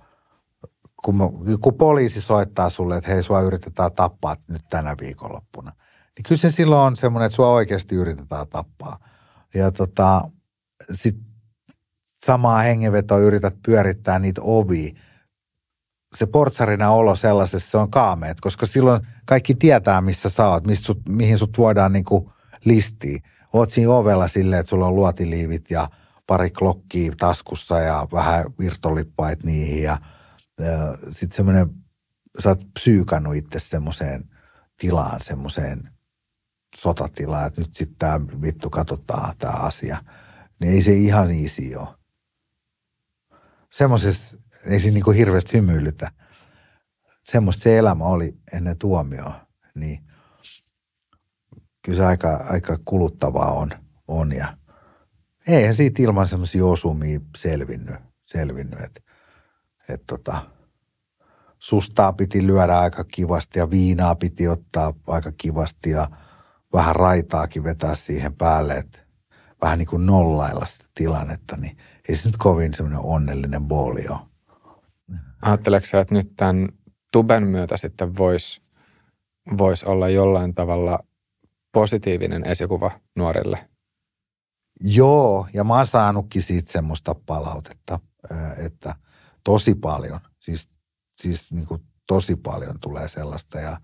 A: Kun poliisi soittaa sulle, että hei, sua yritetään tappaa nyt tänä viikonloppuna, niin kyllä se silloin on semmoinen, että sua oikeasti yritetään tappaa. Ja sitten samaa hengenvetoa yrität pyörittää niitä ovia. Se portsarina olo sellaisessa, se on kaameet, koska silloin kaikki tietää, missä sä oot, mihin sut voidaan niin kuin listiin. Oot siinä ovella silleen, että sulla on luotiliivit ja pari klokkia taskussa ja vähän virtolippait niihin ja sitten semmoinen, sä oot psyykannut itse semmoiseen tilaan, semmoiseen sotatilaan, että nyt sitten tämä vittu katsotaan tämä asia. Niin ei se ihan easy ole. Semmoisessa ei siinä niinku hirveästi hymyilytä. Semmoista se elämä oli ennen tuomioa. Niin kyllä se aika kuluttavaa on ja eihän siitä ilman semmoisia osumia selvinnyt. Että sustaa piti lyödä aika kivasti ja viinaa piti ottaa aika kivasti ja vähän raitaakin vetää siihen päälle, että vähän niin kuin nollailla sitä tilannetta, niin ei se nyt kovin semmoinen onnellinen booli ole.
C: Ajatteleeko sä, että nyt tämän tuben myötä sitten voisi olla jollain tavalla positiivinen esikuva nuorille?
A: Joo, ja mä oon saanutkin siitä semmoista palautetta, että tosi paljon, siis niin kuin tosi paljon tulee sellaista ja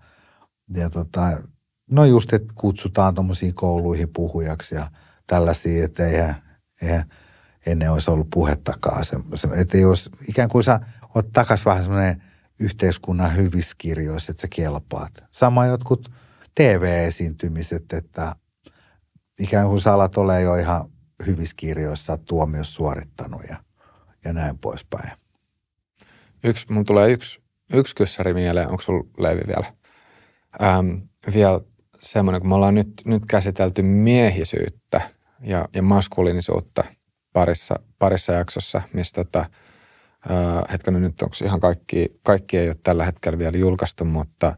A: no just, että kutsutaan tommosiin kouluihin puhujaksi ja tällaisia, että eihän ennen olisi ollut puhettakaan. Että ei olisi, ikään kuin sä oot takas vähän semmoinen yhteiskunnan hyvissä kirjoissa, että sä kelpaat. Sama jotkut TV-esiintymiset, että ikään kuin sä alat ole jo ihan hyvissä kirjoissa, tuomiossa suorittanut ja näin poispäin.
C: Mun tulee yksi kyssäri mieleen. Onko sulla, Leevi, vielä semmoinen, kun me ollaan nyt käsitelty miehisyyttä ja maskuliinisuutta parissa jaksossa, missä hetkinen nyt onko ihan kaikki ei ole tällä hetkellä vielä julkaistu, mutta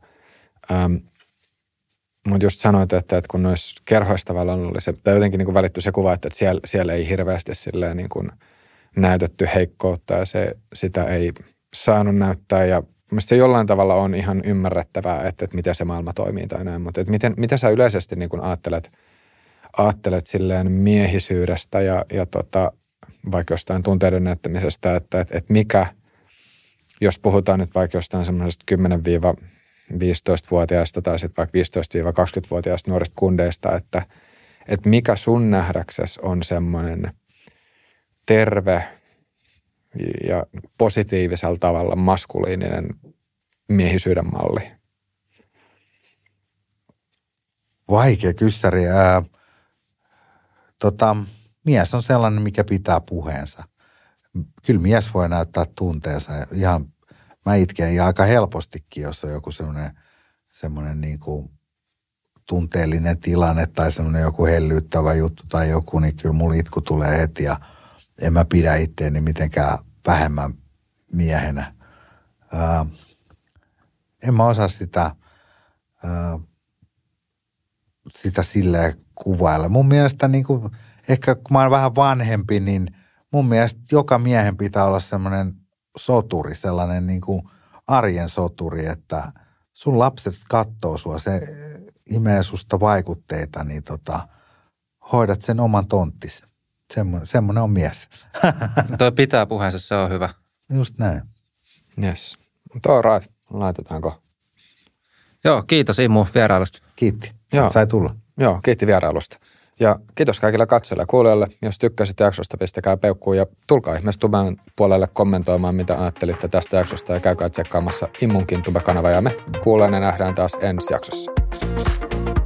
C: just sanoit, että kun noissa kerhoissa tavallaan oli se, tai jotenkin niin kuin välittyi se kuva, että siellä ei hirveästi silleen niin kuin näytetty heikkoutta ja sitä ei saanut näyttää ja mielestäni se jollain tavalla on ihan ymmärrettävää, että miten se maailma toimii tai näin, mutta miten sä yleisesti niin kuin ajattelet silleen miehisyydestä ja vaikka jostain tunteiden näyttämisestä, että mikä, jos puhutaan nyt vaikka jostain semmoisesta 10-15-vuotiaista tai sitten vaikka 15-20-vuotiaista nuorista kundeista, että mikä sun nähdäksesi on semmoinen terve ja positiivisella tavalla maskuliininen miehisyyden malli?
A: Vaikea kyssäri. Mies on sellainen, mikä pitää puheensa. Kyllä mies voi näyttää tunteensa. Mä itken ja aika helpostikin, jos on joku semmoinen niin kuin tunteellinen tilanne tai semmoinen joku hellyyttävä juttu tai joku, niin kyllä mulla itku tulee heti ja en mä pidä itteeni mitenkään vähemmän miehenä. En mä osaa sitä silleen kuvailla. Mun mielestä niin kuin, ehkä kun mä oon vähän vanhempi, niin mun mielestä joka miehen pitää olla semmoinen soturi, sellainen niin kuin arjen soturi, että sun lapset katsoo sua, se imee susta vaikutteita, niin hoidat sen oman tonttis. Semmoinen on mies.
B: Toi pitää puheensa, se on hyvä.
A: Just näin.
C: Yes. All right. Laitetaanko?
B: Joo, kiitos Immu vierailusta.
A: Kiitti.
C: Joo.
A: Sai tulla.
C: Joo, kiitti vierailusta. Ja kiitos kaikille katsojille ja kuulijoille. Jos tykkäsit jaksosta, pistäkää peukkuun ja tulkaa ihmeessä tuben puolelle kommentoimaan, mitä ajattelitte tästä jaksosta ja käykää tsekkaamassa Immunkin tube-kanava ja me kuullaan ja nähdään taas ensi jaksossa.